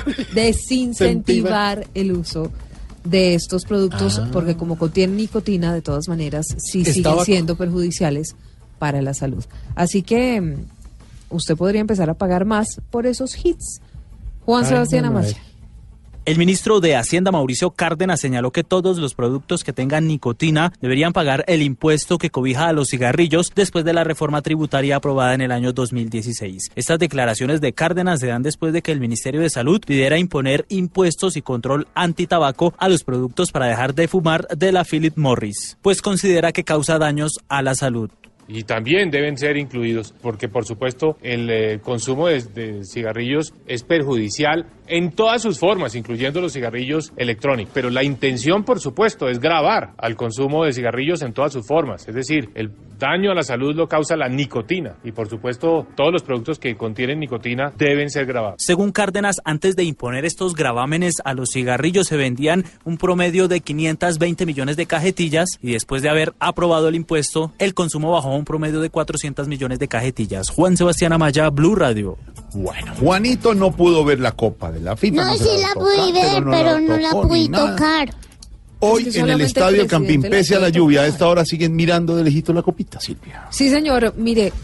desincentivar el uso de estos productos, Ah. porque como contienen nicotina, de todas maneras, sí Estaba- siguen siendo perjudiciales para la salud. Así que mm, usted podría empezar a pagar más por esos hits. Juan Ay, Sebastián mamá. Amaya. El ministro de Hacienda, Mauricio Cárdenas, señaló que todos los productos que tengan nicotina deberían pagar el impuesto que cobija a los cigarrillos después de la reforma tributaria aprobada en el año dos mil dieciséis. Estas declaraciones de Cárdenas se dan después de que el Ministerio de Salud pidiera imponer impuestos y control antitabaco a los productos para dejar de fumar de la Philip Morris, pues considera que causa daños a la salud. Y también deben ser incluidos, porque por supuesto el eh, consumo de, de cigarrillos es perjudicial en todas sus formas, incluyendo los cigarrillos electrónicos. Pero la intención, por supuesto, es gravar al consumo de cigarrillos en todas sus formas. Es decir, el daño a la salud lo causa la nicotina. Y por supuesto, todos los productos que contienen nicotina deben ser grabados. Según Cárdenas, antes de imponer estos gravámenes a los cigarrillos se vendían un promedio de quinientos veinte millones de cajetillas y después de haber aprobado el impuesto, el consumo bajó a un promedio de cuatrocientos millones de cajetillas. Juan Sebastián Amaya, Blue Radio. Bueno, Juanito no pudo ver la copa de la FIFA. No, se sí la tocó, pude ver, pero no la tocó pude ni nada. tocar. Hoy Es que en el solamente estadio el del Campín, presidente la pese a la puede lluvia, a tocar. esta hora siguen mirando de lejito la copita, Silvia. Sí, señor. Mire,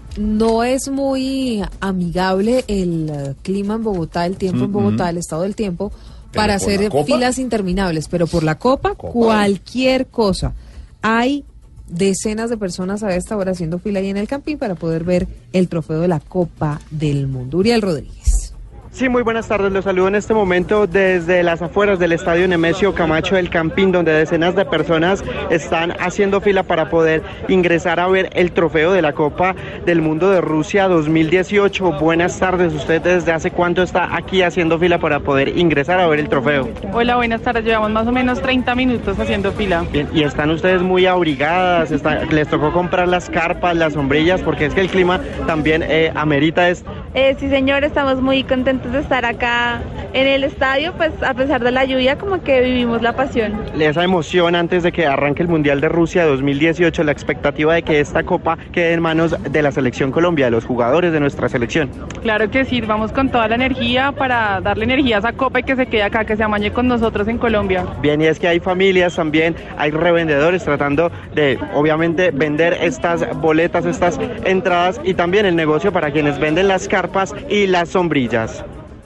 no es muy amigable el eh, clima en Bogotá, el tiempo en Mm, Bogotá, mm. el estado del tiempo, ¿Pero para por la hacer copa? filas interminables. Pero por la copa, cualquier cosa. Hay decenas de personas a esta hora haciendo fila ahí en el Campín para poder ver el trofeo de la Copa del Mundo. Uriel Rodríguez. Sí, muy buenas tardes. Los saludo en este momento desde las afueras del estadio Nemesio Camacho del Campín, donde decenas de personas están haciendo fila para poder ingresar a ver el trofeo de la Copa del Mundo de Rusia dos mil dieciocho. Buenas tardes. ¿Usted desde hace cuánto está aquí haciendo fila para poder ingresar a ver el trofeo? Hola, buenas tardes. Llevamos más o menos treinta minutos haciendo fila. Bien, y están ustedes muy abrigadas, está- les tocó comprar las carpas, las sombrillas, porque es que el clima también eh, amerita esto. Eh, sí, señor, estamos muy contentos de estar acá en el estadio, pues a pesar de la lluvia, como que vivimos la pasión. Esa emoción antes de que arranque el Mundial de Rusia dos mil dieciocho, la expectativa de que esta copa quede en manos de la selección Colombia, de los jugadores de nuestra selección. Claro que sí, vamos con toda la energía para darle energía a esa copa y que se quede acá, que se amañe con nosotros en Colombia. Bien, y es que hay familias también, hay revendedores tratando de, obviamente, vender estas boletas, estas entradas y también el negocio para quienes venden las carpas y las sombrillas.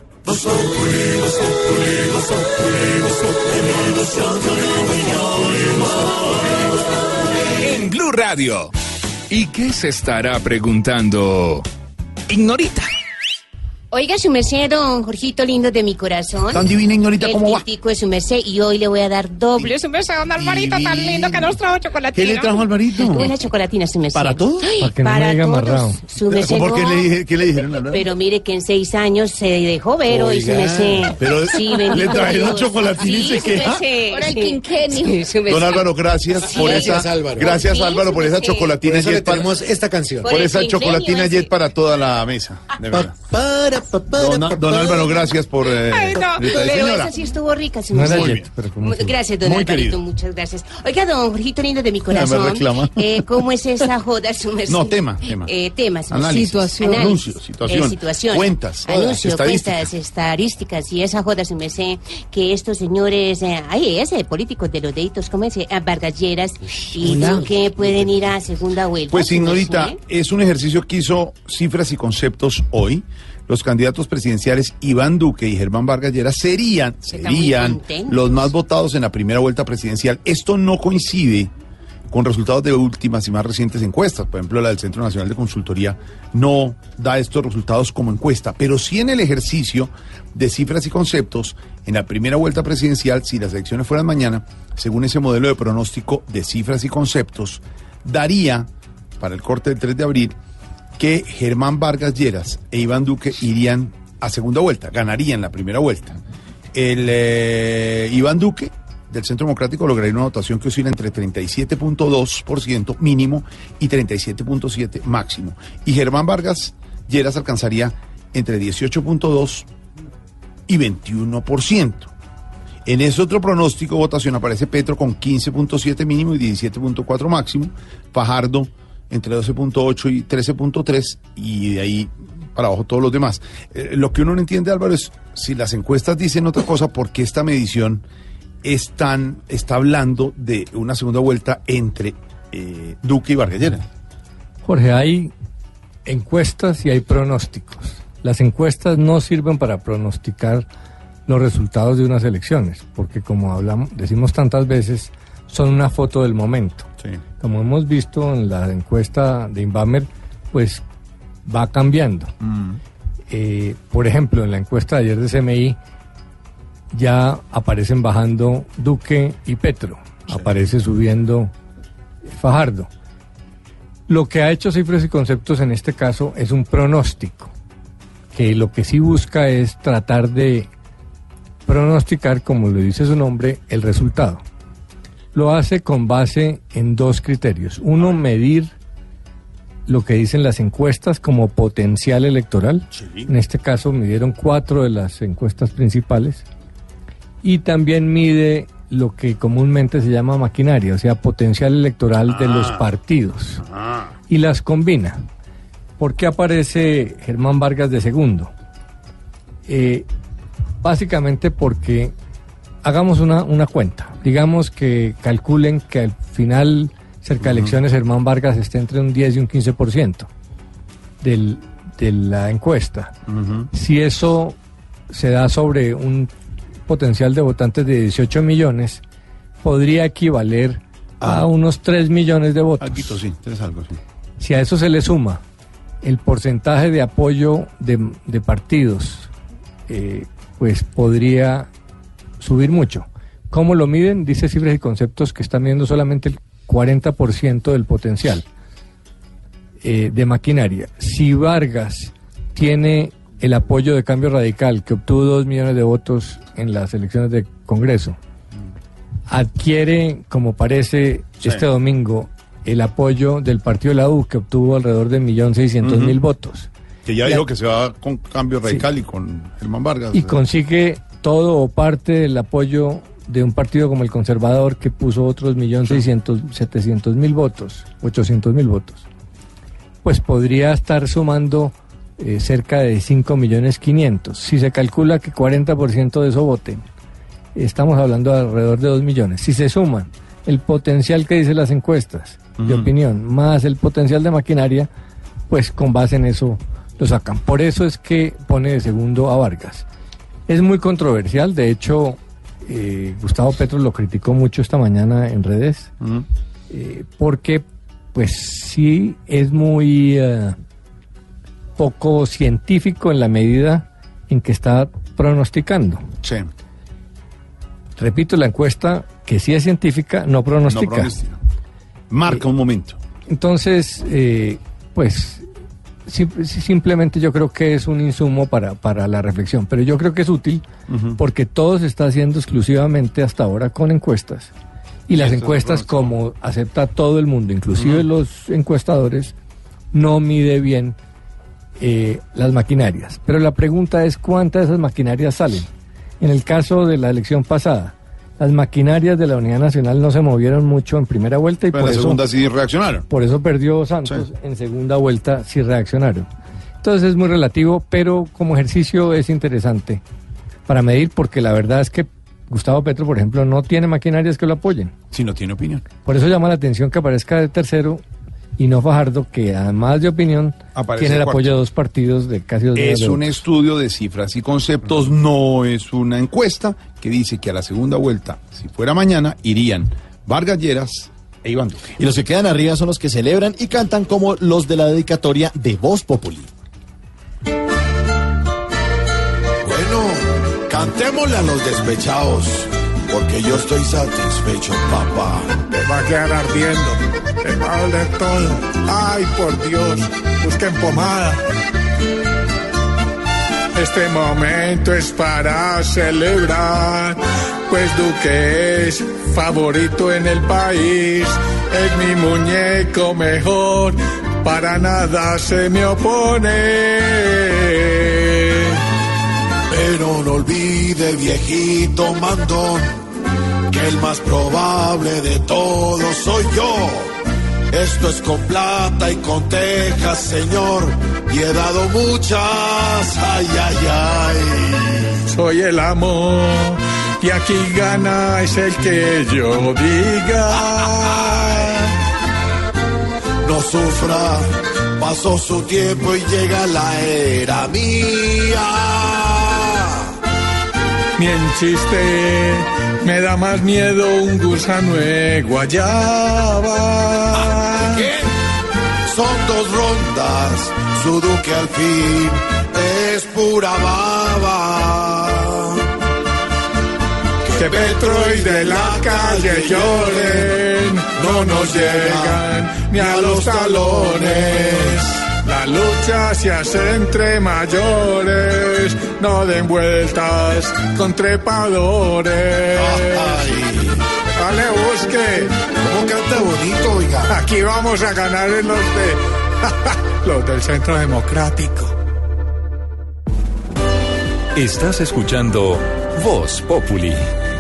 En Blue Radio. ¿Y qué se estará preguntando Ignorita? Oiga, su merced, don Jorgito lindo de mi corazón. Tan divina, Ignorita, El ¿cómo va? tintico de su merced, y hoy le voy a dar doble. Su merced, don Alvarito, tan lindo que nos trajo chocolatina. ¿Qué le trajo Alvarito? Una chocolatina, su merced. ¿Para todos? Ay, Para que no para me diga todos. amarrado. Su merced, ¿Por qué no. le, dije- qué le dijeron a Alvarito? Pero mire que en seis años se dejó ver hoy, su Oiga, merced. pero Sí, le bendito trajeron Dios. chocolatina y Sí, se su queja. merced, Por el sí. quinquenio. Sí, su merced. Don Álvaro, gracias Sí. por Gracias, esa, Álvaro. gracias Sí, Álvaro por esa sí. chocolatina Por eso Jet le para- tenemos esta canción. por Por el esa quinquenio chocolatina ese. Jet para toda la mesa. De verdad. Para, pa, para, Don, pa, don para. Álvaro, gracias por eh, Ay, no, esta- pero señora. esa sí estuvo rica, su No era merced. Jet, pero como Mu- fue. Gracias, don Muy Alvarito, querido. muchas gracias. Oiga, don Jorgito lindo de mi me corazón. reclama. Eh, ¿Cómo es esa joda, su merced? No, tema, tema. Eh, temas. su merced. Análisis. Situación. Anuncio, situación. Eh, situación. Cuentas, Anuncio, estadística. cuentas, estadísticas y esa joda, su merced, que estos señores, eh, ay, ese políticos de los deditos, ¿cómo es? Eh, Vargas Lleras y Hola. que pueden ir a segunda vuelta. Pues su merced. Ignorita, es un ejercicio que hizo Cifras y Conceptos hoy. Los candidatos presidenciales Iván Duque y Germán Vargas Lleras serían, Están muy serían contentos. los más votados en la primera vuelta presidencial. Esto no coincide con resultados de últimas y más recientes encuestas. Por ejemplo, la del Centro Nacional de Consultoría no da estos resultados como encuesta, pero sí en el ejercicio de Cifras y Conceptos, en la primera vuelta presidencial, si las elecciones fueran mañana, según ese modelo de pronóstico de Cifras y Conceptos, daría, para el corte del tres de abril, que Germán Vargas Lleras e Iván Duque irían a segunda vuelta, ganarían la primera vuelta. El eh, Iván Duque del Centro Democrático lograría una votación que oscila entre treinta y siete punto dos por ciento mínimo y treinta y siete punto siete por ciento máximo. Y Germán Vargas Lleras alcanzaría entre dieciocho punto dos y veintiuno por ciento. En ese otro pronóstico, votación, aparece Petro con quince punto siete mínimo y diecisiete punto cuatro máximo, Fajardo entre doce punto ocho y trece punto tres, y de ahí para abajo todos los demás. Eh, lo que uno no entiende, Álvaro, es si las encuestas dicen otra cosa, ¿por qué esta medición están, está hablando de una segunda vuelta entre eh, Duque y Vargas Lleras? Jorge, hay encuestas y hay pronósticos. Las encuestas no sirven para pronosticar los resultados de unas elecciones, porque como hablamos, decimos tantas veces, son una foto del momento. Sí. Como hemos visto en la encuesta de Inbamer, pues va cambiando. Mm. Eh, por ejemplo, en la encuesta de ayer de C M I ya aparecen bajando Duque y Petro, sí. Aparece subiendo Fajardo. Lo que ha hecho Cifras y Conceptos en este caso es un pronóstico, que lo que sí busca es tratar de pronosticar, como lo dice su nombre, el resultado. Lo hace con base en dos criterios. Uno, medir lo que dicen las encuestas como potencial electoral. Sí. En este caso midieron cuatro de las encuestas principales. Y también mide lo que comúnmente se llama maquinaria, o sea, potencial electoral ah. de los partidos. Ah. Y las combina. ¿Por qué aparece Germán Vargas de segundo? Eh, básicamente porque hagamos una, una cuenta. Digamos que calculen que al final, cerca de elecciones, Germán Vargas esté entre un diez y un quince por ciento del, de la encuesta. Uh-huh. Si eso se da sobre un potencial de votantes de dieciocho millones, podría equivaler ah. a unos tres millones de votos. Algo, sí, tres algo, sí. Si a eso se le suma el porcentaje de apoyo de, de partidos, eh, pues podría subir mucho. ¿Cómo lo miden? Dice Cifras y Conceptos que están midiendo solamente el cuarenta por ciento del potencial eh, de maquinaria. Si Vargas tiene el apoyo de Cambio Radical, que obtuvo dos millones de votos en las elecciones de Congreso, adquiere, como parece sí. este domingo, el apoyo del partido de la U, que obtuvo alrededor de un millón seiscientos mil uh-huh. votos. Que ya la, dijo que se va con Cambio Radical sí. y con Germán Vargas. Y o sea. consigue todo o parte del apoyo de un partido como el Conservador, que puso otros un millón seiscientos mil, setecientos mil votos, ochocientos mil votos. Pues podría estar sumando eh, cerca de cinco millones quinientos. Si se calcula que cuarenta por ciento de eso voten, estamos hablando de alrededor de dos millones. Si se suman el potencial que dicen las encuestas uh-huh. de opinión, más el potencial de maquinaria, pues con base en eso lo sacan. Por eso es que pone de segundo a Vargas. Es muy controversial, de hecho, eh, Gustavo Petro lo criticó mucho esta mañana en redes, uh-huh. eh, porque pues sí es muy uh, poco científico en la medida en que está pronosticando. Sí. Repito, la encuesta, que sí es científica, no pronostica. No pronostica. Marca eh, un momento. Entonces, eh, pues sim- simplemente yo creo que es un insumo para, para la reflexión, pero yo creo que es útil uh-huh. porque todo se está haciendo exclusivamente hasta ahora con encuestas. Y las Esto encuestas, como acepta todo el mundo, inclusive uh-huh. los encuestadores, no mide bien eh, las maquinarias. Pero la pregunta es, ¿cuántas de esas maquinarias salen? En el caso de la elección pasada, las maquinarias de la Unidad Nacional no se movieron mucho en primera vuelta y Pero por en la eso, segunda sí reaccionaron. Por eso perdió Santos, sí. En segunda vuelta sí reaccionaron. Entonces es muy relativo, pero como ejercicio es interesante para medir, porque la verdad es que Gustavo Petro, por ejemplo, no tiene maquinarias que lo apoyen. Sí, no tiene opinión. Por eso llama la atención que aparezca de tercero y no Fajardo, que además de opinión Aparece tiene el apoyo cuarto. de dos partidos de casi dos millones Es un estudio de Cifras y Conceptos, no es una encuesta que dice que a la segunda vuelta, si fuera mañana, irían Vargas Lleras e Iván Duque. Y los que quedan arriba son los que celebran y cantan como los de la dedicatoria de Voz Populi. Bueno, cantémosle a los despechados, porque yo estoy satisfecho, papá. Me va a quedar ardiendo, me va a doler todo. Ay, por Dios, busquen pomada. Este momento es para celebrar, pues Duque es favorito en el país. Es mi muñeco mejor, para nada se me opone. Pero no olvide, viejito mandón, que el más probable de todos soy yo. Esto es con plata y con tejas, señor, y he dado muchas, ay, ay, ay. Soy el amor, y aquí gana es el que yo diga. No sufra, pasó su tiempo y llega la era mía. Ni en chiste me da más miedo un gusano de guayaba. ¿Qué? Son dos rondas, su duque al fin es pura baba. Que Petro y de la calle lloren, no nos llegan ni a los talones. La lucha se hace entre mayores, no den vueltas con trepadores. Ay. Dale, busque. ¿Cómo canta bonito, oiga? Aquí vamos a ganar en los de los del Centro Democrático. Estás escuchando Voz Populi.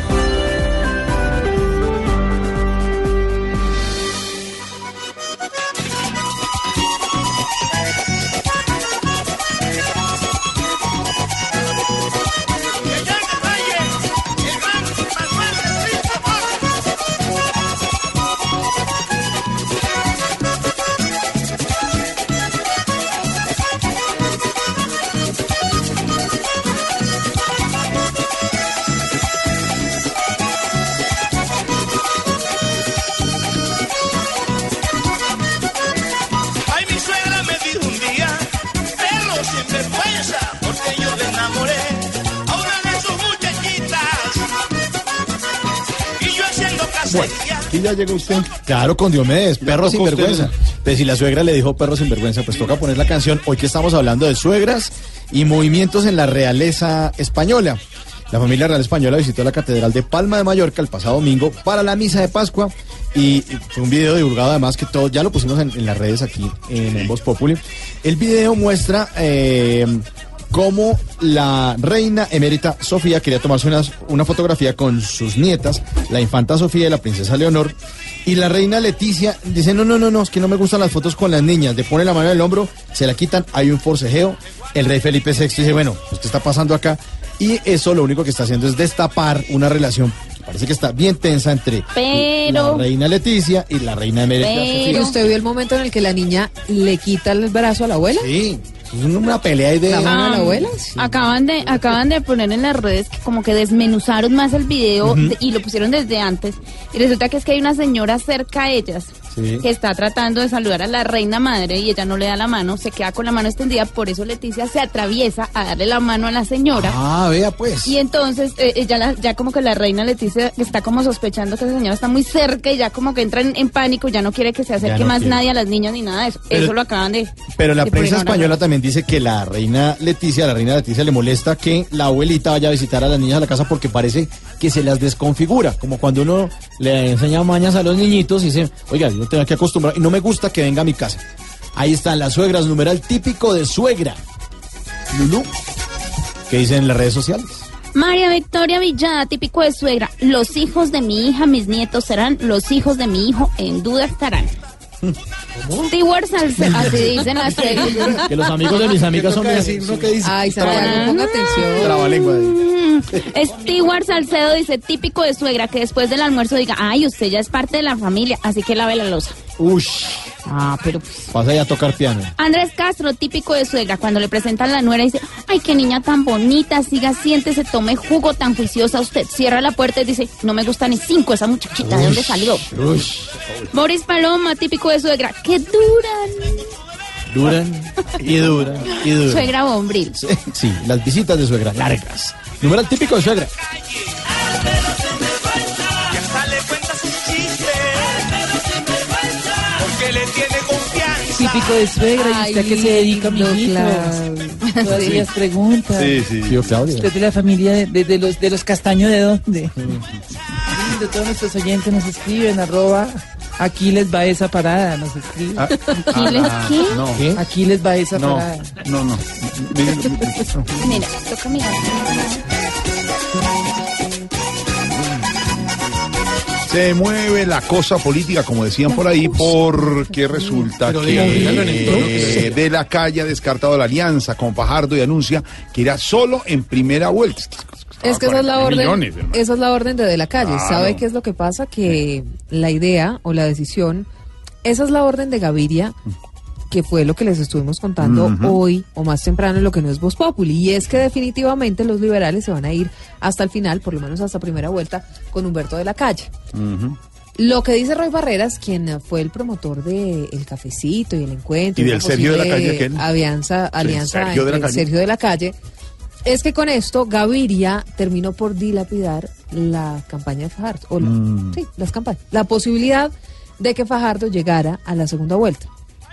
Bueno, ¿y ya llegó usted? Claro, con Diomedes, perro sin vergüenza. Pues si la suegra le dijo perro sin vergüenza, pues toca poner la canción. Hoy que estamos hablando de suegras y movimientos en la realeza española. La familia real española visitó la Catedral de Palma de Mallorca el pasado domingo para la misa de Pascua y fue un video divulgado además que todo, ya lo pusimos en, en las redes aquí en, en Voz Populi. El video muestra eh, cómo la reina emérita Sofía quería tomarse una, una fotografía con sus nietas, la infanta Sofía y la princesa Leonor, y la reina Leticia dice, no, no, no, no, es que no me gustan las fotos con las niñas, le pone la mano en el hombro, se la quitan, hay un forcejeo, el rey Felipe sexto dice, bueno, pues, ¿qué está pasando acá? Y eso lo único que está haciendo es destapar una relación que parece que está bien tensa entre pero, la reina Leticia y la reina emérita Sofía. ¿Y usted vio el momento en el que la niña le quita el brazo a la abuela? Sí. Una pelea ahí de la mano a la abuela. Sí. Acaban de acaban de poner en las redes que como que desmenuzaron más el video uh-huh. de, y lo pusieron desde antes. Y resulta que es que hay una señora cerca a ellas sí. que está tratando de saludar a la reina madre y ella no le da la mano, se queda con la mano extendida, por eso Leticia se atraviesa a darle la mano a la señora. Ah, vea pues. Y entonces eh, ella la, ya como que la reina Leticia está como sospechando que esa señora está muy cerca y ya como que entra en, en pánico, ya no quiere que se acerque no más quiere. nadie a las niñas ni nada de eso. Pero, eso lo acaban de... Pero la de prensa española también dice que la reina Leticia, la reina Leticia le molesta que la abuelita vaya a visitar a las niñas a la casa porque parece que se las desconfigura, como cuando uno le enseña mañas a los niñitos y dice, oiga, yo tengo que acostumbrar y no me gusta que venga a mi casa. Ahí están las suegras, numeral típico de suegra. Lulú, ¿qué dicen en las redes sociales? María Victoria Villada, típico de suegra, los hijos de mi hija, mis nietos serán los hijos de mi hijo, en duda estarán. ¿Cómo? Stewart Salcedo, así dicen las suegras. Que los amigos de mis amigas son así, ¿no? ¿Qué dice? Ay, Sara, ponga atención. Trabalengua. Stewart Salcedo dice, típico de suegra, que después del almuerzo diga, ay, usted ya es parte de la familia, así que lave la loza. Uy. Ah, pero pues... Pasa ya a tocar piano. Andrés Castro, típico de suegra, cuando le presentan a la nuera dice, ay, qué niña tan bonita, siga, siéntese, tome jugo, tan juiciosa usted. Cierra la puerta y dice, no me gusta ni cinco esa muchachita, ¿de dónde salió? Uy. Boris Paloma, típico de suegra, que duran. Duran y duran y duran. Suegra bombril. Sí, sí, las visitas de suegra, largas. Numeral típico de suegra. Típico de suegra, ¿y usted a qué se dedica, mi hijito? Todas ellas preguntas. Sí, sí. Tío Claudio. ¿Usted es de la familia de, de, de los de los Castaño de dónde? Mm. Lindo, todos nuestros oyentes nos escriben, arroba Aquí les va esa parada, nos escribe. Ah, ¿Aquí les qué? No, ¿Qué? Aquí les va esa no, parada. no, no. Miren, miren, Mira, toca mirar. se mueve la cosa política, como decían por ahí, porque resulta Pero que diga, dígalo en el tono que eh, se- De la Calle ha descartado la alianza con Fajardo y anuncia que irá solo en primera vuelta. Es que esa es la orden, Millones, hermano. esa es la orden de De la Calle. Claro. ¿Sabe qué es lo que pasa? Que la idea o la decisión, esa es la orden de Gaviria, que fue lo que les estuvimos contando Ujú. hoy o más temprano en lo que no es Voz Populi. Y es que definitivamente los liberales se van a ir hasta el final, por lo menos hasta primera vuelta, con Humberto De la Calle. Ujú. Lo que dice Roy Barreras, quien fue el promotor de El Cafecito y el encuentro Y una del Sergio de la posible Calle, aquel. alianza, alianza Sergio de la entre Calle. Sergio de la Calle, es que con esto Gaviria terminó por dilapidar la campaña de Fajardo, o la- Mm. sí, las campañas, la posibilidad de que Fajardo llegara a la segunda vuelta.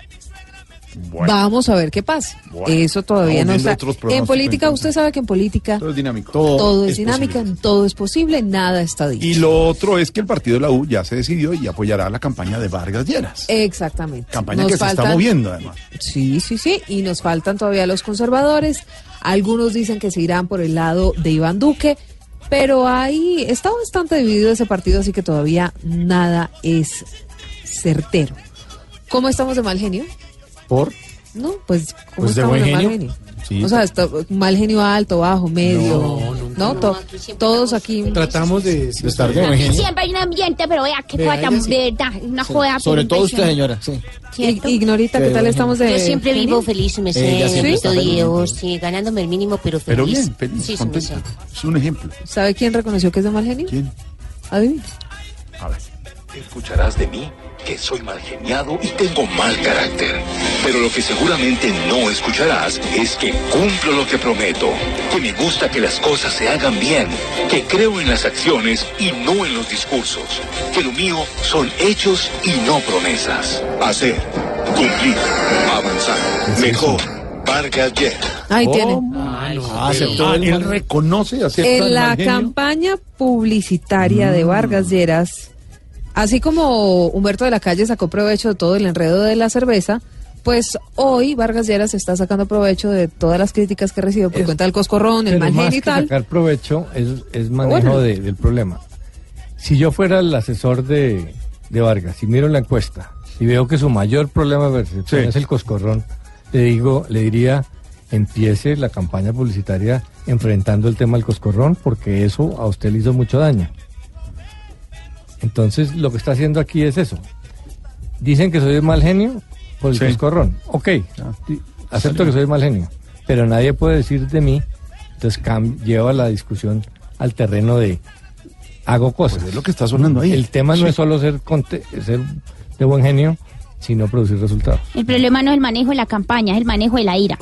Bueno. Vamos a ver qué pasa. Bueno. Eso todavía Estamos no viendo está. otros En pronósticos, política, entonces. usted sabe que en política Todo es dinámico. todo es dinámica, en todo es posible, nada está dicho. Y lo otro es que el partido de la U ya se decidió y apoyará la campaña de Vargas Lleras. Exactamente. Campaña Nos que se está faltan- moviendo, además. Sí, sí, sí. Y nos faltan todavía los conservadores. Algunos dicen que se irán por el lado de Iván Duque. Pero ahí está bastante dividido ese partido, así que todavía nada es certero. ¿Cómo estamos de mal genio? ¿Por? No, pues, ¿cómo Pues de estamos buen de mal genio. genio? Sí. O sea, está- mal genio alto, bajo, medio. No, No, To- todos aquí. Tratamos de, de estar de buen genio. Siempre hay un ambiente, pero vea qué Vea, cosa tan ella sí. verdad, una joda. Sobre pero todo usted, impresionante. señora. Sí. I- Ignorita, ¿qué Pero tal bueno. estamos de Yo siempre genio? vivo feliz, me sé, Ella siempre está bendito feliz. Dios, sí, ganándome el mínimo, pero feliz. Pero bien, feliz, Sí, sí, me sé. contenta. Es un ejemplo. ¿Sabe quién reconoció que es de mal genio? ¿Quién? Adivina. A ver. Escucharás de mí que soy mal geniado y tengo mal carácter. Pero lo que seguramente no escucharás es que cumplo lo que prometo, que me gusta que las cosas se hagan bien, que creo en las acciones y no en los discursos, que lo mío son hechos y no promesas. Hacer, cumplir, avanzar, mejor. Vargas Lleras. Ahí tiene. Ah, aceptó él, él reconoce y acepta el En la mal genio. campaña publicitaria de Mm. Vargas Lleras, así como Humberto de la Calle sacó provecho de todo el enredo de la cerveza, pues hoy Vargas Lleras está sacando provecho de todas las críticas que recibe por cuenta del coscorrón, el Pero mal más genio y que tal. sacar provecho es, es manejo Bueno. de- del problema. Si yo fuera el asesor de, de Vargas y miro la encuesta y veo que su mayor problema de percepción Sí. es el coscorrón, le digo, le diría, empiece la campaña publicitaria enfrentando el tema del coscorrón, porque eso a usted le hizo mucho daño. Entonces, lo que está haciendo aquí es eso. Dicen que soy de mal genio por el Sí. coscorrón. Ok, Ya. sí, acepto que soy de mal genio, pero nadie puede decir de mí, entonces cam- lleva la discusión al terreno de hago cosas. Pues es lo que está sonando ahí. El tema no Sí. es solo ser, conte- ser de buen genio, sino producir resultados. El problema no es el manejo de la campaña, es el manejo de la ira.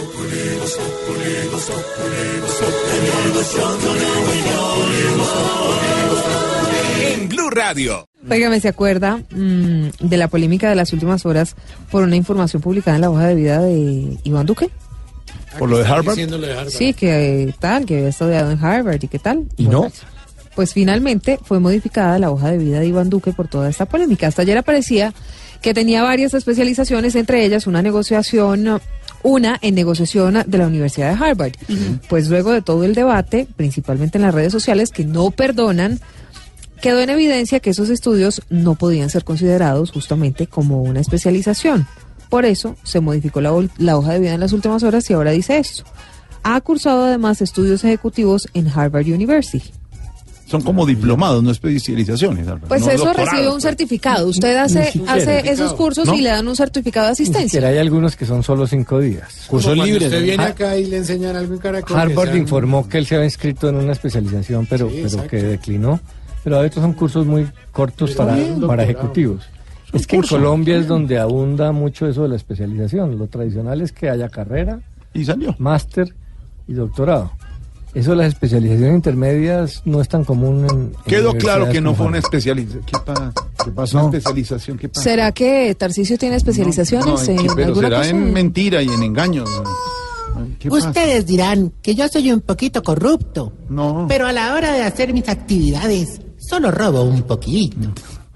En Blue Radio. Óigame, ¿se acuerda mm, de la polémica de las últimas horas por una información publicada en la hoja de vida de Iván Duque? Por lo de Harvard. Diciéndole de Harvard. Sí, que eh, tal, que había estudiado en Harvard y qué tal. ¿Y no? Pues finalmente fue modificada la hoja de vida de Iván Duque por toda esta polémica. Hasta ayer aparecía que tenía varias especializaciones, entre ellas una negociación, una en negociación de la Universidad de Harvard. Pues luego de todo el debate, principalmente en las redes sociales, que no perdonan, quedó en evidencia que esos estudios no podían ser considerados justamente como una especialización. Por eso se modificó la, hol- la hoja de vida en las últimas horas y ahora dice esto. Ha cursado además estudios ejecutivos en Harvard University. Son como diplomados, no especializaciones. Álvaro, Pues no eso doctorados, recibe un pues. certificado. Usted hace, siquiera. hace esos cursos ¿No? y le dan un certificado de Ni siquiera asistencia. hay algunos que son solo cinco días. Curso Como cuando libre. usted ¿no? viene Ah. acá y le enseñan algo en Caracol. Harvard que sean- informó que él se había inscrito en una especialización, pero, Sí, pero exacto. que declinó. Pero hay otros son cursos muy cortos Pero para, bien, para doctorado. ejecutivos. Son Es que en cursos, Colombia está es bien. donde abunda mucho eso de la especialización. Lo tradicional es que haya carrera, Y salió. máster y doctorado. Eso de las especializaciones intermedias no es tan común en... en Quedó claro universidades que no como fue una Harvard. especialización. ¿Qué pasa? ¿Qué pasó? Una especialización, ¿qué pasa? ¿Será que Tarcisio tiene especializaciones No, en ¿qué- pero alguna será cosa? en mentira y en engaños. ¿Qué pasa? Ustedes dirán que yo soy un poquito corrupto, No. pero a la hora de hacer mis actividades solo robo un poquito.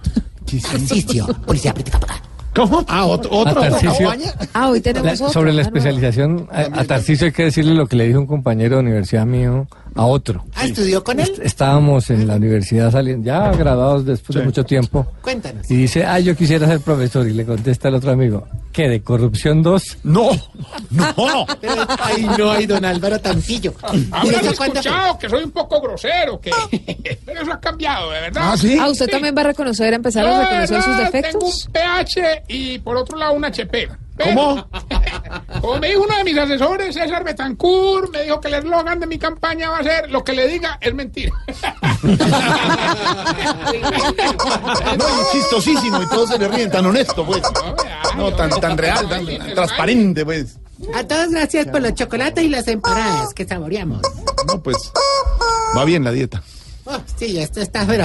Tarcisio, policía política para acá. ¿Cómo? Ah, otro, otro. A Tarcisio. Ah, hoy tenemos La- otro, sobre la claro. especialización, a, a Tarcisio hay que decirle lo que le dijo un compañero de universidad mío a otro. Ah, ¿estudió con él? Est- Estábamos en la universidad saliendo, ya graduados después de mucho tiempo. Cuéntanos. Y dice, ah, yo quisiera ser profesor. Y le contesta el otro amigo, ¿qué, de corrupción dos? No, no. Pero, ay, no, ay, don Álvaro Tancillo. Habrán escuchado que soy un poco grosero, que pero eso ha cambiado, de verdad. ¿Ah, sí? Ah, ¿usted también va a reconocer, empezar Yo, a de reconocer sus verdad, defectos? Tengo un P H y por otro lado una H P. Pero, ¿Cómo? Como me dijo uno de mis asesores, César Betancourt, me dijo que el eslogan de mi campaña va a ser: lo que le diga es mentira. No, y chistosísimo y todos se le ríen, tan honesto, pues. No, tan, tan real, tan, tan transparente, pues. A todos gracias por los chocolates y las empanadas que saboreamos. No, pues, va bien la dieta. Oh, sí, esto está, pero...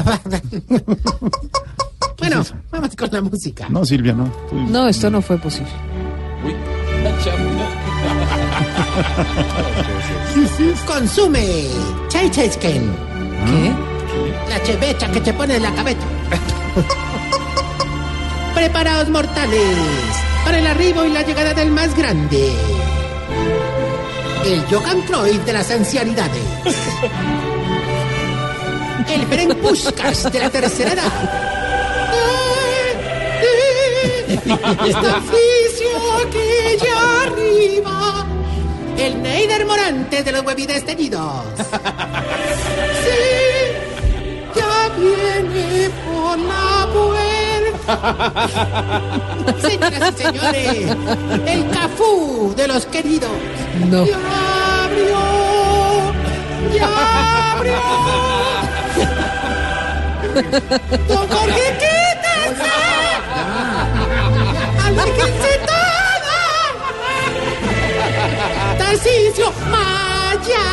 Bueno, vamos con la música. No, Silvia, no. Tú- No, esto no fue posible. Consume Chai Chai Skin. ¿Qué? La chevecha que te pone en la cabeza. Preparaos, mortales, para el arribo y la llegada del más grande. El Jogan Freud de las ancianidades. El Ferenc Puskás de la tercera edad. Está oficio aquella arriba. El Neider Morante de los huevides teñidos. Sí, ya viene por la puerta. Señoras y señores, el Cafú de los queridos. No. Ya abrió, ya abrió. Don Jorge, quítese. Alérguense todos. Tarcisio Maya.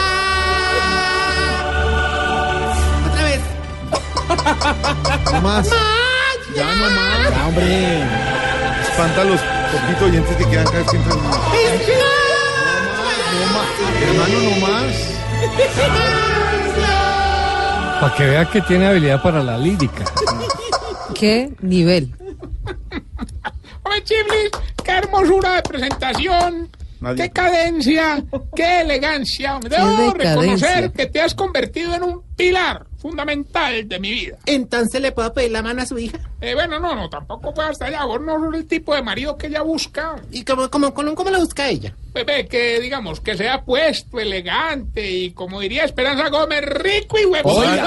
Otra vez. No más. Ya no más. Ya, hombre. Espanta a los poquitos oyentes que quedan acá siempre. No más. Hermano, no más. Para que vea que tiene habilidad para la lírica. ¿Qué nivel? Oye, Chiblis, qué hermosura de presentación. Nadie. Qué cadencia, qué elegancia. Qué Debo decadencia. reconocer que te has convertido en un pilar fundamental de mi vida. Entonces le puedo pedir la mano a su hija. Eh, bueno, no, no, tampoco fue hasta allá. Vos no sos el tipo de marido que ella busca. ¿Y cómo, cómo, cómo, cómo la busca ella? Bebé, que digamos, que sea puesto, elegante y, como diría Esperanza Gómez, rico y huevón. ¿Qué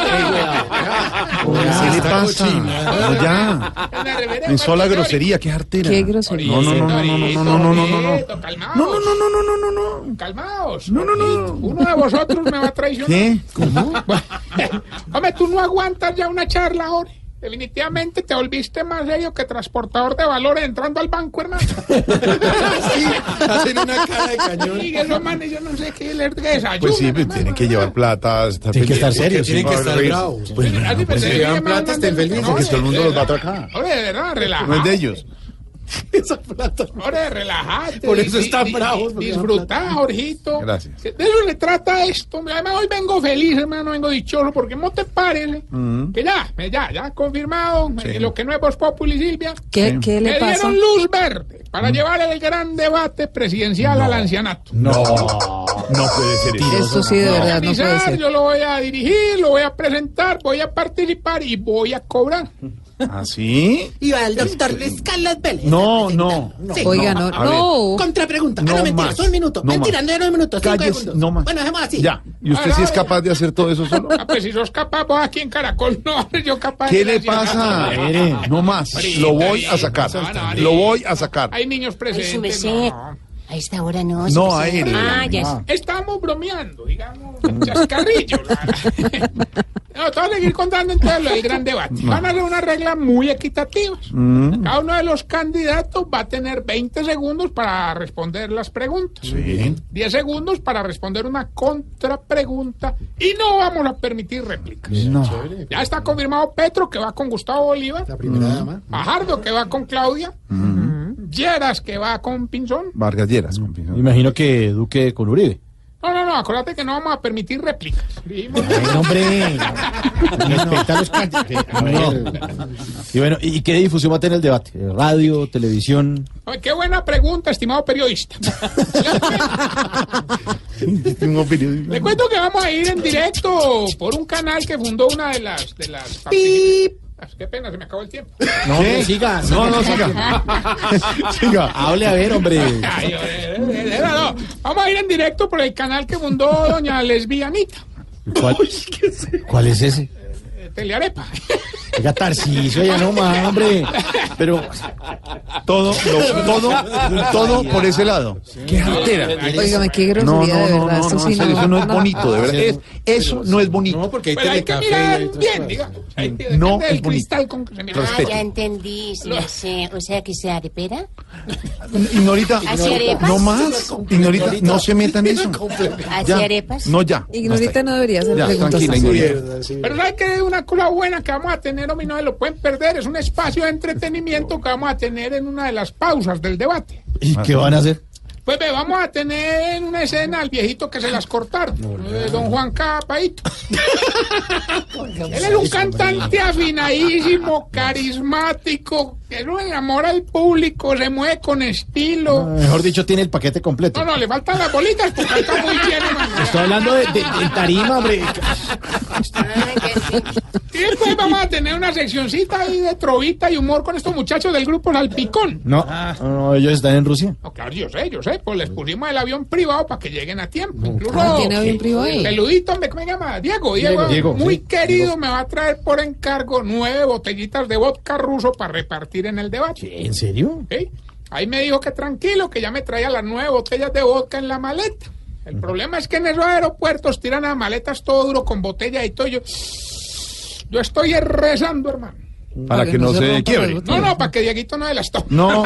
le pasa? No, ya. En sola grosería, qué artera. Qué grosería. No, no, no, no, no, no, no, no, no, no, no. Calmaos. No, no, no, no, no, no, no, no. Calmaos. No, no, no. Uno de vosotros me va a traicionar. ¿Qué? ¿Cómo? Hombre, tú no aguantas ya una charla, Jorge. Definitivamente te volviste más serio que transportador de valores entrando al banco, hermano. Sí, hacen una cara de cañón. Y esos manes, yo no sé qué les desayunan. Pues sí, pues hermano. tienen que llevar plata. Tienen que estar serios, tienen que estar bravos. Pues Así, no, pues, pues se si llevan llaman plata, estén mandando- felices, que todo el mundo los va a atracar. Oye, de verdad, relajado. No es de ellos. Esa plata. Oye, relájate. Por eso Di- están di- bravos, di- porque Disfruta, Jorgito. Gracias. De eso se trata esto. Además, hoy vengo feliz, hermano, vengo dichoso, porque no te pares. Mm. Que ya, ya, ya confirmado. Sí. eh, Lo que no es Voz Populi, Silvia. ¿Qué, Sí. ¿qué le Me pasa? dieron luz verde para llevar el gran debate presidencial al ancianato. No, no puede ser eso. Eso sí, de Lo voy a verdad, no puede organizar, ser. yo lo voy a dirigir, lo voy a presentar, voy a participar y voy a cobrar. ¿Ah, sí? Y va el doctor Luis Carlos Vélez. No, no. Sí. Oiga, no, A ver. no. Contrapregunta. No Ah, no, mentira, más. un minuto. No mentira, más. no era un minuto, cinco Cállese, segundos. no más. Bueno, dejemos así. Ya. ¿Y usted sí es capaz de hacer todo eso solo? Ah, pues si sos capaz, vos aquí en Caracol no, yo capaz. ¿Qué de le decir- pasa? Mire. No más. Ahorita, Lo voy a ahorita, sacar. no, no, Lo voy a sacar. Hay niños Ay, su presentes. merced. No. A esta hora no. No, su a merced. él. Ah, ya Ah. Estamos bromeando, digamos, chascarrillos. No, te voy a seguir contando entonces lo del gran debate. Van a hacer unas reglas muy equitativas. Mm. Cada uno de los candidatos va a tener veinte segundos para responder las preguntas. Sí. diez segundos para responder una contrapregunta. Y no vamos a permitir réplicas. No. Ya está confirmado Petro, que va con Gustavo Bolívar. La primera dama. Fajardo, que va con Claudia. Lleras, que va con Pinzón. Vargas Lleras. con Pinzón. Imagino que Duque con Uribe. No, no, no, acuérdate que no vamos a permitir réplicas. Ay, hombre, respeta los candidatos. A ver. Y bueno, ¿y qué difusión va a tener el debate? ¿Radio, televisión? Ay, qué buena pregunta, estimado periodista. Le cuento que vamos a ir en directo por un canal que fundó una de las... De las ¡Pip! Qué pena, se me acabó el tiempo. No, no siga. No, no, siga. Siga. Hable a ver, hombre. Ay, no, no. Vamos a ir en directo por el canal que fundó doña Lesbianita. ¿Cuál, ¿Cuál es ese? Telearepa. Oiga, Tarcisio, ya no más, hombre. Pero todo, lo, todo, todo por ese lado. Qué altera. Óigame, qué grosería, No, no, de no, verdad. no, Esto no, sí en serio, eso no es bonito, de verdad. Es- eso no es bonito. No, porque hay Pero hay que telecafé. mirar y otras bien, cosas. digamos. Hay que- No depende del es bonito. cristal con que se mira. Ah, ya entendí, sí, sí. O sea, que sea arepera. Ignorita, ¿Hace arepas? no más. Ignorita, no se meta en eso. ¿Hace Ya. arepas? No, ya. Ignorita no debería hacer Ya, preguntas tranquila, así. Ignorita. Pero ¿sabes qué? Una cosa buena que vamos a tener, hombre, no se lo pueden perder. Es un espacio de entretenimiento que vamos a tener en una de las pausas del debate. ¿Y qué van a hacer? Pues ve, vamos a tener en una escena al viejito que se las cortaron, eh, don Juan Capaito. Él es un cantante afinadísimo, carismático, que no enamora al público, se mueve con estilo. Mejor dicho, tiene el paquete completo. No, no, le faltan las bolitas porque canta muy bien, hermano. Estoy hablando de, de, de tarima, hombre. Y después vamos a tener una seccioncita ahí de trovita y humor con estos muchachos del grupo Salpicón. No, no, no, ellos están en Rusia. No, claro, yo sé, yo sé, pues les pusimos el avión privado para que lleguen a tiempo. Incluso Ah, ¿tiene avión privado? Peludito, hombre, ¿cómo se llama? Diego, Diego, Diego, Diego, muy sí, querido, Diego. me va a traer por encargo nueve botellitas de vodka ruso para repartir en el debate. ¿En serio? ¿Sí? Ahí me dijo que tranquilo, que ya me traía las nueve botellas de vodka en la maleta. El problema es que en esos aeropuertos tiran a maletas todo duro con botella y todo. Yo, yo estoy rezando, hermano. Para que no se quiebre. No, no, para que Dieguito no se las tome. No.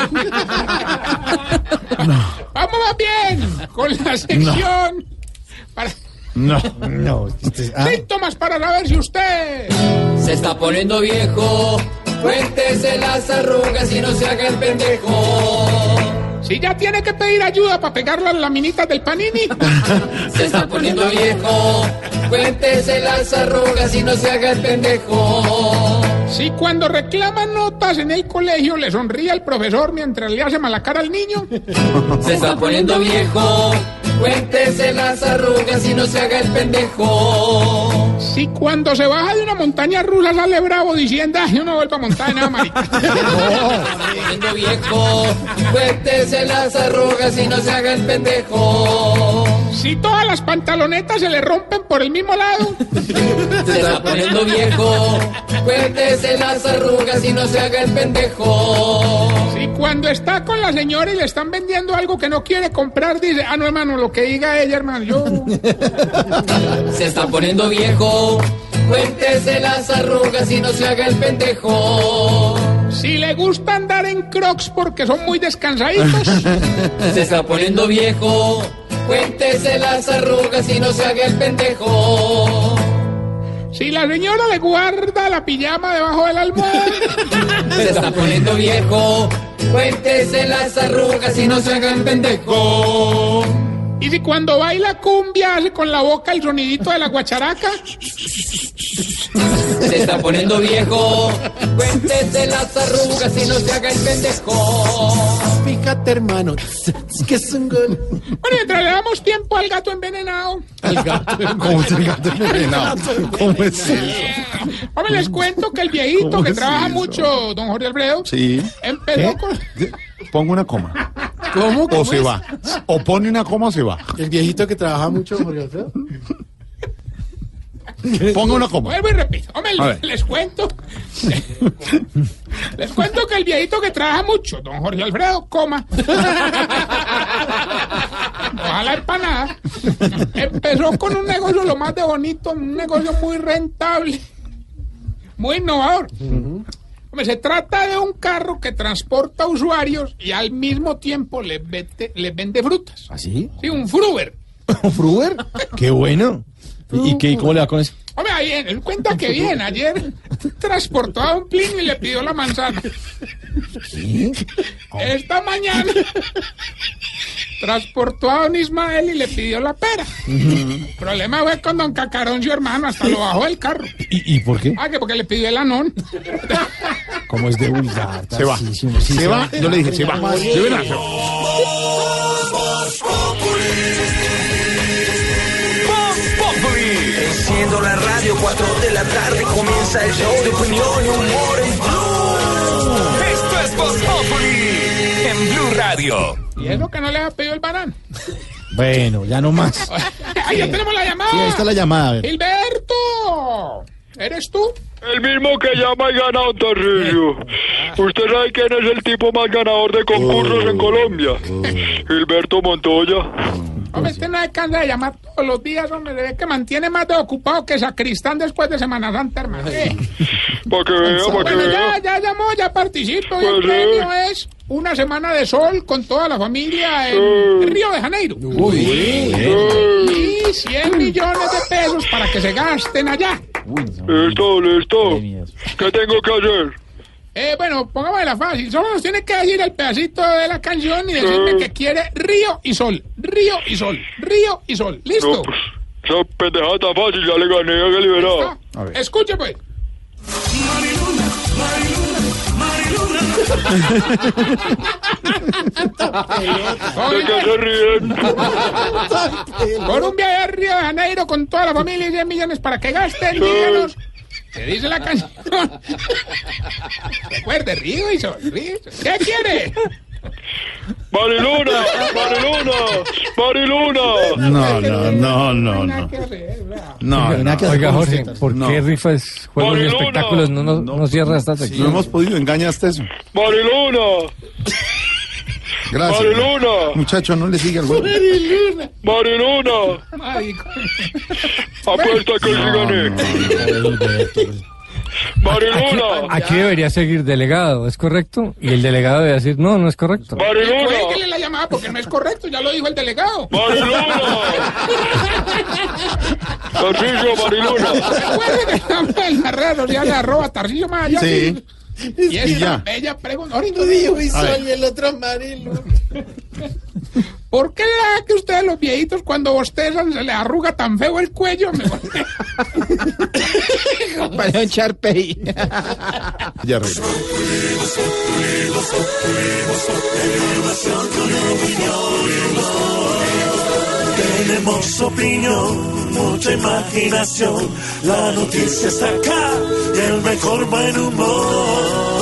Vamos más bien con la sección. Para... No. No. Este, ah, Síntomas para saber si usted Se está poniendo viejo, cuéntese las arrugas y no se haga el pendejo. si ya tiene que pedir ayuda para pegar las laminitas del panini. Se está poniendo viejo, cuéntese las arrugas y no se haga el pendejo. Si cuando reclama notas en el colegio le sonríe al profesor mientras le hace mala cara al niño. Se está poniendo viejo, cuéntese las arrugas y no se haga el pendejo. Si cuando se baja de una montaña rusa sale bravo diciendo, ay, yo no vuelvo a montar en nada, marica. Se está poniendo viejo, cuéntese las arrugas y no se haga el pendejo. Si todas las pantalonetas se le rompen por el mismo lado. Se está poniendo viejo, cuéntese las arrugas y no se haga el pendejo. Si cuando está con la señora y le están vendiendo algo que no quiere comprar, dice, ah, no, hermano, lo que diga ella, hermano, yo... Se está poniendo viejo, cuéntese las arrugas y no se haga el pendejo. Si le gusta andar en crocs porque son muy descansaditos. Se está poniendo viejo, cuéntese las arrugas y no se haga el pendejo. Si la señora le guarda la pijama debajo de la almohada. Se está poniendo viejo, cuéntese las arrugas y no se haga el pendejo. Y si cuando baila cumbia hace con la boca el sonidito de la guacharaca. Se está poniendo viejo, cuéntese las arrugas y no se haga el pendejo. Fíjate, hermano, que es un gol. Bueno, mientras le damos tiempo al gato envenenado. Al gato. ¿Cómo es el gato envenenado? ¿Cómo es eso? Hombre, les cuento que el viejito ¿Cómo que es trabaja eso? mucho, don Jorge Alfredo, Sí. empezó ¿Qué? con... Pongo una coma. ¿Cómo? O se va. O pone una coma o se va. El viejito que trabaja mucho, Jorge Alfredo. Ponga una coma. Vuelvo y repito. Hombre, A les, ver. les cuento. Les cuento que el viejito que trabaja mucho, don Jorge Alfredo, coma. Ojalá empanada. Empezó con un negocio lo más de bonito, un negocio muy rentable, muy innovador. Hombre, se trata de un carro que transporta usuarios y al mismo tiempo les vende, les vende frutas. ¿Así? Sí, un fruber. ¿Un fruber? ¡Qué bueno! ¿Y qué? ¿Cómo le va con eso? Hombre, ahí bien, él cuenta que bien, ayer transportó a un plino y le pidió la manzana. ¿Qué? Esta mañana transportó a don Ismael y le pidió la pera. El problema fue con don Cacarón, su hermano, hasta lo bajó del carro. ¿Y, y por qué? Ah, que porque le pidió el anón. ¿Cómo es de vulgar? Se va. Sí, sí, Se va. Yo le dije, se va. Se verá. Enciendo la radio, cuatro de la tarde comienza el show de opinión y humor en Blue. Esto es Voz Populi en Blue Radio. Y es lo que no le ha pedido el banano. Bueno, ya no más. ¡Ay, ya tenemos la llamada! Sí, ahí está la llamada. A ver. ¡Gilberto! ¿Eres tú? El mismo que llama y gana don Tarcisio. ¿Usted sabe quién es el tipo más ganador de concursos en Colombia? Gilberto Montoya. Hombre, este no se cansa de llamar todos los días, hombre. Se ve que mantiene más de ocupado que sacristán después de Semana Santa, hermano. ¿Qué? Para que vea, para que Bueno, vea. ya, ya llamó, ya participo. Y el Pues, premio eh. es una semana de sol con toda la familia en Río de Janeiro. Uy, Y cien millones de pesos para que se gasten allá. Listo, listo. ¿Qué tengo que hacer? Eh, bueno, pongámosla fácil. Solo nos tiene que decir el pedacito de la canción y decirme que quiere río y sol. Río y sol. Río y sol. ¿Listo? No, pues, esa pendejada tan fácil, ya le gané, ya que liberado. A ver. Escuche, pues. ¿De qué se ríen? Por un viaje a Río de Janeiro con toda la familia y cien millones para que gasten, díganos. ¿Qué dice la canción? Recuerde, río y sol. Río y sol. ¿Qué quiere? Mariluna, Mariluna, Mariluna. No, no, no, no, no. No, no. Oiga, Jorge, ¿por No. qué rifas, juegos y Mariluna. espectáculos no, no, no cierra esta No sección? hemos podido, engañar hasta eso. Mariluna, Gracias. Mariluna. Muchacho, no le siga el juego. Mariluna. Apuesta que sí gané. Mariluna. Aquí debería seguir delegado, ¿es correcto? Y el delegado debe decir, no, no es correcto. Mariluna. Cuélguele la llamada porque no es correcto, ya lo dijo el delegado. Mariluna. Tarcisio, Mariluna. Recuerde que estamos en las redes sociales, arroba Tarcisio Maya. Sí. Y esta ya. bella pregunta. Ahorita Dijo y A ver. sol y el otro Marilu. ¿Por qué será que ustedes los viejitos cuando bostezan se les arruga tan feo el cuello? Me Para un Charpey. Ya regresó. Tenemos opinión, mucha imaginación. La noticia está acá y el mejor buen humor.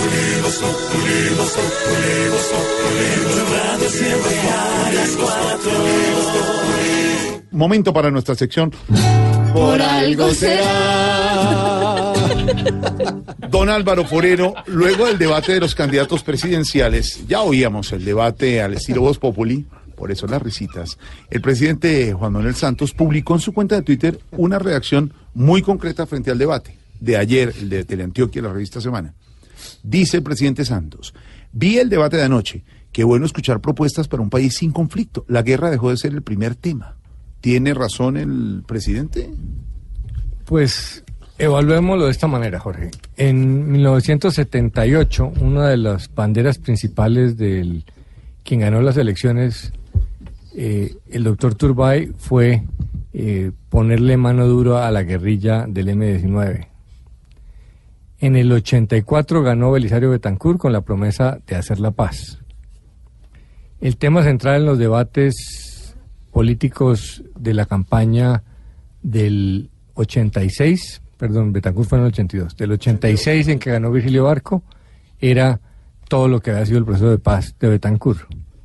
Radio siempre a las cuatro. Momento para nuestra sección. Por algo será. Don Álvaro Forero, luego del debate de los candidatos presidenciales, ya oíamos el debate al estilo Voz Populi, por eso las risitas. El presidente Juan Manuel Santos publicó en su cuenta de Twitter una reacción muy concreta frente al debate de ayer, el de Teleantioquia, la revista Semana. Dice el presidente Santos: vi el debate de anoche. Qué bueno escuchar propuestas para un país sin conflicto. La guerra dejó de ser el primer tema. ¿Tiene razón el presidente? Pues evaluémoslo de esta manera, Jorge. En mil novecientos setenta y ocho, una de las banderas principales del quien ganó las elecciones, eh, el doctor Turbay, fue eh, ponerle mano dura a la guerrilla del eme diecinueve. En el ochenta y cuatro ganó Belisario Betancur con la promesa de hacer la paz. El tema central en los debates políticos de la campaña del ochenta y seis, perdón, Betancur fue en el ochenta y dos, del ochenta y seis en que ganó Virgilio Barco, era todo lo que había sido el proceso de paz de Betancur.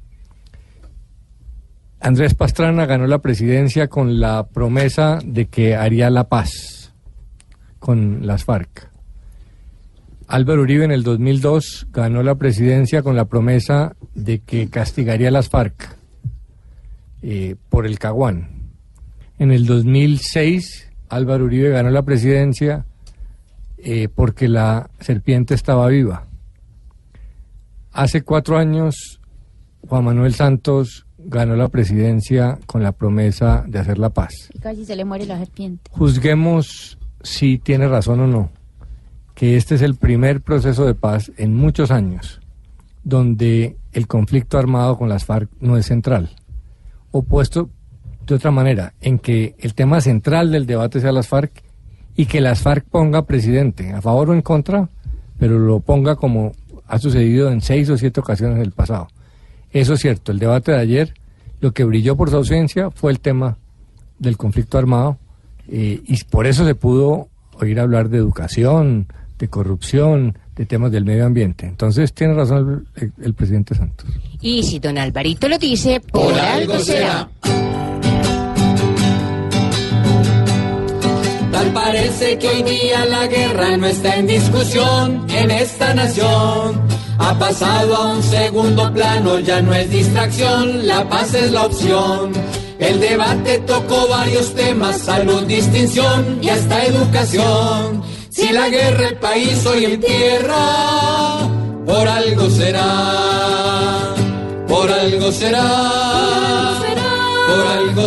Andrés Pastrana ganó la presidencia con la promesa de que haría la paz con las FARC. Álvaro Uribe en el dos mil dos ganó la presidencia con la promesa de que castigaría a las FARC eh, por el Caguán. En el dos mil seis Álvaro Uribe ganó la presidencia eh, porque la serpiente estaba viva. Hace cuatro años Juan Manuel Santos ganó la presidencia con la promesa de hacer la paz. Y casi se le muere la serpiente. Juzguemos si tiene razón o no, que este es el primer proceso de paz en muchos años donde el conflicto armado con las FARC no es central. O puesto de otra manera, en que el tema central del debate sea las FARC y que las FARC ponga presidente, a favor o en contra, pero lo ponga como ha sucedido en seis o siete ocasiones del pasado. Eso es cierto, el debate de ayer, lo que brilló por su ausencia fue el tema del conflicto armado, eh, y por eso se pudo oír hablar de educación, de corrupción, de temas del medio ambiente. Entonces tiene razón el, el, el presidente Santos. Y si don Alvarito lo dice, por, por algo será. Tal parece que hoy día la guerra no está en discusión en esta nación. Ha pasado a un segundo plano, ya no es distracción, la paz es la opción. El debate tocó varios temas, salud, distinción y hasta educación. Si la guerra el país hoy entierra, por algo será, por algo será, por algo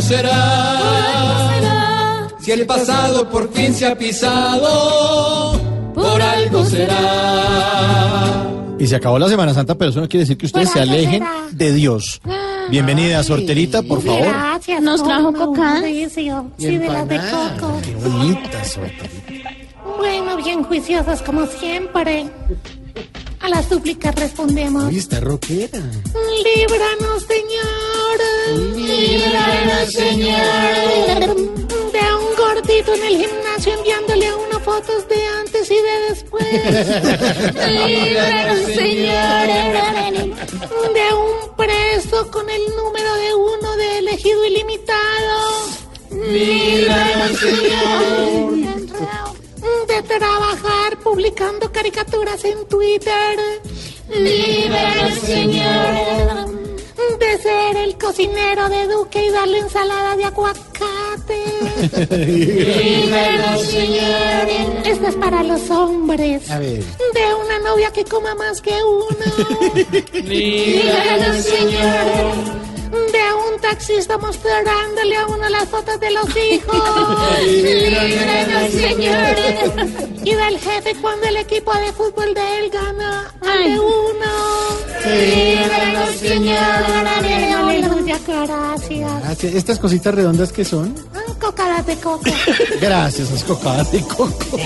será. Si el pasado por fin se ha pisado, por algo será. Y se acabó la Semana Santa, pero eso no quiere decir que ustedes se alejen de Dios. Bienvenida, Sorterita, por favor. Gracias. Nos trajo coca. Sí, de las de coco. Qué bonita, Sorterita. Bueno, bien juiciosas como siempre. A las súplicas respondemos. Uy, está rockera. Líbranos, Señor. Líbranos, Señor. De un gordito en el gimnasio enviándole a uno fotos de antes y de después. Líbranos, Señor. De un preso con el número de uno de elegido ilimitado. Líbranos, Señor. De trabajar publicando caricaturas en Twitter. Líbranos, Señor. De ser el cocinero de Duque y darle ensalada de aguacate. Líbranos, Señor. Esto es para los hombres. A ver. De una novia que coma más que uno. Líbranos, Señor. De un taxista mostrándole a uno las fotos de los hijos. Líbranos, Señor. Y del jefe cuando el equipo de fútbol de él gana al de uno. Líbranos, Señor. Aleluya, gracias. Gracias. ¿Estas cositas redondas qué son? Ah, cocadas de coco. Gracias, las cocadas de coco.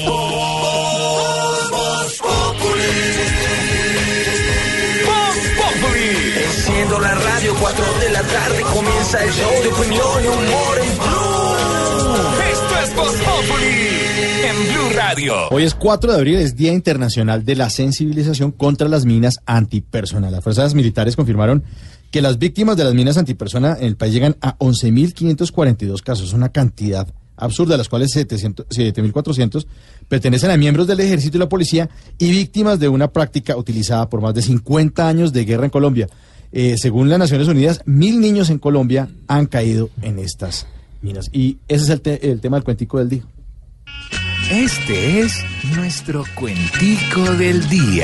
Enciendo la radio, cuatro de la tarde comienza el show de opinión y humor en Blue. Esto es Voz Populi en Blue Radio. Hoy es cuatro de abril, es Día Internacional de la Sensibilización contra las Minas Antipersona. Las fuerzas militares confirmaron que las víctimas de las minas antipersona en el país llegan a once mil quinientos cuarenta y dos casos, una cantidad absurda, de las cuales siete mil cuatrocientos pertenecen a miembros del ejército y la policía y víctimas de una práctica utilizada por más de cincuenta años de guerra en Colombia. Eh, según las Naciones Unidas, mil niños en Colombia han caído en estas minas. Y ese es el, te el tema del cuentico del día. Este es nuestro cuentico del día.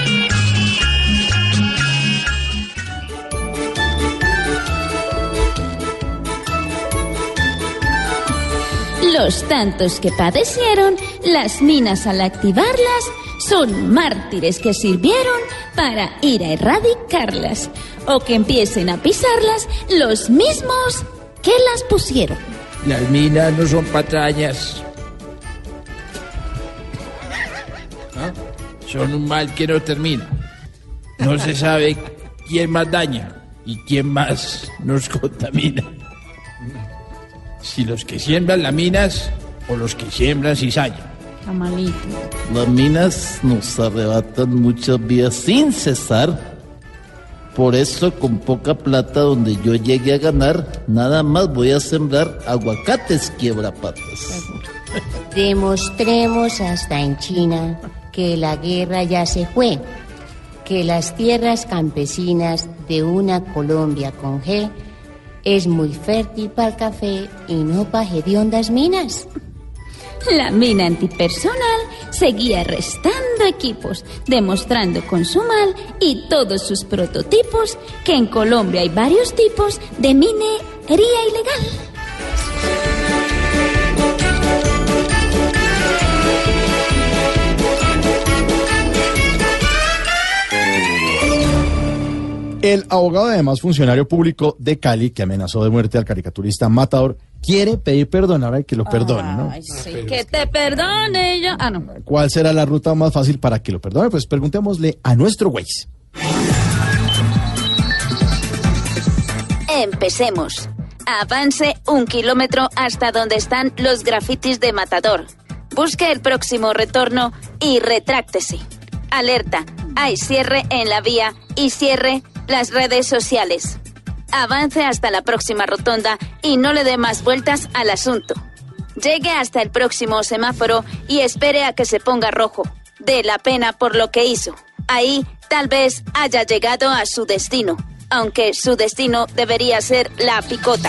Los tantos que padecieron las minas al activarlas son mártires que sirvieron para ir a erradicarlas o que empiecen a pisarlas los mismos que las pusieron. Las minas no son patrañas. ¿Ah? Son un mal que no termina. No se sabe quién más daña y quién más nos contamina. Si los que siembran las minas o los que siembran cizaña. Tamalito. Las minas nos arrebatan muchas vidas sin cesar. Por eso, con poca plata donde yo llegue a ganar, nada más voy a sembrar aguacates quiebrapatas. Demostremos hasta en China que la guerra ya se fue, que las tierras campesinas de una Colombia con G es muy fértil para el café y no para hediondas minas. La mina antipersonal seguía restando equipos, demostrando con su mal y todos sus prototipos que en Colombia hay varios tipos de minería ilegal. El abogado, además funcionario público de Cali, que amenazó de muerte al caricaturista Matador, quiere pedir perdón ahora y que lo perdone, ¿no? Ay, sí, que te perdone yo. Ah, no. ¿Cuál será la ruta más fácil para que lo perdone? Pues preguntémosle a nuestro Waze. Empecemos. Avance un kilómetro hasta donde están los grafitis de Matador. Busque el próximo retorno y retráctese. Alerta, hay cierre en la vía y cierre las redes sociales. Avance hasta la próxima rotonda y no le dé más vueltas al asunto. Llegue hasta el próximo semáforo y espere a que se ponga rojo. Dé la pena por lo que hizo. Ahí tal vez haya llegado a su destino, aunque su destino debería ser la picota.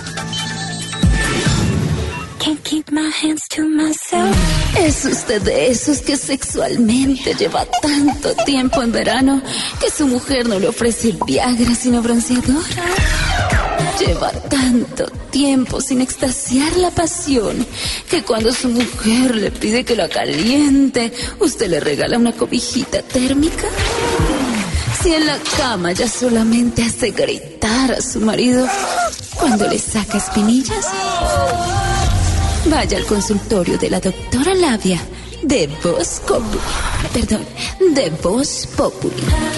Can't keep my hands to myself. ¿Es usted de esos que sexualmente lleva tanto tiempo en verano que su mujer no le ofrece el Viagra sino bronceador? Lleva tanto tiempo sin extasiar la pasión que cuando su mujer le pide que la caliente, usted le regala una cobijita térmica. Si en la cama ya solamente hace gritar a su marido cuando le saca espinillas. Vaya al consultorio de la doctora Labia de Voz Populi. Perdón, de Voz Populi.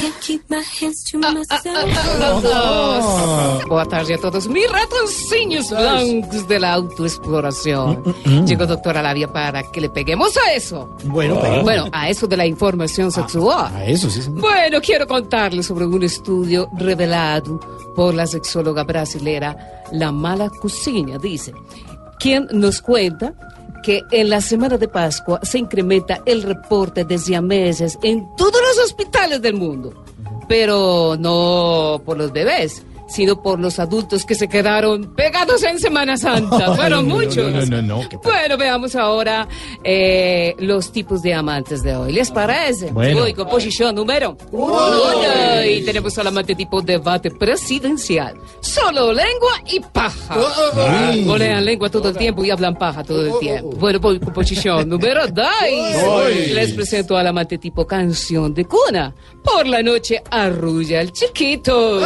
Boa tarde a todos mis ratoncillos blancos de la autoexploración. Mm, mm, mm. Llegó doctora Labia para que le peguemos a eso. Bueno, pero... Bueno, a eso de la información sexual. A eso, sí, sí. Bueno, quiero contarles sobre un estudio revelado por la sexóloga brasilera La Mala Cocina, dice, quien nos cuenta que en la semana de Pascua se incrementa el reporte de siameses en todos los hospitales del mundo, pero no por los bebés, sino por los adultos que se quedaron pegados en Semana Santa. Fueron no, muchos. No, no, no, no, bueno, veamos ahora eh, los tipos de amantes de hoy. ¿Les parece? Bueno. Uy, composición número uno. Y tenemos al amante tipo debate presidencial. Solo lengua y paja. Ay. Bolean lengua todo el tiempo y hablan paja todo el tiempo. Bueno, pues, composición número dos. Les presento al amante tipo canción de cuna. Por la noche arrulla el chiquito.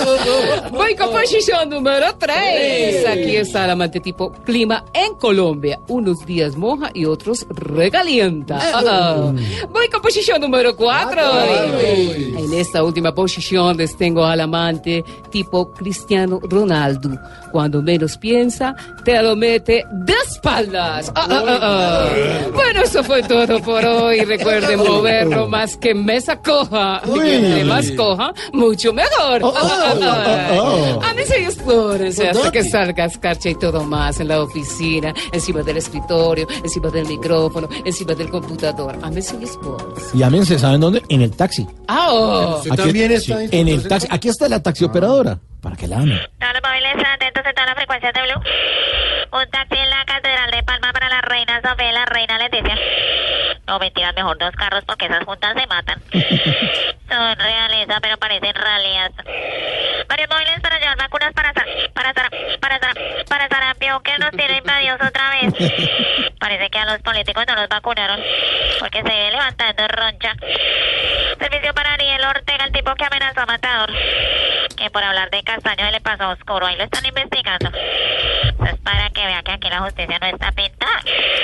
Voy con posición número tres. Aquí está el amante tipo clima en Colombia. Unos días moja y otros regalienta. Uh-oh. Voy con posición número cuatro. En esta última posición les tengo al amante tipo Cristiano Ronaldo. Cuando menos piensa, te lo mete de espaldas. Uh, uh, uh, uh. Bueno, eso fue todo por hoy. Recuerden moverlo más que mesa coja. Y entre más coja, mucho mejor. Uh, uh, uh. Oh. A mí se explórense hasta que salga escarcha y todo más en la oficina, encima del escritorio, encima del micrófono, encima del computador. A mí se explórense. Y ámense, ¿saben dónde? En el taxi. Ah, oh. Aquí, también está sí, en el taxi. Aquí está la taxi operadora. Para que la amen. Todos los móviles atentos en todas las frecuencias de Blue. Un taxi en la Catedral de Palma para la reina Sofía y la reina Leticia. No, mentiras, mejor dos carros porque esas juntas se matan. Son reales, pero parecen ralias. Varios móviles para llevar vacunas para para para para para sarampión que nos tiene invadidos otra vez. Parece que a los políticos no los vacunaron porque se viene levantando roncha. Servicio para Ariel Ortega, el tipo que amenazó a Matador, que por hablar de Castaño se le pasó oscuro. Ahí lo están investigando. Eso es para que vean que aquí la justicia no está pintada.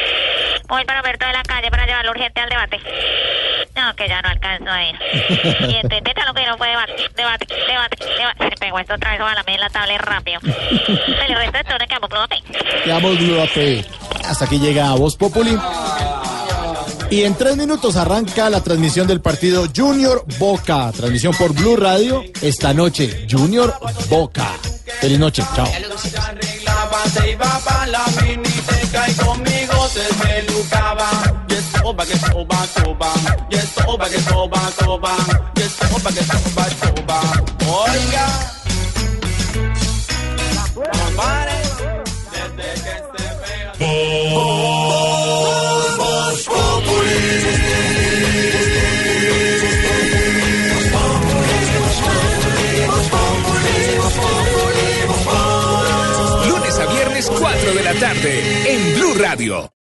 Voy para Roberto de la Calle para llevarlo urgente al debate. No, que ya no alcanzo a ir. Y en Twitter lo que no fue debate, debate, debate, debate. Se pegó esto otra vez, ojalá me dé la tabla rápido. El resto de todo le quedamos Blue P. Quedamos Blue P. Hasta aquí llega Voz Populi. Y en tres minutos arranca la transmisión del partido Junior Boca. Transmisión por Blue Radio esta noche. Junior Boca. Feliz noche. Chao. Se iba pa' la miniteca y conmigo se pelucaba. Y es soba que soba, soba. Y es soba que soba, soba. Y es soba que soba, soba. Oiga, compare, desde que se vea. Voz Populi. cuatro de la tarde en Blue Radio.